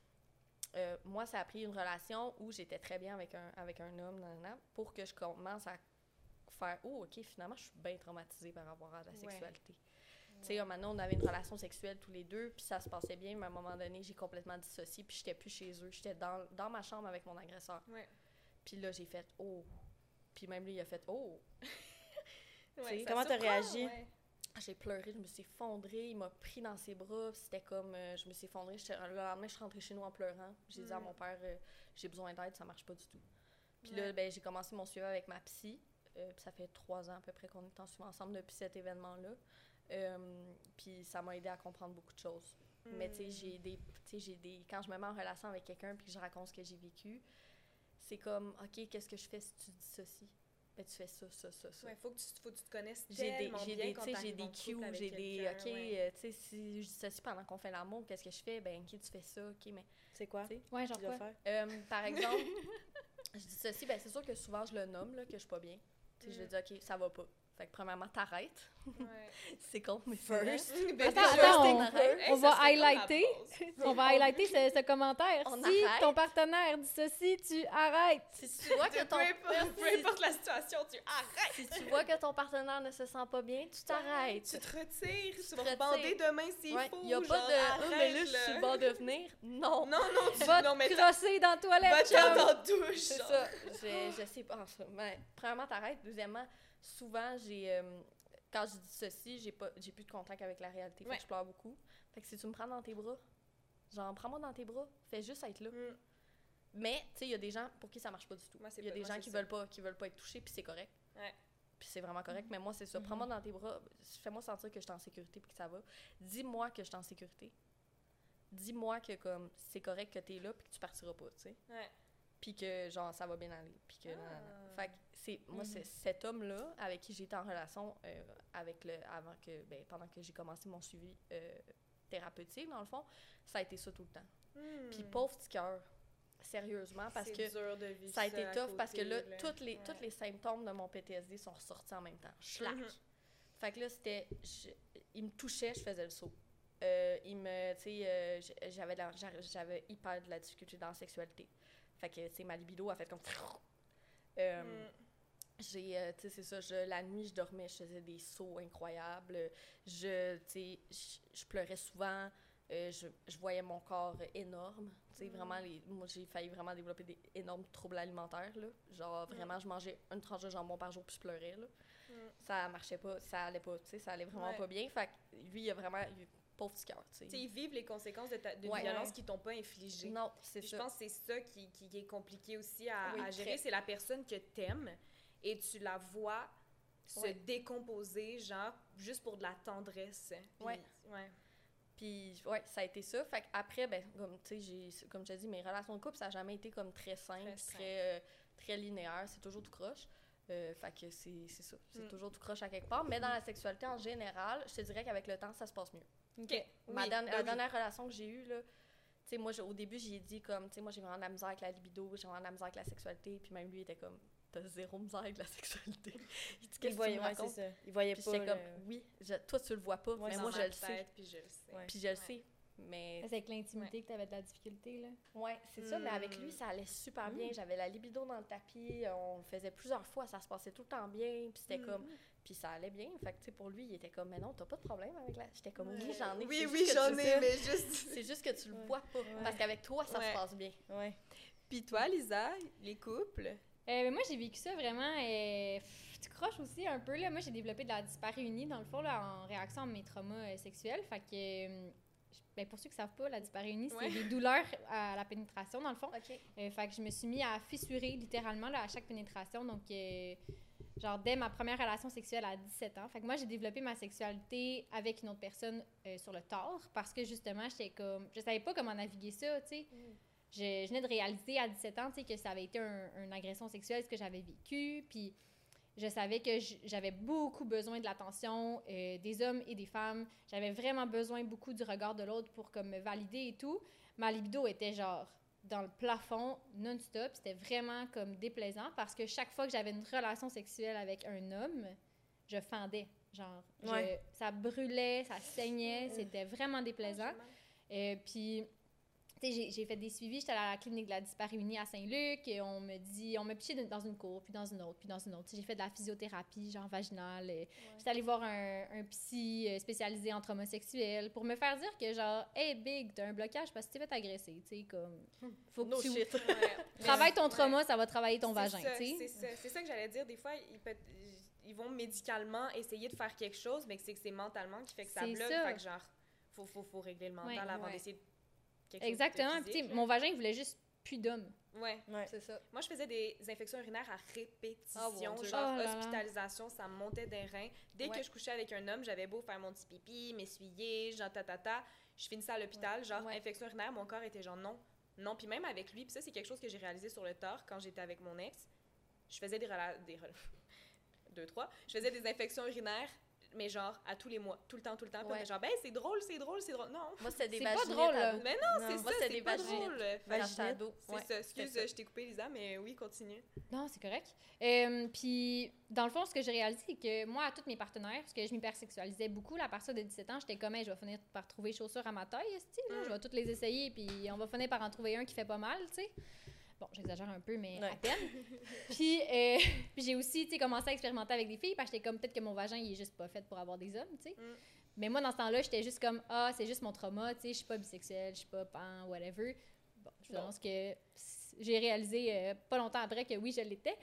Speaker 4: euh, moi, ça a pris une relation où j'étais très bien avec un, avec un homme, nanana, pour que je commence à faire, oh, OK, finalement, je suis bien traumatisée par rapport à la
Speaker 5: Ouais.
Speaker 4: sexualité. Tu sais, maintenant, on avait une relation sexuelle tous les deux, puis ça se passait bien, mais à un moment donné, j'ai complètement dissocié, puis j'étais plus chez eux. J'étais dans, dans ma chambre avec mon agresseur.
Speaker 5: Ouais.
Speaker 4: Puis là, j'ai fait, oh. Puis même lui, il a fait, oh.
Speaker 5: Ouais, ça
Speaker 2: Comment t'as
Speaker 5: surprend,
Speaker 2: réagi?
Speaker 5: ouais.
Speaker 4: J'ai pleuré, je me suis effondrée, il m'a pris dans ses bras, puis c'était comme, euh, je me suis effondrée, j'étais- le lendemain, je suis rentrée chez nous en pleurant. J'ai dit à
Speaker 5: Mm.
Speaker 4: mon père, euh, j'ai besoin d'aide, ça marche pas du tout. Puis
Speaker 5: Ouais.
Speaker 4: là, ben, j'ai commencé mon suivi avec ma psy, euh, puis ça fait trois ans à peu près qu'on est en suivi ensemble depuis cet événement-là. Euh, puis ça m'a aidé à comprendre beaucoup de choses. Mais tu sais,
Speaker 5: Mm.
Speaker 4: j'ai des, tu sais, j'ai des, quand je me mets en relation avec quelqu'un puis que je raconte ce que j'ai vécu, c'est comme, OK, qu'est-ce que je fais si tu ceci? Ben, tu fais ça, ça, ça, ça.
Speaker 5: Ouais, faut que tu, faut que tu te connaisses
Speaker 4: J'ai des,
Speaker 5: tellement
Speaker 4: j'ai
Speaker 5: bien
Speaker 4: des,
Speaker 5: quand
Speaker 4: tu sais, j'ai
Speaker 5: t'arrives
Speaker 4: des
Speaker 5: en couple
Speaker 4: cues,
Speaker 5: avec
Speaker 4: j'ai des,
Speaker 5: quelqu'un,
Speaker 4: OK,
Speaker 5: ouais.
Speaker 4: euh, tu sais, si je dissocie pendant qu'on fait l'amour, qu'est-ce que je fais? Ben, OK, tu fais ça, OK, mais,
Speaker 2: C'est quoi?
Speaker 4: tu sais,
Speaker 3: Ouais, genre
Speaker 2: Tu dois
Speaker 3: quoi?
Speaker 2: faire?
Speaker 4: euh, par exemple, je dissocie, ben, c'est sûr que souvent, je le nomme, là, que je suis pas bien. Tu sais, je
Speaker 5: Mm.
Speaker 4: lui dis, OK, ça va pas. Fait que, premièrement, t'arrêtes.
Speaker 5: Ouais.
Speaker 4: C'est con, mais
Speaker 2: First.
Speaker 5: Ben,
Speaker 3: Attends,
Speaker 5: déjà,
Speaker 3: attends,
Speaker 5: c'est
Speaker 3: on-
Speaker 5: correct.
Speaker 3: on
Speaker 5: Hey,
Speaker 3: va
Speaker 5: ça serait comme la
Speaker 3: highlighter.
Speaker 5: base.
Speaker 3: On va highlighter ce, ce commentaire.
Speaker 4: On
Speaker 3: si
Speaker 4: arrête.
Speaker 3: ton partenaire dit ceci, tu arrêtes.
Speaker 4: Si tu vois que
Speaker 5: Peu
Speaker 4: ton,
Speaker 5: importe, peu
Speaker 4: si-
Speaker 5: importe la situation, tu arrêtes.
Speaker 4: si tu vois que ton partenaire ne se sent pas bien, tu t'arrêtes.
Speaker 5: Tu te retires, tu,
Speaker 4: te
Speaker 5: vas
Speaker 4: retires.
Speaker 5: rebander demain s'il
Speaker 4: Ouais,
Speaker 5: faut.
Speaker 4: il y a
Speaker 5: genre,
Speaker 4: pas de, ah, mais
Speaker 5: arrête,
Speaker 4: là, je suis sur le bord de venir. Non.
Speaker 5: Non, non, tu
Speaker 3: Va
Speaker 5: non,
Speaker 3: te
Speaker 5: mais t'as-
Speaker 3: crosser dans la toilette,
Speaker 5: va-t'en
Speaker 3: chum.
Speaker 5: dans la douche.
Speaker 4: C'est
Speaker 5: genre.
Speaker 4: ça. Je, je sais pas. enfin, mais, premièrement, t'arrêtes. Deuxièmement, souvent, j'ai. euh, quand je dis ceci, j'ai pas j'ai plus de contact avec la réalité. Fait
Speaker 5: Ouais.
Speaker 4: que je pleure beaucoup. Fait que si tu me prends dans tes bras, genre, prends-moi dans tes bras, fais juste être là.
Speaker 5: Mm.
Speaker 4: Mais, tu sais, il y a des gens pour qui ça marche pas du tout.
Speaker 5: Moi, c'est
Speaker 4: Il y a
Speaker 5: pas-
Speaker 4: des
Speaker 5: moi,
Speaker 4: gens
Speaker 5: c'est
Speaker 4: qui
Speaker 5: ça.
Speaker 4: veulent pas qui veulent pas être touchés, puis c'est correct.
Speaker 5: Ouais.
Speaker 4: Puis c'est vraiment correct. Mais moi, c'est ça.
Speaker 3: Mhm.
Speaker 4: Prends-moi dans tes bras, fais-moi sentir que je suis en sécurité puis que ça va. Dis-moi que je suis en sécurité. Dis-moi que, comme, c'est correct que t'es là puis que tu partiras pas, tu sais.
Speaker 5: Ouais.
Speaker 4: Puis que, genre, ça va bien aller. Puis que,
Speaker 5: Ah.
Speaker 4: nanana. Fait que c'est, moi,
Speaker 3: Mhm.
Speaker 4: c'est cet homme-là avec qui j'étais en relation euh, avec le, avant que, ben, pendant que j'ai commencé mon suivi euh, thérapeutique, dans le fond, ça a été ça tout le temps.
Speaker 5: Mm.
Speaker 4: Puis pauvre petit cœur, sérieusement, parce
Speaker 5: C'est
Speaker 4: que
Speaker 5: dur de vivre
Speaker 4: ça a été
Speaker 5: à
Speaker 4: tough parce que
Speaker 5: côté,
Speaker 4: là, toutes les,
Speaker 5: Ouais.
Speaker 4: tous les symptômes de mon P T S D sont ressortis en même temps. Schlac.
Speaker 5: Mhm.
Speaker 4: Fait que là, c'était. je- il me touchait, je faisais le saut. Euh, il me, tu sais, euh, j- j'avais, de la- j'a- j'avais hyper de la difficulté dans la sexualité. Fait que, tu sais, ma libido a fait comme... Euh,
Speaker 5: Mm.
Speaker 4: J'ai, euh, tu sais, c'est ça, je, la nuit, je dormais, je faisais des sauts incroyables. Je, tu sais, je- je pleurais souvent. Euh, je, je voyais mon corps énorme. Tu sais,
Speaker 5: Mm.
Speaker 4: vraiment, les, moi, j'ai failli vraiment développer des énormes troubles alimentaires, là. Genre, vraiment, je mangeais une tranche de jambon par jour, puis je pleurais, là.
Speaker 5: Mm.
Speaker 4: Ça marchait pas, ça allait pas, tu sais, ça allait vraiment
Speaker 5: Ouais.
Speaker 4: pas bien. Fait que lui, il a vraiment, il, pauvre petit cœur, tu
Speaker 5: Tu sais,
Speaker 4: sais.
Speaker 5: ils vivent les conséquences de ta, d'une
Speaker 4: Ouais.
Speaker 5: violence qu'ils t'ont pas infligée.
Speaker 4: Non, c'est
Speaker 5: Puis je
Speaker 4: ça.
Speaker 5: pense que c'est ça qui, qui est compliqué aussi à,
Speaker 4: Oui,
Speaker 5: à gérer.
Speaker 4: très.
Speaker 5: C'est la personne que t'aimes et tu la vois se
Speaker 4: Ouais.
Speaker 5: décomposer, genre, juste pour de la tendresse. Puis,
Speaker 4: Ouais.
Speaker 5: ouais.
Speaker 4: Puis, ouais, ça a été ça. Fait qu'après, ben, comme, tu sais, j'ai, comme je te dis, mes relations de couple, ça n'a jamais été comme très simple,
Speaker 5: Très
Speaker 4: très,
Speaker 5: simple.
Speaker 4: très, euh, très linéaire. C'est toujours tout croche. Euh, fait que c'est, c'est ça. C'est
Speaker 5: Mm.
Speaker 4: toujours tout croche à quelque part. Mais dans la sexualité en général, je te dirais qu'avec le temps, ça se passe mieux.
Speaker 5: OK.
Speaker 4: Ma
Speaker 5: Oui,
Speaker 4: dernière,
Speaker 5: ben
Speaker 4: la
Speaker 5: oui.
Speaker 4: dernière relation que j'ai eue, là, tu sais, moi, j'ai- au début, j'ai dit comme, tu sais, moi, j'ai vraiment de la misère avec la libido, j'ai vraiment de la misère avec la sexualité. Puis même lui, il était comme, t'as zéro misère avec la sexualité. Il dit,
Speaker 2: Il
Speaker 4: qu'est-ce que tu
Speaker 2: voyait,
Speaker 4: me
Speaker 2: ouais, c'est
Speaker 4: racontes?
Speaker 2: ça. Il voyait
Speaker 4: Puis
Speaker 2: pas.
Speaker 4: j'étais comme,
Speaker 2: le-
Speaker 4: oui, je- toi, tu le vois pas,
Speaker 2: Ouais,
Speaker 4: mais
Speaker 2: dans
Speaker 4: moi,
Speaker 5: Dans
Speaker 4: je
Speaker 5: ma
Speaker 4: le sais.
Speaker 5: tête, puis je le sais.
Speaker 2: Ouais.
Speaker 4: Puis je le
Speaker 5: Ouais.
Speaker 4: sais. Mais
Speaker 3: C'est avec l'intimité que t'avais de la difficulté, là.
Speaker 4: ouais, c'est ça, mais avec
Speaker 5: Mm.
Speaker 4: lui, ça allait super bien. J'avais la libido dans le tapis, on le faisait plusieurs fois, ça se passait tout le temps bien, puis c'était
Speaker 5: Mm.
Speaker 4: comme... Puis ça allait bien, fait que, tu sais, pour lui, il était comme, mais non, t'as pas de problème avec la... J'étais comme, oui,
Speaker 5: Ouais.
Speaker 4: j'en ai.
Speaker 5: Oui,
Speaker 4: c'est
Speaker 5: oui,
Speaker 4: juste que
Speaker 5: j'en
Speaker 4: tu-
Speaker 5: ai, mais juste...
Speaker 4: C'est juste que tu le
Speaker 2: Ouais.
Speaker 4: vois pas, parce qu'avec toi, ça
Speaker 5: Ouais.
Speaker 4: se passe bien.
Speaker 2: Ouais.
Speaker 5: Puis toi, Lisa, les couples?
Speaker 3: Euh, mais moi, j'ai vécu ça vraiment. Euh, pff, tu croches aussi un peu. Là. Moi, j'ai développé de la dyspareunie, dans le fond, là, en réaction à mes traumas euh, sexuels. Fait que, euh, je- ben, pour ceux qui ne savent pas, la dyspareunie,
Speaker 5: Ouais.
Speaker 3: c'est des douleurs à la pénétration, dans le fond.
Speaker 4: OK.
Speaker 3: Euh, fait que je me suis mis à fissurer littéralement là, à chaque pénétration. Donc, euh, genre, dès ma première relation sexuelle à dix-sept ans. Fait que moi, j'ai développé ma sexualité avec une autre personne euh, sur le tard parce que justement, j'étais comme. Je savais pas comment naviguer ça, tu sais. Je, je venais de réaliser à dix-sept ans, tu sais, que ça avait été un- une agression sexuelle, ce que j'avais vécu. Puis je savais que j- j'avais beaucoup besoin de l'attention euh, des hommes et des femmes. J'avais vraiment besoin beaucoup du regard de l'autre pour comme, me valider et tout. Ma libido était genre dans le plafond non-stop. C'était vraiment comme déplaisant parce que chaque fois que j'avais une relation sexuelle avec un homme, je fendais. Genre, je-
Speaker 2: Ouais.
Speaker 3: ça brûlait, ça saignait. C'était vraiment déplaisant. Euh, puis, tu sais, j'ai- j'ai fait des suivis. J'étais à la clinique de la dyspareunie à Saint-Luc et on me dit, on m'a piché dans une cour, puis dans une autre, puis dans une autre. Tu sais, j'ai fait de la physiothérapie, genre vaginale. et J'étais allée voir un, un psy euh, spécialisé en trauma sexuel pour me faire dire que, genre, hey, Big, t'as un blocage parce que tu t'es fait agresser. Tu sais, comme, faut que
Speaker 4: No
Speaker 3: tu
Speaker 4: shit.
Speaker 3: travailles ton
Speaker 5: Ouais.
Speaker 3: trauma, ça va travailler ton
Speaker 5: C'est
Speaker 3: vagin,
Speaker 5: ça,
Speaker 3: tu
Speaker 5: C'est
Speaker 3: sais.
Speaker 5: ça, c'est ça que j'allais dire. Des fois, ils, peut- ils vont médicalement essayer de faire quelque chose, mais que c'est que c'est mentalement qui fait que ça
Speaker 3: C'est
Speaker 5: bloque.
Speaker 3: ça.
Speaker 5: Fait que genre, faut, faut, faut régler le mental
Speaker 3: Ouais.
Speaker 5: avant
Speaker 4: Ouais.
Speaker 5: d'essayer de quelque chose de
Speaker 3: Exactement. Puis, tu
Speaker 5: physique,
Speaker 3: sais,
Speaker 5: là.
Speaker 3: mon vagin, il voulait juste plus d'hommes.
Speaker 5: Ouais.
Speaker 2: Ouais.
Speaker 4: C'est ça.
Speaker 5: Moi, je faisais des infections urinaires à répétition,
Speaker 4: Oh, mon Dieu.
Speaker 5: genre
Speaker 3: Oh là là.
Speaker 5: hospitalisation, ça me montait des reins. Dès
Speaker 4: Ouais.
Speaker 5: que je couchais avec un homme, j'avais beau faire mon petit pipi, m'essuyer, genre tatata, je finissais à l'hôpital, genre
Speaker 4: Ouais.
Speaker 5: infection urinaire, mon corps était genre non, non. Puis même avec lui, puis ça, c'est quelque chose que j'ai réalisé sur le tard quand j'étais avec mon ex. Je faisais des rela- des rela- deux, trois. Je faisais des infections urinaires, mais genre à tous les mois, tout le temps, tout le temps. Puis on
Speaker 4: Ouais.
Speaker 5: était genre, ben c'est drôle, c'est drôle, c'est drôle. Non,
Speaker 4: Moi, c'était des
Speaker 3: C'est pas
Speaker 4: vaginettes
Speaker 3: drôle,
Speaker 4: à
Speaker 3: là.
Speaker 4: dos.
Speaker 5: mais non, c'est
Speaker 2: Non.
Speaker 5: ça,
Speaker 4: Moi, c'était
Speaker 5: c'est
Speaker 4: des
Speaker 5: pas
Speaker 4: vaginettes.
Speaker 5: drôle. Fait que-
Speaker 4: Quand j'étais ado.
Speaker 5: C'est
Speaker 4: Ouais,
Speaker 5: ça,
Speaker 4: c'était
Speaker 5: excuse,
Speaker 4: ça.
Speaker 5: je t'ai coupé, Lisa, mais oui, continue.
Speaker 3: Non, c'est correct. Euh, puis, dans le fond, ce que j'ai réalisé, c'est que moi, à tous mes partenaires, parce que je m'hypersexualisais beaucoup, là, à partir de dix-sept ans, j'étais comme, hey, je vais finir par trouver chaussures à ma taille, esti, là,
Speaker 5: Mm.
Speaker 3: je vais toutes les essayer, puis on va finir par en trouver un qui fait pas mal, tu sais. Bon, j'exagère un peu, mais
Speaker 2: Ouais.
Speaker 3: à peine. puis, euh, puis j'ai aussi, tu sais, commencé à expérimenter avec des filles, parce que j'étais comme, peut-être que mon vagin, il est juste pas fait pour avoir des hommes, tu sais.
Speaker 5: Mm.
Speaker 3: Mais moi, dans ce temps-là, j'étais juste comme, ah, c'est juste mon trauma, tu sais, je suis pas bisexuelle, je suis pas pan, whatever. Bon, je
Speaker 4: Bon.
Speaker 3: pense que j'ai réalisé euh, pas longtemps après que oui, je l'étais.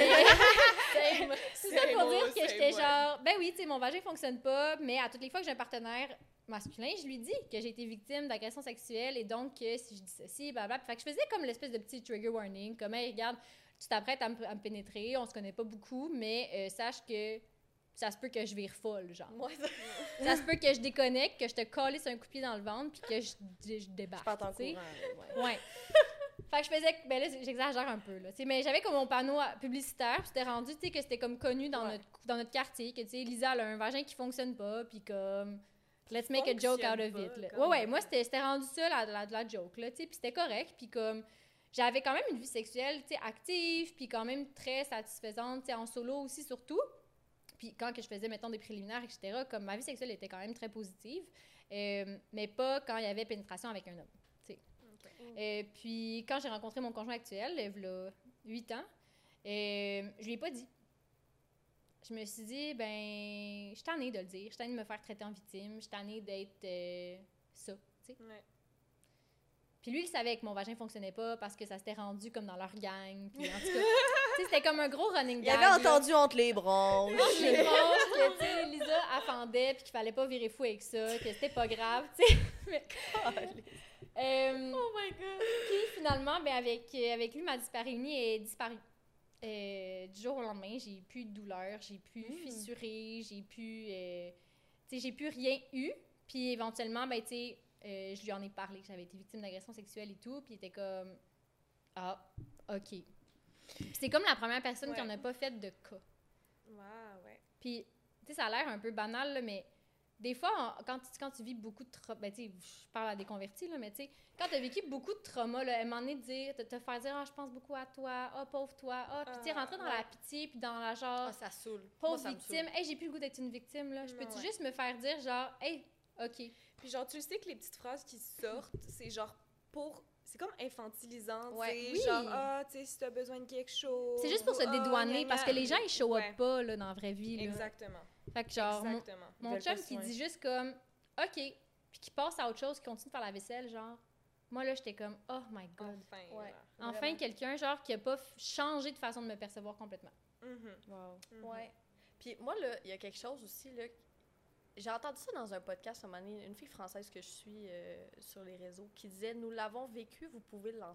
Speaker 4: Same.
Speaker 3: C'est ça pour dire que j'étais genre, ben oui, tu sais, mon vagin fonctionne pas, mais à toutes les fois que j'ai un partenaire masculin, je lui dis que j'ai été victime d'agression sexuelle et donc que si je dis ceci, blablabla. Fait que je faisais comme l'espèce de petit trigger warning, comme, hey, regarde, tu t'apprêtes à, me- à me pénétrer, on se connaît pas beaucoup, mais euh, sache que ça se peut que je vire folle, genre.
Speaker 4: Moi, ça-
Speaker 3: Ça se peut que je déconnecte, que je te calisse un coup de pied dans le ventre, puis que je, je, je débarque.
Speaker 2: Je pars en
Speaker 3: tu sais.
Speaker 2: courant. là, ouais.
Speaker 3: Ouais. Fait que je faisais, ben là, j'exagère un peu, là. Tu sais, mais j'avais comme mon panneau à- publicitaire, puis c'était rendu, tu sais, que c'était comme connu dans,
Speaker 4: Ouais.
Speaker 3: notre, dans notre quartier, que, tu sais, Lisa, elle a un vagin qui fonctionne pas, puis comme, let's make a joke out of
Speaker 5: Fonctionne
Speaker 3: it,
Speaker 5: pas,
Speaker 3: là.
Speaker 5: comme-
Speaker 3: Ouais, ouais, moi, c'était c'était rendu ça, la, la, la joke, là, tu sais, puis c'était correct, puis comme, j'avais quand même une vie sexuelle, tu sais, active, puis quand même très satisfaisante, tu sais, en solo aussi, surtout. Puis quand que je faisais, mettons, des préliminaires, et cetera, comme ma vie sexuelle était quand même très positive. euh, mais pas quand il y avait pénétration avec un homme, tu sais.
Speaker 5: Okay.
Speaker 3: Euh, puis quand j'ai rencontré mon conjoint actuel, il y a huit ans, euh, je lui ai pas dit. Je me suis dit, ben, je suis tannée de le dire, je suis tannée de me faire traiter en victime, je suis tannée d'être euh, ça, tu sais.
Speaker 5: Ouais.
Speaker 3: Puis lui, il savait que mon vagin fonctionnait pas parce que ça s'était rendu comme dans leur gang. Puis en tout cas, tu sais, c'était comme un gros running
Speaker 2: Il
Speaker 3: gag.
Speaker 2: avait
Speaker 3: là.
Speaker 2: entendu entre les branches.
Speaker 3: Entre les branches, que, tu sais, Lisa affendait, puis qu'il fallait pas virer fou avec ça, que c'était pas grave, tu sais. Mais, euh,
Speaker 4: Oh my God!
Speaker 3: puis finalement, ben, avec, avec lui, ma disparunie est disparue. Euh, du jour au lendemain, j'ai plus de douleur, j'ai plus
Speaker 2: Mm.
Speaker 3: fissuré, j'ai plus... euh, tu sais, j'ai plus rien eu. Puis éventuellement, ben, tu sais, euh, je lui en ai parlé que j'avais été victime d'agression sexuelle et tout, puis il était comme... Ah, OK. Puis c'est comme la première personne
Speaker 5: Ouais.
Speaker 3: qui en a pas fait de cas.
Speaker 5: Wow, ouais.
Speaker 3: Puis, tu sais, ça a l'air un peu banal, là, mais des fois, en- quand, tu, quand tu vis beaucoup de trauma, ben, tu sais, je parle à des convertis, là, mais tu sais, quand tu as vécu beaucoup de trauma, là, à un moment donné, de dire, te, te faire dire, ah, je pense beaucoup à toi, ah, pauvre toi, ah, puis tu sais,
Speaker 5: Ah,
Speaker 3: rentrer dans
Speaker 5: ouais.
Speaker 3: la pitié, puis dans la genre,
Speaker 4: Ah, ça saoule. Moi,
Speaker 3: pauvre
Speaker 4: ça me
Speaker 3: victime,
Speaker 4: saoule.
Speaker 3: hey, j'ai plus le goût d'être une victime, là, je
Speaker 5: Non,
Speaker 3: peux-tu
Speaker 5: ouais.
Speaker 3: juste me faire dire, genre, hey, OK.
Speaker 5: Puis genre, tu sais que les petites phrases qui sortent, c'est genre pour... C'est comme infantilisant, tu
Speaker 4: Ouais.
Speaker 5: sais,
Speaker 3: Oui.
Speaker 5: genre, ah, tu sais, si t'as besoin de quelque chose...
Speaker 3: C'est juste pour se
Speaker 5: ou, ah,
Speaker 3: dédouaner,
Speaker 5: gna,
Speaker 3: parce
Speaker 5: gna.
Speaker 3: que les gens, ils show up
Speaker 5: Ouais.
Speaker 3: pas, là, dans la vraie vie, là.
Speaker 5: Exactement.
Speaker 3: Fait que genre, mon,
Speaker 5: Exactement.
Speaker 3: mon
Speaker 2: veulent
Speaker 3: chum
Speaker 2: pas
Speaker 3: qui
Speaker 2: soin.
Speaker 3: dit juste comme, OK, puis qui passe à autre chose, qui continue de faire la vaisselle, genre, moi, là, j'étais comme, oh my God.
Speaker 5: Enfin,
Speaker 4: Ouais.
Speaker 5: là.
Speaker 3: Enfin,
Speaker 4: Vraiment.
Speaker 3: quelqu'un, genre, qui a pas f- changé de façon de me percevoir complètement.
Speaker 5: Mhm,
Speaker 2: Wow.
Speaker 5: mhm.
Speaker 4: Ouais. Puis moi, là, il y a quelque chose aussi, là. J'ai entendu ça dans un podcast à un moment donné, une fille française que je suis euh, sur les réseaux, qui disait « Nous l'avons vécu, vous pouvez l'entendre ».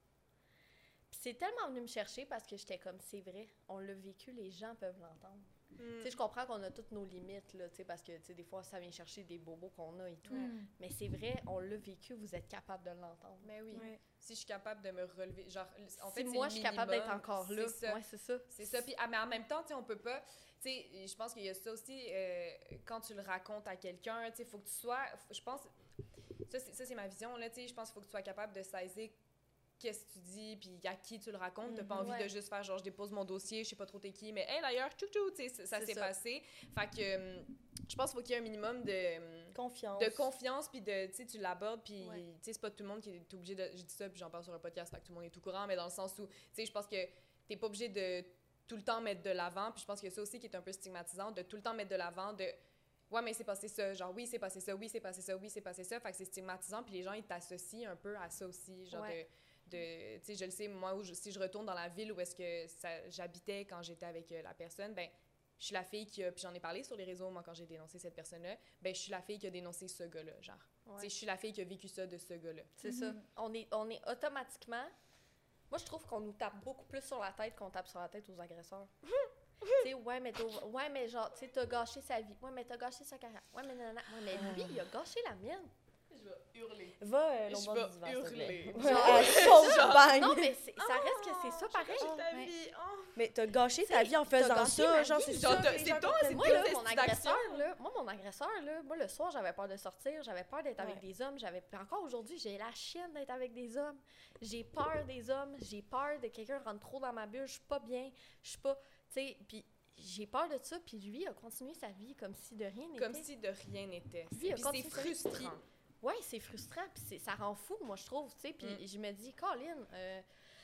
Speaker 4: Puis c'est tellement venu me chercher parce que j'étais comme « C'est vrai, on l'a vécu, les gens peuvent l'entendre ».
Speaker 5: Mm.
Speaker 4: Tu sais, je comprends qu'on a toutes nos limites, là, tu sais, parce que, tu sais, des fois, ça vient chercher des bobos qu'on a et tout.
Speaker 3: Mm.
Speaker 4: Mais c'est vrai, on l'a vécu, vous êtes capable de l'entendre.
Speaker 5: Mais oui.
Speaker 2: Ouais.
Speaker 5: Si je suis capable de me relever, genre, en fait,
Speaker 4: si
Speaker 5: c'est
Speaker 4: moi,
Speaker 5: le
Speaker 4: je suis capable d'être
Speaker 5: minimum,
Speaker 4: encore là,
Speaker 5: C'est ça.
Speaker 4: ouais, c'est ça.
Speaker 5: C'est ça. Puis, ah, mais en même temps, tu sais, on peut pas. Tu sais, je pense qu'il y a ça aussi, euh, quand tu le racontes à quelqu'un, tu sais, il faut que tu sois. Je pense. Ça, c'est, ça, c'est ma vision, là, tu sais. Je pense qu'il faut que tu sois capable de saisir qu'est-ce que tu dis, puis à qui tu le racontes. T'as pas
Speaker 2: Mhm.
Speaker 5: envie
Speaker 4: Ouais.
Speaker 5: de juste faire genre, je dépose mon dossier, je sais pas trop t'es qui, mais hey, d'ailleurs, tchou tchou, tu sais, ça, ça
Speaker 4: C'est
Speaker 5: s'est
Speaker 4: ça.
Speaker 5: passé. Fait que hum, je pense qu'il faut qu'il y ait un minimum de. hum,
Speaker 2: Confiance.
Speaker 5: de confiance, puis de, tu sais, tu l'abordes, puis,
Speaker 4: Ouais.
Speaker 5: tu sais, c'est pas tout le monde qui est obligé de... Je dis ça, puis j'en parle sur un podcast, fait que tout le monde est tout courant, mais dans le sens où, tu sais, je pense que t'es pas obligé de tout le temps mettre de l'avant, puis je pense que ça aussi qui est un peu stigmatisant, de tout le temps mettre de l'avant, de... Ouais, mais c'est passé ça, genre, oui, c'est passé ça, oui, c'est passé ça, oui, c'est passé ça, fait que c'est stigmatisant, puis les gens, ils t'associent un peu à ça aussi, genre
Speaker 4: Ouais.
Speaker 5: de... de tu sais, je le sais, moi, où je- si je retourne dans la ville où est-ce que ça- j'habitais quand j'étais avec euh, la personne, ben je suis la fille qui a, puis j'en ai parlé sur les réseaux, moi, quand j'ai dénoncé cette personne-là, ben je suis la fille qui a dénoncé ce gars-là, genre.
Speaker 4: Ouais.
Speaker 5: Tu sais, je suis la fille qui a vécu ça de ce gars-là.
Speaker 4: C'est ça. On est, on est automatiquement... Moi, je trouve qu'on nous tape beaucoup plus sur la tête qu'on tape sur la tête aux agresseurs. Tu sais, ouais, mais t'as- ouais, mais genre, tu sais, t'as gâché sa vie. Ouais, mais t'as gâché sa carrière. Ouais, mais nanana. Ouais, mais lui, il a gâché la mienne.
Speaker 5: Je vais hurler.
Speaker 2: Va euh,
Speaker 5: Je
Speaker 2: l'autre bord
Speaker 5: vais
Speaker 2: du divan, s'il te plaît.
Speaker 5: hurler.
Speaker 2: Ouais,
Speaker 4: Genre-
Speaker 2: elle saute, bang!
Speaker 4: Non, mais c'est- ça reste que c'est ça pareil.
Speaker 5: ta
Speaker 3: Ouais.
Speaker 5: vie, oh.
Speaker 2: Mais t'as gâché
Speaker 4: Tu
Speaker 2: ta
Speaker 4: sais,
Speaker 2: vie en
Speaker 4: t'as
Speaker 2: faisant
Speaker 4: gâché
Speaker 2: ça,
Speaker 4: ma
Speaker 2: genre,
Speaker 4: vie.
Speaker 2: c'est
Speaker 5: Genre,
Speaker 2: ça.
Speaker 5: t'as-
Speaker 2: que les
Speaker 5: c'est
Speaker 2: gens
Speaker 5: toi,
Speaker 2: comprennent
Speaker 5: c'est
Speaker 4: Moi,
Speaker 2: pas.
Speaker 4: là,
Speaker 5: tes
Speaker 4: mon
Speaker 5: petites actions.
Speaker 4: agresseur, là, moi, mon agresseur, là, moi, le soir, j'avais peur de sortir, j'avais peur d'être avec
Speaker 2: Ouais.
Speaker 4: des hommes, j'avais... puis encore aujourd'hui, j'ai la chienne d'être avec des hommes. J'ai peur des hommes, j'ai peur de quelqu'un rentre trop dans ma bulle, je suis pas bien, je suis pas... Tu sais, puis j'ai peur de ça, puis lui a continué sa vie comme si de rien n'était.
Speaker 5: Comme si de rien n'était.
Speaker 4: Lui, il a
Speaker 5: Puis c'est
Speaker 4: continué sa vie,
Speaker 5: frustrant.
Speaker 4: puis- Ouais, c'est frustrant, puis c'est- ça rend fou, moi, je trouve, tu sais. Puis
Speaker 5: Mm.
Speaker 4: je me dis, Colin, euh,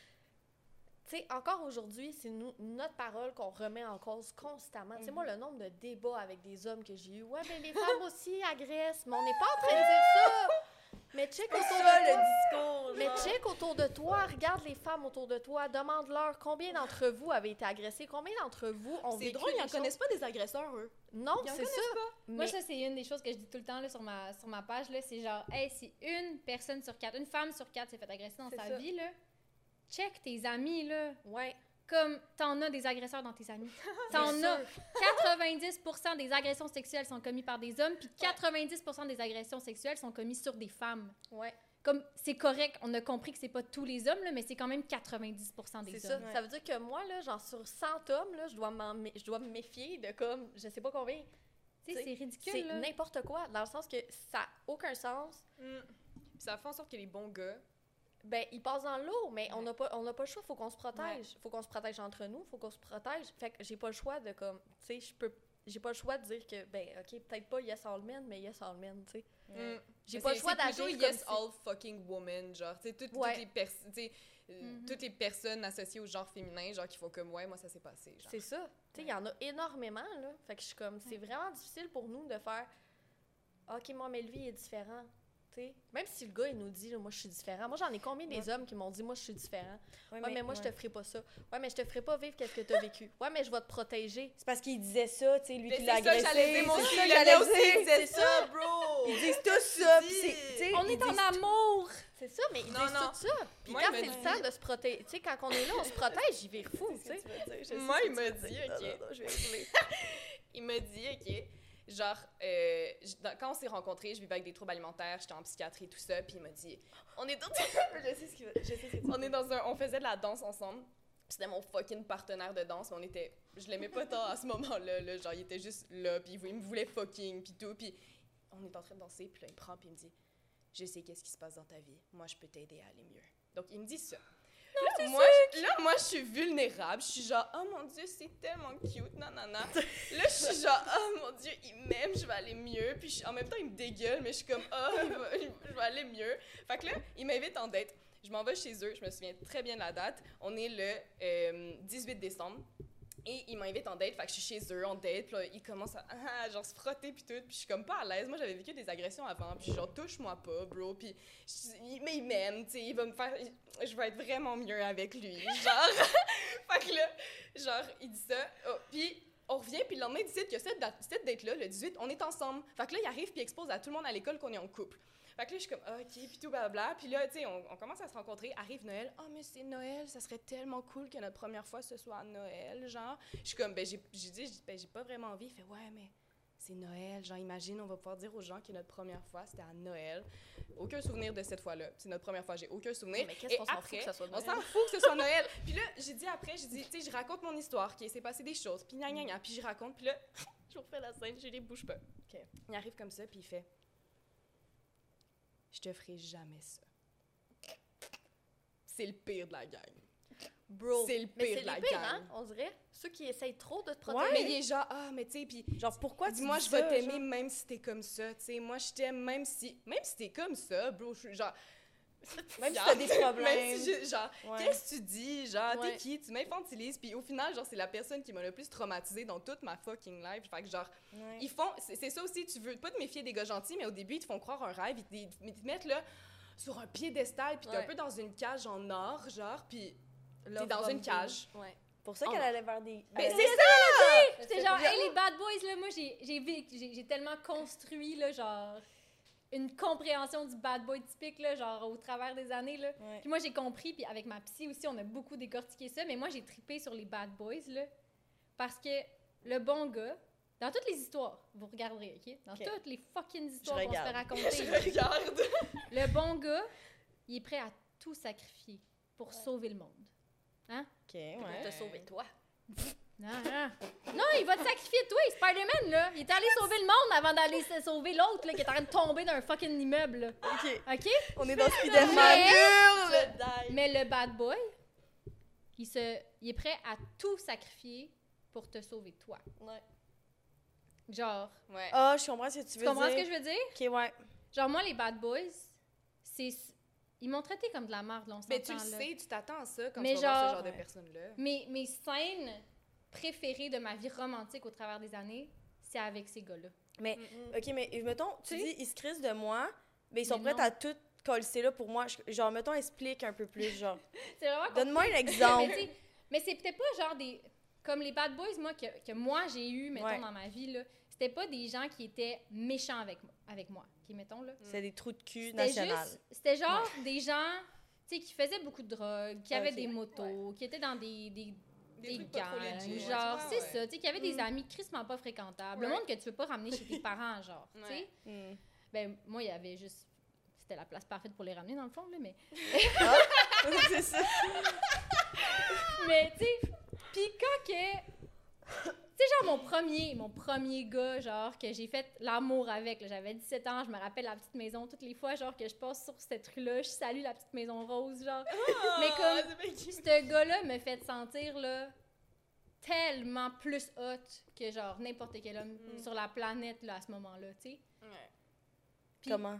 Speaker 4: tu sais, encore aujourd'hui, c'est nous, notre parole qu'on remet en cause constamment. Tu sais, moi, le nombre de débats avec des hommes que j'ai eu, ouais, mais les femmes aussi agressent, mais on n'est pas en train de dire ça. Mais check autour
Speaker 2: ça,
Speaker 4: de
Speaker 2: le
Speaker 4: toi.
Speaker 2: discours,
Speaker 4: Mais
Speaker 2: genre.
Speaker 4: check autour de toi, regarde les femmes autour de toi, demande-leur combien d'entre vous avez été agressés, combien d'entre vous ont
Speaker 5: C'est
Speaker 4: vécu
Speaker 5: drôle, ils
Speaker 4: des
Speaker 5: en
Speaker 4: choses-
Speaker 5: connaissent pas des agresseurs, eux.
Speaker 4: Non,
Speaker 5: Ils en
Speaker 4: c'est ça.
Speaker 3: Moi,
Speaker 4: Mais-
Speaker 3: ça, c'est une des choses que je dis tout le temps là, sur, ma, sur ma page. Là, c'est genre, hey, si une personne sur quatre, une femme sur quatre s'est fait agresser dans
Speaker 4: C'est
Speaker 3: sa
Speaker 4: ça.
Speaker 3: vie, là, check tes amis, là.
Speaker 4: Ouais.
Speaker 3: Comme t'en as des agresseurs dans tes amis.
Speaker 4: C'est
Speaker 3: T'en as.
Speaker 4: sûr.
Speaker 3: quatre-vingt-dix pour cent des agressions sexuelles sont commises par des hommes, puis quatre-vingt-dix pour cent des agressions sexuelles sont commises sur des femmes.
Speaker 4: Ouais.
Speaker 3: Comme, c'est correct, on a compris que c'est pas tous les hommes, là, mais c'est quand même quatre-vingt-dix pour cent des
Speaker 4: C'est ça.
Speaker 3: hommes.
Speaker 2: Ouais.
Speaker 4: Ça veut dire que moi, là, genre sur cent hommes, là, je dois, m'en mé- je dois me méfier de comme, je sais pas combien.
Speaker 3: Tu sais, c'est ridicule,
Speaker 4: C'est
Speaker 3: là.
Speaker 4: n'importe quoi, dans le sens que ça n'a aucun sens.
Speaker 5: Mm. Puis ça fait en sorte que les bons gars,
Speaker 4: Ben, ils passent dans l'eau, mais on
Speaker 5: Ouais.
Speaker 4: n'a pas, on n'a pas le choix, faut qu'on se protège. Faut qu'on se protège entre nous, faut qu'on se protège. Fait que j'ai pas le choix de comme, tu sais, je peux, j'ai pas le choix de dire que, ben, OK, peut-être pas yes all men, mais yes all men, tu sais.
Speaker 5: Mm.
Speaker 4: J'ai
Speaker 5: Mais
Speaker 4: pas le
Speaker 5: c'est-
Speaker 4: choix
Speaker 5: c'est
Speaker 4: d'agir
Speaker 5: plutôt
Speaker 4: comme
Speaker 5: yes
Speaker 4: si-
Speaker 5: all fucking woman, genre, tu sais, toutes,
Speaker 4: Ouais.
Speaker 5: toutes les personnes, tu sais, euh,
Speaker 3: Mhm.
Speaker 5: toutes les personnes associées au genre féminin, genre, qui font comme, ouais, moi, ça s'est passé, genre.
Speaker 4: C'est ça. Tu sais, il y en a énormément, là. Fait que je suis comme, c'est vraiment difficile pour nous de faire, OK, moi, mais lui, il est différent. Tu sais, même si le gars, il nous dit, là, moi, je suis différent. Moi, j'en ai combien des hommes qui m'ont dit, moi, je suis différent. Ouais, mais, moi, je te ferai pas ça. Ouais, mais je te ferai pas vivre qu'est-ce que tu as vécu. Ouais, mais je vais te protéger.
Speaker 2: C'est parce qu'il disait ça, tu sais, lui
Speaker 5: Mais
Speaker 2: qui
Speaker 5: c'est
Speaker 2: l'a
Speaker 5: ça que
Speaker 2: agressé.
Speaker 5: j'allais dire, moi
Speaker 2: c'est
Speaker 5: aussi,
Speaker 2: ça que
Speaker 5: il y en a
Speaker 2: j'allais
Speaker 5: aussi qui
Speaker 2: dire,
Speaker 5: disaient
Speaker 2: c'est
Speaker 5: ça, bro!
Speaker 2: Ils disent tout ça,
Speaker 5: dis.
Speaker 2: pis c'est, tu sais,
Speaker 3: On
Speaker 2: ils
Speaker 3: est en
Speaker 2: disent-
Speaker 3: amour!
Speaker 4: C'est ça, mais ils
Speaker 5: Non,
Speaker 4: disent
Speaker 5: non.
Speaker 4: tout ça. Puis
Speaker 5: Moi,
Speaker 4: quand
Speaker 5: il
Speaker 4: c'est
Speaker 5: m'a
Speaker 4: le
Speaker 5: dit-
Speaker 4: temps de se protéger, tu sais, quand on est là, on se protège, il vire fou, tu sais.
Speaker 5: Moi, il m'a dit, OK. Il m'a dit, OK, genre, euh, j- dans- quand on s'est rencontrés, je vivais avec des troubles alimentaires, j'étais en psychiatrie, tout ça, puis il m'a dit, on est dans... je sais ce qu'il veut- je sais ce que tu On est dans un... On faisait de la danse ensemble, puis c'était mon fucking partenaire de danse, mais on était... Je l'aimais pas tant à ce moment-là, là, genre, il était juste là, puis il vou- il me voulait fucking, puis tout, puis on est en train de danser, puis là, il me prend, puis il me dit, je sais qu'est-ce qui se passe dans ta vie, moi, je peux t'aider à aller mieux. Donc, il me dit ça. Là, moi, je, là, moi, je suis vulnérable. Je suis genre, oh mon Dieu, c'est tellement cute, nanana. Là, je suis genre, oh mon Dieu, il m'aime, je vais aller mieux. Puis je- en même temps, il me dégueule, mais je suis comme, oh, il va- il- je vais aller mieux. Fait que là, il m'invite en date. Je m'en vais chez eux, je me souviens très bien de la date. On est le euh, dix-huit décembre. Et il m'invite en date, fait que je suis chez eux en date, puis là, il commence à ah, genre se frotter puis tout, puis je suis comme pas à l'aise. Moi, j'avais vécu des agressions avant, puis genre touche-moi pas, bro, puis je- il- mais il m'aime, tu sais, il va me faire je vais être vraiment mieux avec lui, genre. Fait que là, genre il dit ça, oh, puis on revient, puis le lendemain, il décide que cette date- cette date-là, le dix-huit, on est ensemble. Fait que là, il arrive puis il expose à tout le monde à l'école qu'on est en couple. Fait que là, je suis comme, ah, OK, puis tout blabla. Puis là, tu sais, on, on commence à se rencontrer. Arrive Noël. Oh, mais c'est Noël, ça serait tellement cool que notre première fois, ce soit à Noël, genre. Je suis comme, ben, j'ai j'ai dit, j'ai dit, ben, j'ai pas vraiment envie. Il fait, ouais, mais c'est Noël. Genre, imagine, on va pouvoir dire aux gens que notre première fois, c'était à Noël. Aucun souvenir de cette fois-là. C'est notre première fois, j'ai aucun souvenir.
Speaker 4: Mais qu'est-ce
Speaker 5: Et
Speaker 4: qu'on s'en fout
Speaker 5: après,
Speaker 4: que ça soit
Speaker 5: on
Speaker 4: Noël?
Speaker 5: s'en fout que ce soit Noël. Puis là, j'ai dit après, j'ai dit, tu sais, je raconte mon histoire, qu'il s'est passé des choses. Puis gna gna gna. Puis je raconte. Puis là, je refais la scène, je les bouge pas.
Speaker 2: OK.
Speaker 5: Il arrive comme ça, puis il fait, je te ferai jamais ça. C'est le pire de la gang.
Speaker 4: Bro.
Speaker 5: C'est le
Speaker 4: Mais
Speaker 5: pire
Speaker 4: c'est
Speaker 5: de la
Speaker 4: les pires,
Speaker 5: gang.
Speaker 4: hein, on dirait. Ceux qui essayent trop de te
Speaker 2: Ouais.
Speaker 4: protéger.
Speaker 5: Mais il est genre, ah, mais tu sais, puis
Speaker 2: Genre, pourquoi tu
Speaker 5: dis-moi,
Speaker 2: dis
Speaker 5: je vais
Speaker 2: ça,
Speaker 5: t'aimer
Speaker 2: genre?
Speaker 5: même si t'es comme ça, tu sais. Moi, je t'aime même si, même si t'es comme ça, bro. Je suis genre,
Speaker 2: Même si t'as des problèmes.
Speaker 5: Même si je- genre,
Speaker 2: Ouais.
Speaker 5: qu'est-ce que tu dis? Genre,
Speaker 4: Ouais.
Speaker 5: t'es qui? Tu m'infantilises. Puis au final, genre, c'est la personne qui m'a le plus traumatisée dans toute ma fucking life. Fait que genre,
Speaker 2: Ouais.
Speaker 5: ils font, c'est c'est ça aussi, tu veux pas te méfier des gars gentils, mais au début, ils te font croire un rêve, ils te, ils te mettent là sur un piédestal, puis t'es
Speaker 4: Ouais.
Speaker 5: un peu dans une cage en or, genre, puis t'es
Speaker 4: Love
Speaker 5: dans une
Speaker 4: bombing.
Speaker 5: cage.
Speaker 4: Ouais.
Speaker 2: Pour ça
Speaker 5: Oh
Speaker 2: qu'elle
Speaker 5: non.
Speaker 2: allait vers des...
Speaker 5: Ben,
Speaker 2: elle
Speaker 5: c'est
Speaker 2: allait-
Speaker 5: ça!
Speaker 3: J'étais genre, hey, les bad boys, là, moi, j'ai, j'ai, vécu- j'ai, j'ai tellement construit, là, genre, une compréhension du bad boy typique, là, genre, au travers des années, là.
Speaker 2: Ouais.
Speaker 3: Puis moi, j'ai compris, puis avec ma psy aussi, on a beaucoup décortiqué ça, mais moi, j'ai trippé sur les bad boys, là, parce que le bon gars, dans toutes les histoires, vous regarderez, OK? Dans
Speaker 2: OK.
Speaker 3: toutes les fucking histoires qu'on se
Speaker 2: regarde.
Speaker 3: fait raconter,
Speaker 5: Je
Speaker 3: là,
Speaker 5: regarde.
Speaker 3: le bon gars, il est prêt à tout sacrifier pour sauver le monde. Hein?
Speaker 2: OK, ouais.
Speaker 4: Pour te sauver toi.
Speaker 3: Non, non. Non, il va te sacrifier toi, Spider-Man, là. Il est allé sauver le monde avant d'aller se sauver l'autre, là, qui est en train de tomber d'un fucking immeuble, là.
Speaker 2: OK.
Speaker 3: OK?
Speaker 2: On est dans Spider-Man.
Speaker 3: Mais-
Speaker 2: Hurle!
Speaker 3: Mais le bad boy, il, se, il est prêt à tout sacrifier pour te sauver toi.
Speaker 4: Ouais.
Speaker 3: Genre,
Speaker 5: Ouais.
Speaker 2: Ah, je comprends ce que tu
Speaker 3: tu
Speaker 2: veux
Speaker 3: comprends
Speaker 2: dire.
Speaker 3: ce que je veux dire?
Speaker 2: OK, ouais.
Speaker 3: Genre, moi, les bad boys, c'est... Ils m'ont traité comme de la merde, là, on
Speaker 5: Mais tu
Speaker 3: s'entend,
Speaker 5: le
Speaker 3: là.
Speaker 5: sais, tu t'attends à ça quand
Speaker 3: Mais
Speaker 5: tu vas voir ce
Speaker 3: genre-
Speaker 5: genre de
Speaker 2: Ouais.
Speaker 5: personnes-là.
Speaker 3: Mes, mes scènes préférées de ma vie romantique au travers des années, c'est avec ces gars-là.
Speaker 2: Mais,
Speaker 4: Mm-mm.
Speaker 2: OK, mais mettons, tu
Speaker 3: Tu sais?
Speaker 2: dis, ils se crissent de moi, mais ils sont
Speaker 3: Mais
Speaker 2: prêts
Speaker 3: non.
Speaker 2: à tout coller là pour moi. Je- Genre, mettons, explique un peu plus, genre.
Speaker 3: C'est vraiment
Speaker 2: Donne-moi un
Speaker 3: mais,
Speaker 2: exemple.
Speaker 3: tu sais, mais c'est peut-être pas genre des... Comme les bad boys, moi, que, que moi, j'ai eu, mettons,
Speaker 2: Ouais.
Speaker 3: dans ma vie, là, c'était pas des gens qui étaient méchants avec, moi- avec moi, qui, mettons, là.
Speaker 2: C'est des trous de cul
Speaker 3: C'était
Speaker 2: national.
Speaker 3: juste... C'était genre des gens, tu sais, qui faisaient beaucoup de drogue, qui avaient
Speaker 2: Ok.
Speaker 3: des motos, qui étaient dans des... des
Speaker 5: Des
Speaker 3: des
Speaker 5: trucs pas trop
Speaker 3: gangs,
Speaker 5: legit.
Speaker 3: genre,
Speaker 5: Ouais,
Speaker 3: c'est
Speaker 5: ouais.
Speaker 3: ça, tu sais, qui avaient des
Speaker 2: Mm.
Speaker 3: amis crissement pas fréquentables, le
Speaker 5: Ouais.
Speaker 3: monde que tu veux pas ramener chez tes parents, genre, tu sais.
Speaker 5: Ouais.
Speaker 2: Hmm.
Speaker 3: Ben, moi, il y avait juste... C'était la place parfaite pour les ramener, dans le fond, là, mais...
Speaker 2: C'est ça.
Speaker 3: Mais, tu sais, pis quand que... Tu sais, genre, mon premier, mon premier gars, genre, que j'ai fait l'amour avec, là, j'avais dix-sept ans, je me rappelle la petite maison, toutes les fois, genre, que je passe sur cette rue-là, je salue la petite maison rose, genre. Mais comme,
Speaker 5: Ah, c'est bien cute.
Speaker 3: ce gars-là me fait sentir, là, tellement plus hot que genre n'importe quel homme
Speaker 4: Mm.
Speaker 3: sur la planète là, à ce moment-là, tu sais.
Speaker 4: Ouais.
Speaker 3: Puis
Speaker 2: Comment?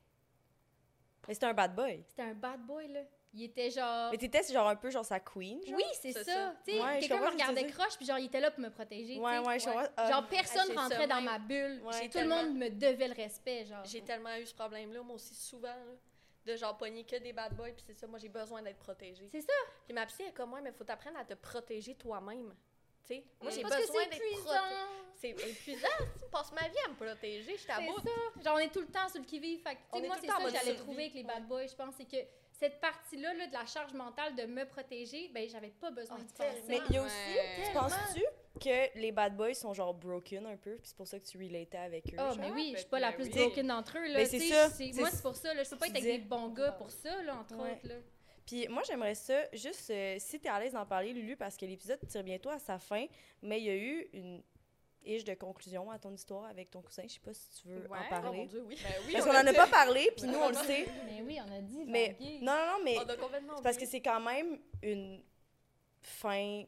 Speaker 2: Mais c'était un bad boy.
Speaker 3: c'était un bad boy, là. Il était genre...
Speaker 2: Mais t'étais genre un peu genre sa queen, genre?
Speaker 3: Oui, c'est
Speaker 4: C'est
Speaker 3: ça.
Speaker 4: ça.
Speaker 3: Tu sais,
Speaker 2: Ouais, je
Speaker 3: quelqu'un me
Speaker 2: comprends ce que tu
Speaker 3: regardait
Speaker 2: veux dire.
Speaker 3: croche, puis genre, il était là pour me protéger, tu
Speaker 2: Ouais,
Speaker 3: sais.
Speaker 2: ouais, je
Speaker 4: Ouais.
Speaker 2: comprends. Ah,
Speaker 3: Genre, personne
Speaker 4: Ah, c'est
Speaker 3: rentrait
Speaker 4: ça,
Speaker 3: dans
Speaker 4: même.
Speaker 3: ma bulle.
Speaker 2: Ouais.
Speaker 4: J'ai
Speaker 3: Tout le
Speaker 4: tellement-
Speaker 3: monde me devait le respect, genre.
Speaker 4: J'ai tellement eu ce problème-là, moi aussi, souvent, là, de genre pogner que des bad boys, puis c'est ça, moi, j'ai besoin d'être protégée.
Speaker 3: C'est ça.
Speaker 4: Puis ma psy est comme moi, mais faut t'apprendre à te protéger toi-même. Tu sais, moi,
Speaker 3: Mm.
Speaker 4: j'ai
Speaker 3: Parce que
Speaker 4: besoin
Speaker 3: c'est
Speaker 4: d'être
Speaker 3: épuisant.
Speaker 4: protégée. C'est épuisant, tu passes ma vie à me protéger, je
Speaker 3: C'est
Speaker 4: t'aboute.
Speaker 3: ça. Genre, on est tout le temps sur le qui-vive. Fait que, tu
Speaker 4: On
Speaker 3: sais,
Speaker 4: est
Speaker 3: moi,
Speaker 4: tout
Speaker 3: c'est
Speaker 4: le temps
Speaker 3: ça
Speaker 4: en
Speaker 3: que
Speaker 4: mode
Speaker 3: j'allais
Speaker 4: survie.
Speaker 3: trouver avec les
Speaker 4: Ouais.
Speaker 3: bad boys. Je pense, c'est que cette partie-là là, de la charge mentale de me protéger, ben j'avais pas besoin
Speaker 4: Ah,
Speaker 3: d'y penser.
Speaker 2: Mais il y a aussi,
Speaker 1: Ouais.
Speaker 2: tu penses-tu que les bad boys sont genre broken un peu, puis c'est pour ça que tu relatais avec eux?
Speaker 3: Ah,
Speaker 2: genre?
Speaker 3: mais oui, je suis
Speaker 1: fait
Speaker 3: pas
Speaker 1: que
Speaker 3: la plus
Speaker 1: oui.
Speaker 3: broken d'entre eux, là.
Speaker 2: Ben, c'est
Speaker 3: tu sais,
Speaker 2: ça,
Speaker 3: c'est-
Speaker 2: c'est
Speaker 3: Moi,
Speaker 2: ça.
Speaker 3: c'est pour ça, là. Je peux pas
Speaker 2: Tu
Speaker 3: être avec
Speaker 2: disais.
Speaker 3: des bons gars pour ça, là, entre
Speaker 2: Ouais.
Speaker 3: autres, là.
Speaker 2: Puis moi, j'aimerais ça, juste euh, si t'es à l'aise d'en parler, Lulu, parce que l'épisode tire bientôt à sa fin, mais il y a eu une iche de conclusion à ton histoire avec ton cousin. Je sais pas si tu veux
Speaker 1: Ouais.
Speaker 2: en
Speaker 4: Oh mon
Speaker 2: parler.
Speaker 4: Dieu, oui.
Speaker 1: Ben oui,
Speaker 2: Parce
Speaker 1: on
Speaker 2: qu'on
Speaker 1: a
Speaker 2: en a
Speaker 1: dit-
Speaker 2: pas parlé, puis nous, on le sait.
Speaker 3: Mais oui, on a dit
Speaker 2: Mais
Speaker 3: vaguer.
Speaker 2: non, non, non, mais
Speaker 4: On a complètement
Speaker 2: c'est parce que
Speaker 4: oublié.
Speaker 2: c'est quand même une fin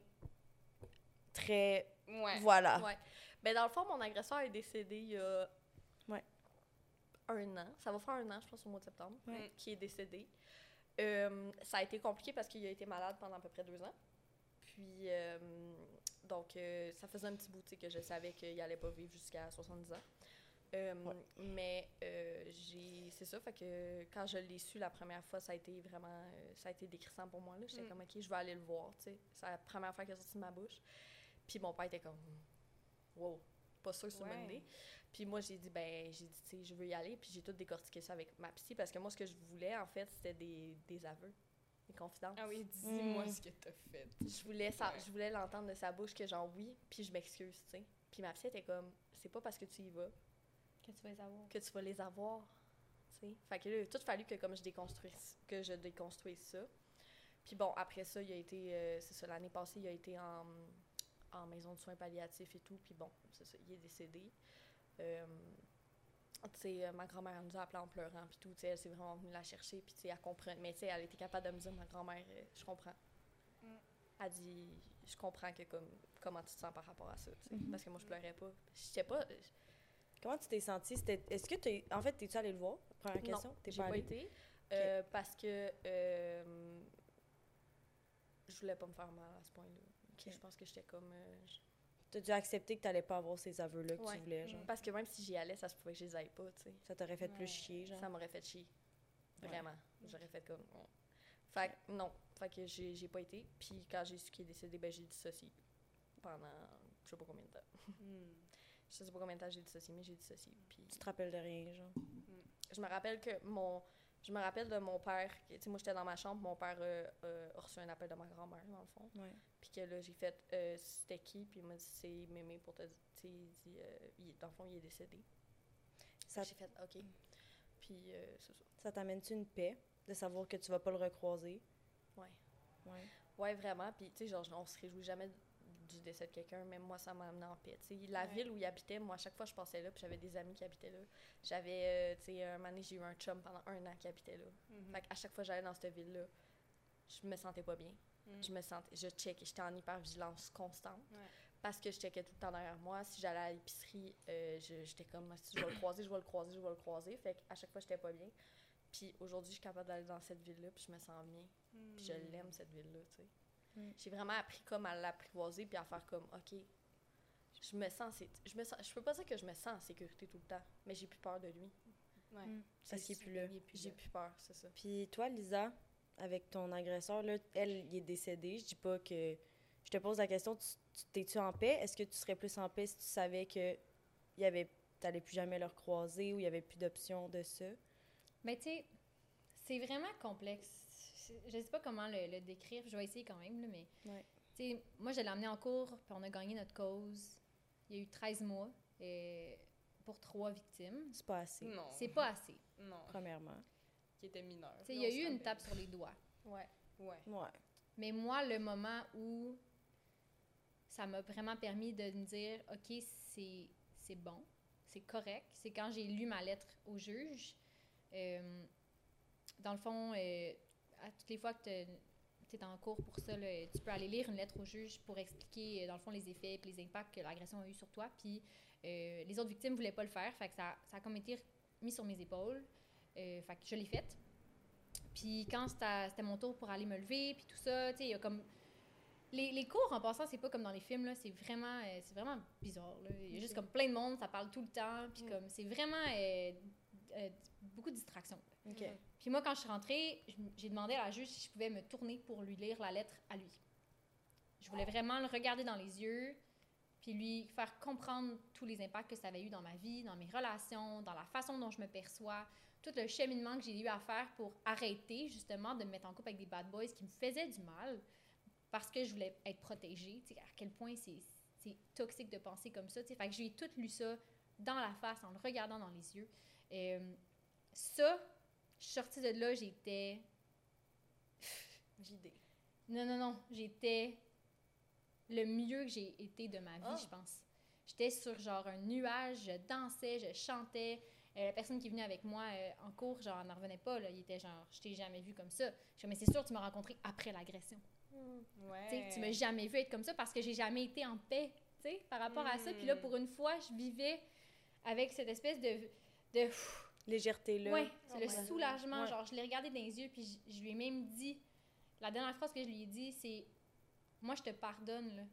Speaker 2: très...
Speaker 1: Ouais.
Speaker 2: Voilà.
Speaker 4: Ouais. Ben, dans le fond, mon agresseur est décédé il y a
Speaker 2: Ouais.
Speaker 4: un an. Ça va faire un an, je pense, au mois de septembre,
Speaker 2: Ouais.
Speaker 4: qui est décédé. Euh, ça a été compliqué parce qu'il a été malade pendant à peu près deux ans. Puis, euh, donc, euh, ça faisait un petit bout, tu sais, que je savais qu'il allait pas vivre jusqu'à soixante-dix ans. Euh,
Speaker 2: Ouais.
Speaker 4: Mais euh, j'ai c'est ça, fait que quand je l'ai su la première fois, ça a été vraiment, euh, ça a été décrissant pour moi, là. J'étais
Speaker 1: Mm.
Speaker 4: comme, OK, je vais aller le voir, tu sais. C'est la première fois qu'il est sorti de ma bouche. Puis mon père était comme, wow, pas sûr que c'est une bonne
Speaker 1: Ouais.
Speaker 4: idée. Puis moi, j'ai dit, ben, j'ai dit, tu sais, je veux y aller. Puis j'ai tout décortiqué ça avec ma psy, parce que moi, ce que je voulais, en fait, c'était des, des aveux, des confidences.
Speaker 1: Ah oui, dis-moi
Speaker 2: Mm.
Speaker 1: ce que t'as fait.
Speaker 4: Je voulais, ça,
Speaker 1: Ouais.
Speaker 4: je voulais l'entendre de sa bouche que genre oui, puis je m'excuse, tu sais. Puis ma psy était comme, c'est pas parce que tu y vas
Speaker 3: Que tu vas les avoir.
Speaker 4: que tu vas les avoir, tu sais. Fait que là, il a tout fallu que comme je déconstruise, que je déconstruise ça. Puis bon, après ça, il a été, euh, c'est ça, l'année passée, il a été en, en maison de soins palliatifs et tout, puis bon, c'est ça, il est décédé. Euh, tu sais, euh, ma grand-mère elle nous a appelé en pleurant, puis tout, tu sais, elle s'est vraiment venue la chercher, puis tu sais, elle comprend, mais tu sais, elle était capable de me dire, ma grand-mère, euh, je comprends.
Speaker 1: Mm.
Speaker 4: Elle dit, je comprends que comme, comment tu te sens par rapport à ça, tu sais,
Speaker 2: Mhm.
Speaker 4: parce que moi, je pleurais pas. Je sais pas,
Speaker 2: Comment tu t'es sentie? C'était... Est-ce que t'es... En fait, t'es-tu allée le voir? Première question.
Speaker 4: non,
Speaker 2: T'es
Speaker 4: j'ai pas
Speaker 2: allée?
Speaker 4: été, euh, parce que euh, je voulais pas me faire mal à ce point-là.
Speaker 2: Ok.
Speaker 4: Je pense que j'étais comme... euh, je-
Speaker 2: T'as dû accepter que t'allais pas avoir ces aveux-là que
Speaker 4: Ouais.
Speaker 2: tu voulais, genre.
Speaker 4: Parce que même si j'y allais, ça se pouvait que je les aille pas, tu sais.
Speaker 2: Ça t'aurait fait plus
Speaker 1: Ouais.
Speaker 2: chier, genre.
Speaker 4: Ça m'aurait fait chier.
Speaker 2: Ouais.
Speaker 4: Vraiment. J'aurais fait comme... oh. Fait que non. Fait que j'ai j'ai pas été. Puis quand j'ai su qu'il est décédé, ben j'ai dissocié. Pendant je sais pas combien de temps.
Speaker 1: Hmm.
Speaker 4: Je sais pas combien de temps j'ai dissocié, mais j'ai dissocié. Puis
Speaker 2: Tu te rappelles de rien, genre.
Speaker 4: je me rappelle que mon... Je me rappelle de mon père. Tu sais, moi, j'étais dans ma chambre. Mon père euh, euh, a reçu un appel de ma grand-mère, dans le fond.
Speaker 2: Ouais.
Speaker 4: Puis que là, j'ai fait euh, c'était qui? Puis il m'a dit c'est Mémé pour te dire. Tu sais, il dit, euh, il, dans le fond, il est décédé.
Speaker 2: Ça,
Speaker 4: J'ai fait OK. Puis euh, c'est ça.
Speaker 2: ça t'amène-tu une paix de savoir que tu vas pas le recroiser?
Speaker 4: Ouais.
Speaker 2: Ouais.
Speaker 4: Ouais, vraiment. Puis, tu sais, genre, on se réjouit jamais du décès de quelqu'un, mais moi, ça m'a amené en paix. Tu sais, la
Speaker 1: Ouais.
Speaker 4: ville où il habitait, moi, à chaque fois, je passais là, puis j'avais des amis qui habitaient là. J'avais, euh, tu sais, un moment donné, j'ai eu un chum pendant un an qui habitait là.
Speaker 1: Mhm.
Speaker 4: Fait qu'à chaque fois que j'allais dans cette ville-là, je me sentais pas bien.
Speaker 1: Mm.
Speaker 4: Je me sentais, je checkais, j'étais en hypervigilance constante.
Speaker 1: Ouais.
Speaker 4: Parce que je checkais tout le temps derrière moi. Si j'allais à l'épicerie, euh, je- j'étais comme, si je vais le croiser, je vais le croiser, je vais le croiser. Fait qu'à chaque fois, j'étais pas bien. Puis aujourd'hui, je suis capable d'aller dans cette ville-là, puis je me sens bien. Puis je
Speaker 1: Hmm.
Speaker 4: l'aime, cette ville-là, tu sais.
Speaker 2: Mm.
Speaker 4: J'ai vraiment appris comme à l'apprivoiser, puis à faire comme, OK, je me sens, c'est- je me sens, je peux pas dire que je me sens en sécurité tout le temps, mais j'ai plus peur de lui.
Speaker 1: Ouais.
Speaker 2: Mm. Parce
Speaker 4: C'est-
Speaker 2: qu'il est plus là.
Speaker 1: Il est plus
Speaker 4: J'ai
Speaker 1: là.
Speaker 4: plus peur, c'est ça.
Speaker 2: Puis toi, Lisa, avec ton agresseur, là, elle, il est décédé. Je dis pas que... Je te pose la question, tu, tu- t'es-tu en paix? Est-ce que tu serais plus en paix si tu savais que il y avait, t'allais plus jamais le recroiser ou il y avait plus d'options de ça?
Speaker 3: Mais tu sais, c'est vraiment complexe. Je sais pas comment le, le décrire. Je vais essayer quand même, là, mais...
Speaker 2: Ouais.
Speaker 3: Tu sais, moi, je l'ai emmené en cours, puis on a gagné notre cause. Il y a eu treize mois euh, pour trois victimes.
Speaker 2: C'est pas assez,
Speaker 1: Non.
Speaker 3: C'est pas assez.
Speaker 1: Non.
Speaker 2: premièrement.
Speaker 1: Qui était mineur.
Speaker 3: Tu sais, il y a eu une tape sur les doigts.
Speaker 4: Ouais.
Speaker 1: Ouais.
Speaker 2: Ouais.
Speaker 3: Mais moi, le moment où ça m'a vraiment permis de me dire, OK, c'est, c'est bon, c'est correct, c'est quand j'ai lu ma lettre au juge. Euh, dans le fond, euh, à toutes les fois que tu tu es en cours pour ça, là, tu peux aller lire une lettre au juge pour expliquer, euh, dans le fond, les effets et les impacts que l'agression a eu sur toi. Puis euh, les autres victimes ne voulaient pas le faire, fait que ça, ça a comme été mis sur mes épaules. Euh, fait que je l'ai faite. Puis quand c'était, c'était mon tour pour aller me lever, puis tout ça, tu sais, il y a comme... Les, les cours, en passant, c'est pas comme dans les films, là, c'est vraiment, euh, c'est vraiment bizarre, là. Il y a
Speaker 2: Okay.
Speaker 3: juste comme plein de monde, ça parle tout le temps, puis
Speaker 2: Mm.
Speaker 3: comme, c'est vraiment euh, euh, beaucoup de distractions.
Speaker 2: OK.
Speaker 3: Puis moi, quand je suis rentrée, je m- j'ai demandé à la juge si je pouvais me tourner pour lui lire la lettre à lui. Je voulais vraiment le regarder dans les yeux, puis lui faire comprendre tous les impacts que ça avait eu dans ma vie, dans mes relations, dans la façon dont je me perçois, tout le cheminement que j'ai eu à faire pour arrêter, justement, de me mettre en couple avec des bad boys qui me faisaient du mal parce que je voulais être protégée. Tu sais, à quel point c'est, c'est toxique de penser comme ça. Tu sais. Fait que j'ai tout lu ça dans la face, en le regardant dans les yeux. Euh, ça, je suis sortie de là, j'étais...
Speaker 2: Vidé.
Speaker 3: Non, non, non. J'étais le mieux que j'ai été de ma vie,
Speaker 2: Ah.
Speaker 3: je pense. J'étais sur genre un nuage, je dansais, je chantais. Euh, la personne qui est venue avec moi euh, en cours, genre, elle n'en revenait pas. Là. Il était genre, je t'ai jamais vu comme ça. Je dis, mais c'est sûr, tu m'as rencontré après l'agression.
Speaker 5: Ouais.
Speaker 3: Tu sais, tu m'as jamais vu être comme ça parce que j'ai jamais été en paix, tu sais, par rapport à ça. Puis là, pour une fois, je vivais avec cette espèce de... de
Speaker 2: Légèreté, là.
Speaker 3: ouais,
Speaker 2: Oh
Speaker 3: c'est le
Speaker 2: my God.
Speaker 3: soulagement.
Speaker 2: Ouais.
Speaker 3: Genre, je l'ai regardé dans les yeux, puis je, je lui ai même dit... La dernière phrase que je lui ai dit, c'est... Moi, je te pardonne, là.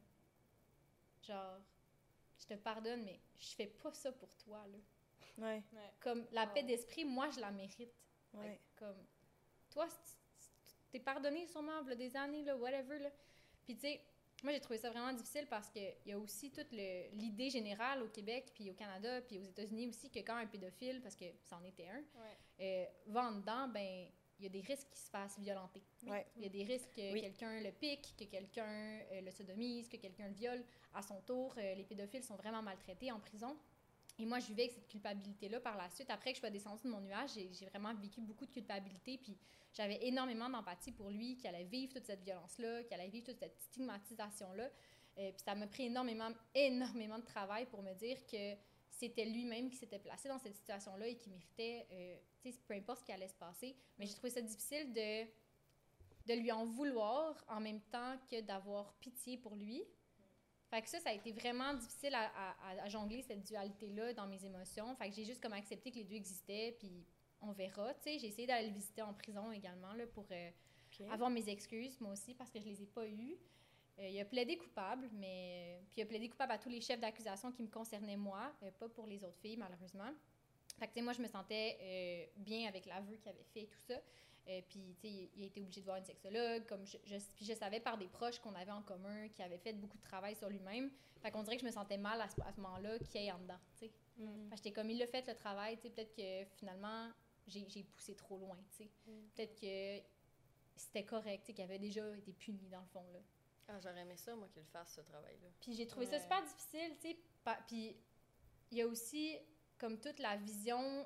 Speaker 3: Genre, je te pardonne, mais je fais pas ça pour toi, là.
Speaker 2: Ouais,
Speaker 3: Comme, la
Speaker 5: Oh.
Speaker 3: paix d'esprit, moi, je la mérite. Fait
Speaker 2: ouais.
Speaker 3: que, comme, toi, c'est- c'est- t'es pardonné sûrement, il y a des années, là, whatever, là. Puis, tu sais, moi, j'ai trouvé ça vraiment difficile parce qu'il y a aussi toute le- l'idée générale au Québec, puis au Canada, puis aux États-Unis aussi, que quand un pédophile, parce que c'en était un,
Speaker 5: Ouais.
Speaker 3: euh, va en dedans, ben il y a des risques qu'il se fasse violenter.
Speaker 2: Ouais.
Speaker 3: Il y a des risques que
Speaker 2: Oui.
Speaker 3: quelqu'un le pique, que quelqu'un euh, le sodomise, que quelqu'un le viole. À son tour, euh, les pédophiles sont vraiment maltraités en prison. Et moi, je vivais avec cette culpabilité-là par la suite. Après que je sois descendue de mon nuage, j'ai, j'ai vraiment vécu beaucoup de culpabilité. Puis j'avais énormément d'empathie pour lui, qui allait vivre toute cette violence-là, qui allait vivre toute cette stigmatisation-là. Euh, puis ça m'a pris énormément, énormément de travail pour me dire que c'était lui-même qui s'était placé dans cette situation-là et qui méritait, euh, tu sais, peu importe ce qui allait se passer. Mais j'ai trouvé ça difficile de, de lui en vouloir en même temps que d'avoir pitié pour lui. Fait que ça, ça a été vraiment difficile à, à, à jongler cette dualité-là dans mes émotions. Fait que j'ai juste comme accepté que les deux existaient, puis on verra. Tu sais, j'ai essayé d'aller le visiter en prison également là, pour euh,
Speaker 2: OK.
Speaker 3: avoir mes excuses, moi aussi, parce que je les ai pas eues. Euh, il a plaidé coupable, mais... Puis il a plaidé coupable à tous les chefs d'accusation qui me concernaient moi, euh, pas pour les autres filles, malheureusement. Fait que, tu sais, moi, je me sentais euh, bien avec l'aveu qu'il avait fait et tout ça. Euh, puis, tu sais, il, il a été obligé de voir une sexologue. Comme je, je, puis je savais par des proches qu'on avait en commun, qui avaient fait beaucoup de travail sur lui-même. Fait qu'on dirait que je me sentais mal à ce, à ce moment-là qu'il aille en dedans, tu sais.
Speaker 2: Mm.
Speaker 3: Fait que j'étais comme, il l'a fait, le travail, tu sais, peut-être que finalement, j'ai, j'ai poussé trop loin, tu sais.
Speaker 2: Mm.
Speaker 3: Peut-être que c'était correct, tu sais, qu'il avait déjà été puni, dans le fond, là.
Speaker 4: Ah, j'aurais aimé ça, moi, qu'il fasse ce travail-là.
Speaker 3: Puis j'ai trouvé ça
Speaker 5: Ouais.
Speaker 3: super difficile, tu sais. pa- Puis il y a aussi, comme toute la vision,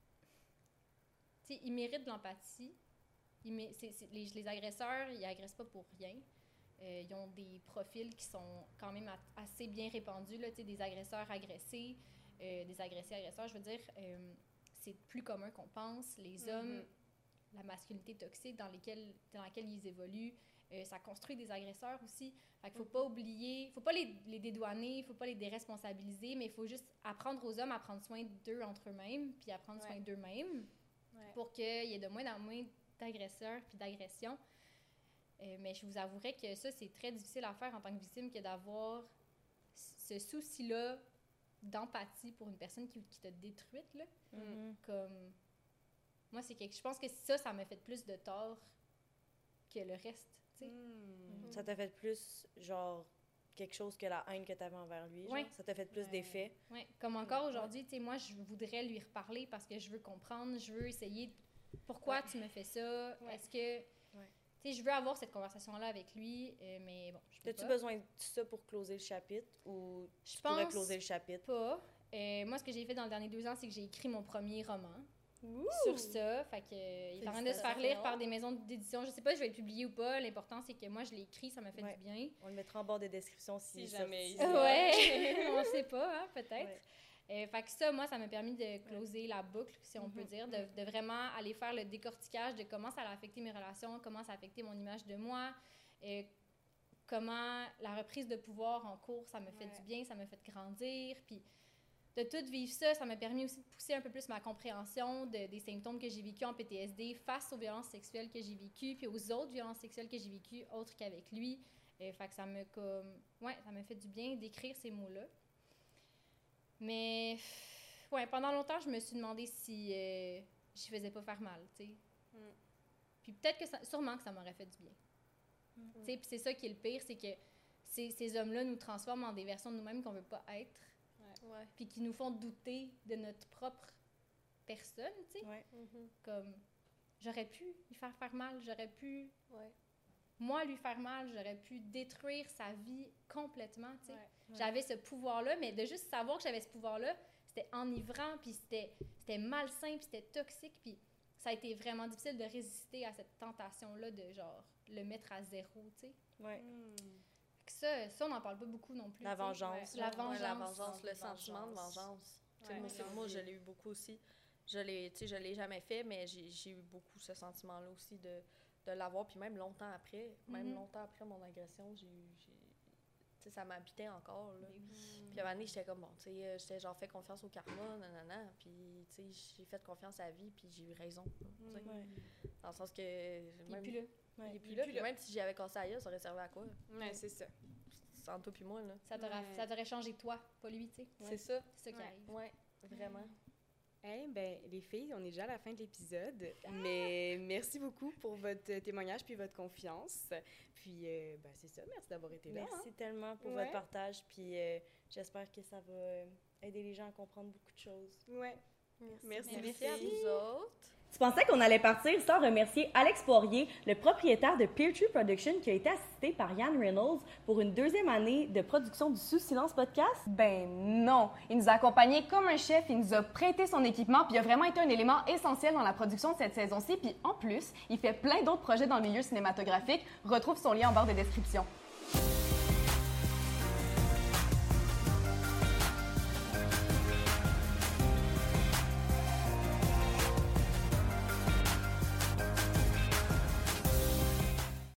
Speaker 3: tu sais, ils méritent de l'empathie. Ils mé- c'est- c'est- les, les agresseurs, ils agressent pas pour rien. Euh, ils ont des profils qui sont quand même a- assez bien répandus, là, tu sais, des agresseurs agressés, euh, des agressés agresseurs, je veux dire, euh, c'est plus commun qu'on pense. Les hommes,
Speaker 5: Mhm.
Speaker 3: la masculinité toxique dans, lesquelles, dans laquelle ils évoluent, euh, ça construit des agresseurs aussi. Fait qu'il faut pas oublier, faut pas les, les dédouaner, il faut pas les déresponsabiliser, mais il faut juste apprendre aux hommes à prendre soin d'eux entre eux-mêmes, puis à prendre soin
Speaker 5: Ouais.
Speaker 3: d'eux-mêmes,
Speaker 5: Ouais.
Speaker 3: pour qu'il y ait de moins en moins d'agresseurs puis d'agressions. Euh, mais je vous avouerai que ça, c'est très difficile à faire en tant que victime, que d'avoir ce souci-là d'empathie pour une personne qui, qui t'a détruite, là.
Speaker 2: Mhm.
Speaker 3: Comme... Moi, c'est quelque... Je pense que ça, ça m'a fait plus de tort que le reste, tu sais.
Speaker 5: Mm.
Speaker 2: Ça t'a fait plus, genre, quelque chose que la haine que t'avais envers lui, genre?
Speaker 3: Ouais.
Speaker 2: Ça t'a fait plus
Speaker 5: Ouais.
Speaker 2: d'effet?
Speaker 3: Ouais, comme encore aujourd'hui, tu sais, moi, je voudrais lui reparler parce que je veux comprendre, je veux essayer de- pourquoi
Speaker 2: Ouais.
Speaker 3: tu me fais ça,
Speaker 5: Ouais.
Speaker 3: est-ce que...
Speaker 2: Ouais.
Speaker 3: Tu sais, je veux avoir cette conversation-là avec lui, euh, mais bon, je peux
Speaker 2: As-tu
Speaker 3: pas.
Speaker 2: besoin de ça pour closer le chapitre ou
Speaker 3: Je
Speaker 2: tu pourrais
Speaker 3: pense
Speaker 2: closer le chapitre?
Speaker 3: pas. Euh, moi, ce que j'ai fait dans les derniers deux ans, c'est que j'ai écrit mon premier roman
Speaker 2: Ouh!
Speaker 3: sur ça. Fait que, euh, il est en train de se faire lire par des maisons d'édition. Je sais pas si je vais le publier ou pas. L'important, c'est que moi, je l'ai écrit, ça m'a fait
Speaker 2: Ouais.
Speaker 3: du bien.
Speaker 2: On le mettra en bas de description si,
Speaker 5: Si
Speaker 2: ça-
Speaker 5: jamais il
Speaker 2: si-
Speaker 5: sort.
Speaker 3: Ouais, on sait pas, hein, peut-être.
Speaker 2: Ouais.
Speaker 3: Euh, fait que ça, moi, ça m'a permis de closer la boucle, si on mm-hmm. peut dire, de, de vraiment aller faire le décortiquage de comment ça a affecté mes relations, comment ça a affecté mon image de moi, euh, comment la reprise de pouvoir en cours, ça m'a fait ouais. du bien, ça m'a fait grandir, puis de tout vivre ça, ça m'a permis aussi de pousser un peu plus ma compréhension de, des symptômes que j'ai vécus en P T S D face aux violences sexuelles que j'ai vécues, puis aux autres violences sexuelles que j'ai vécues, autres qu'avec lui. Euh, fait que ça m'a comme... Ouais, ça m'a fait du bien d'écrire ces mots-là. Mais, ouais, pendant longtemps, je me suis demandé si euh, je faisais pas faire mal, tu sais. Mm. Puis peut-être que ça... Sûrement que ça m'aurait fait du bien. Mm. Tu sais, puis c'est ça qui est le pire, c'est que ces, ces hommes-là nous transforment en des versions de nous-mêmes qu'on veut pas être. Ouais. Puis qui nous font douter de notre propre personne, tu sais. Ouais. Mm-hmm. Comme, j'aurais pu lui faire faire mal, j'aurais pu, ouais. moi, lui faire mal, j'aurais pu détruire sa vie complètement, tu sais. Ouais. Ouais. J'avais ce pouvoir-là, mais de juste savoir que j'avais ce pouvoir-là, c'était enivrant, puis c'était, c'était malsain, puis c'était toxique, puis ça a été vraiment difficile de résister à cette tentation-là de, genre, le mettre à zéro, tu sais. Ouais. Mm. Ça, ça, on n'en parle pas beaucoup non plus.
Speaker 2: La vengeance.
Speaker 3: Ouais. La vengeance.
Speaker 4: Ouais, la vengeance, le sentiment de vengeance. Ouais, moi, ouais. moi, je l'ai eu beaucoup aussi. Je l'ai, tu sais, je l'ai jamais fait, mais j'ai, j'ai eu beaucoup ce sentiment-là aussi de, de l'avoir. Puis même longtemps après, mm-hmm. même longtemps après mon agression, j'ai eu... Tu sais, ça m'habitait encore, là. Mm-hmm. Puis à un moment donné, j'étais comme, bon, tu sais, j'étais genre fait confiance au karma, nanana. Puis, tu sais, j'ai fait confiance à la vie, puis j'ai eu raison. Tu sais. Ouais. Dans le sens que...
Speaker 3: Il est plus là.
Speaker 4: Ouais, il est plus là, puis même si j'y avais cassé ailleurs, ça aurait servi à quoi?
Speaker 5: Ouais, c'est ça.
Speaker 4: C'est entre toi puis moi, là.
Speaker 3: Ça t'aurait, ouais. ça t'aurait changé toi, pas lui, tu sais.
Speaker 4: Ouais. C'est ça.
Speaker 3: C'est ça qui
Speaker 4: ouais.
Speaker 3: arrive.
Speaker 4: Ouais, vraiment.
Speaker 5: Eh hey, ben les filles, on est déjà à la fin de l'épisode, ah! mais merci beaucoup pour votre témoignage puis votre confiance. Puis, euh, ben c'est ça, merci d'avoir été là.
Speaker 2: Merci
Speaker 5: hein?
Speaker 2: tellement pour ouais. votre partage, puis euh, j'espère que ça va aider les gens à comprendre beaucoup de choses.
Speaker 5: Ouais.
Speaker 4: Merci,
Speaker 5: merci,
Speaker 4: merci à vous autres.
Speaker 2: Tu pensais qu'on allait partir sans remercier Alex Poirier, le propriétaire de Peer Tree Production, qui a été assisté par Yann Reynolds pour une deuxième année de production du Sous Silence podcast?
Speaker 6: Ben non! Il nous a accompagnés comme un chef, il nous a prêté son équipement, puis il a vraiment été un élément essentiel dans la production de cette saison-ci. Puis en plus, il fait plein d'autres projets dans le milieu cinématographique. Retrouve son lien en barre de description.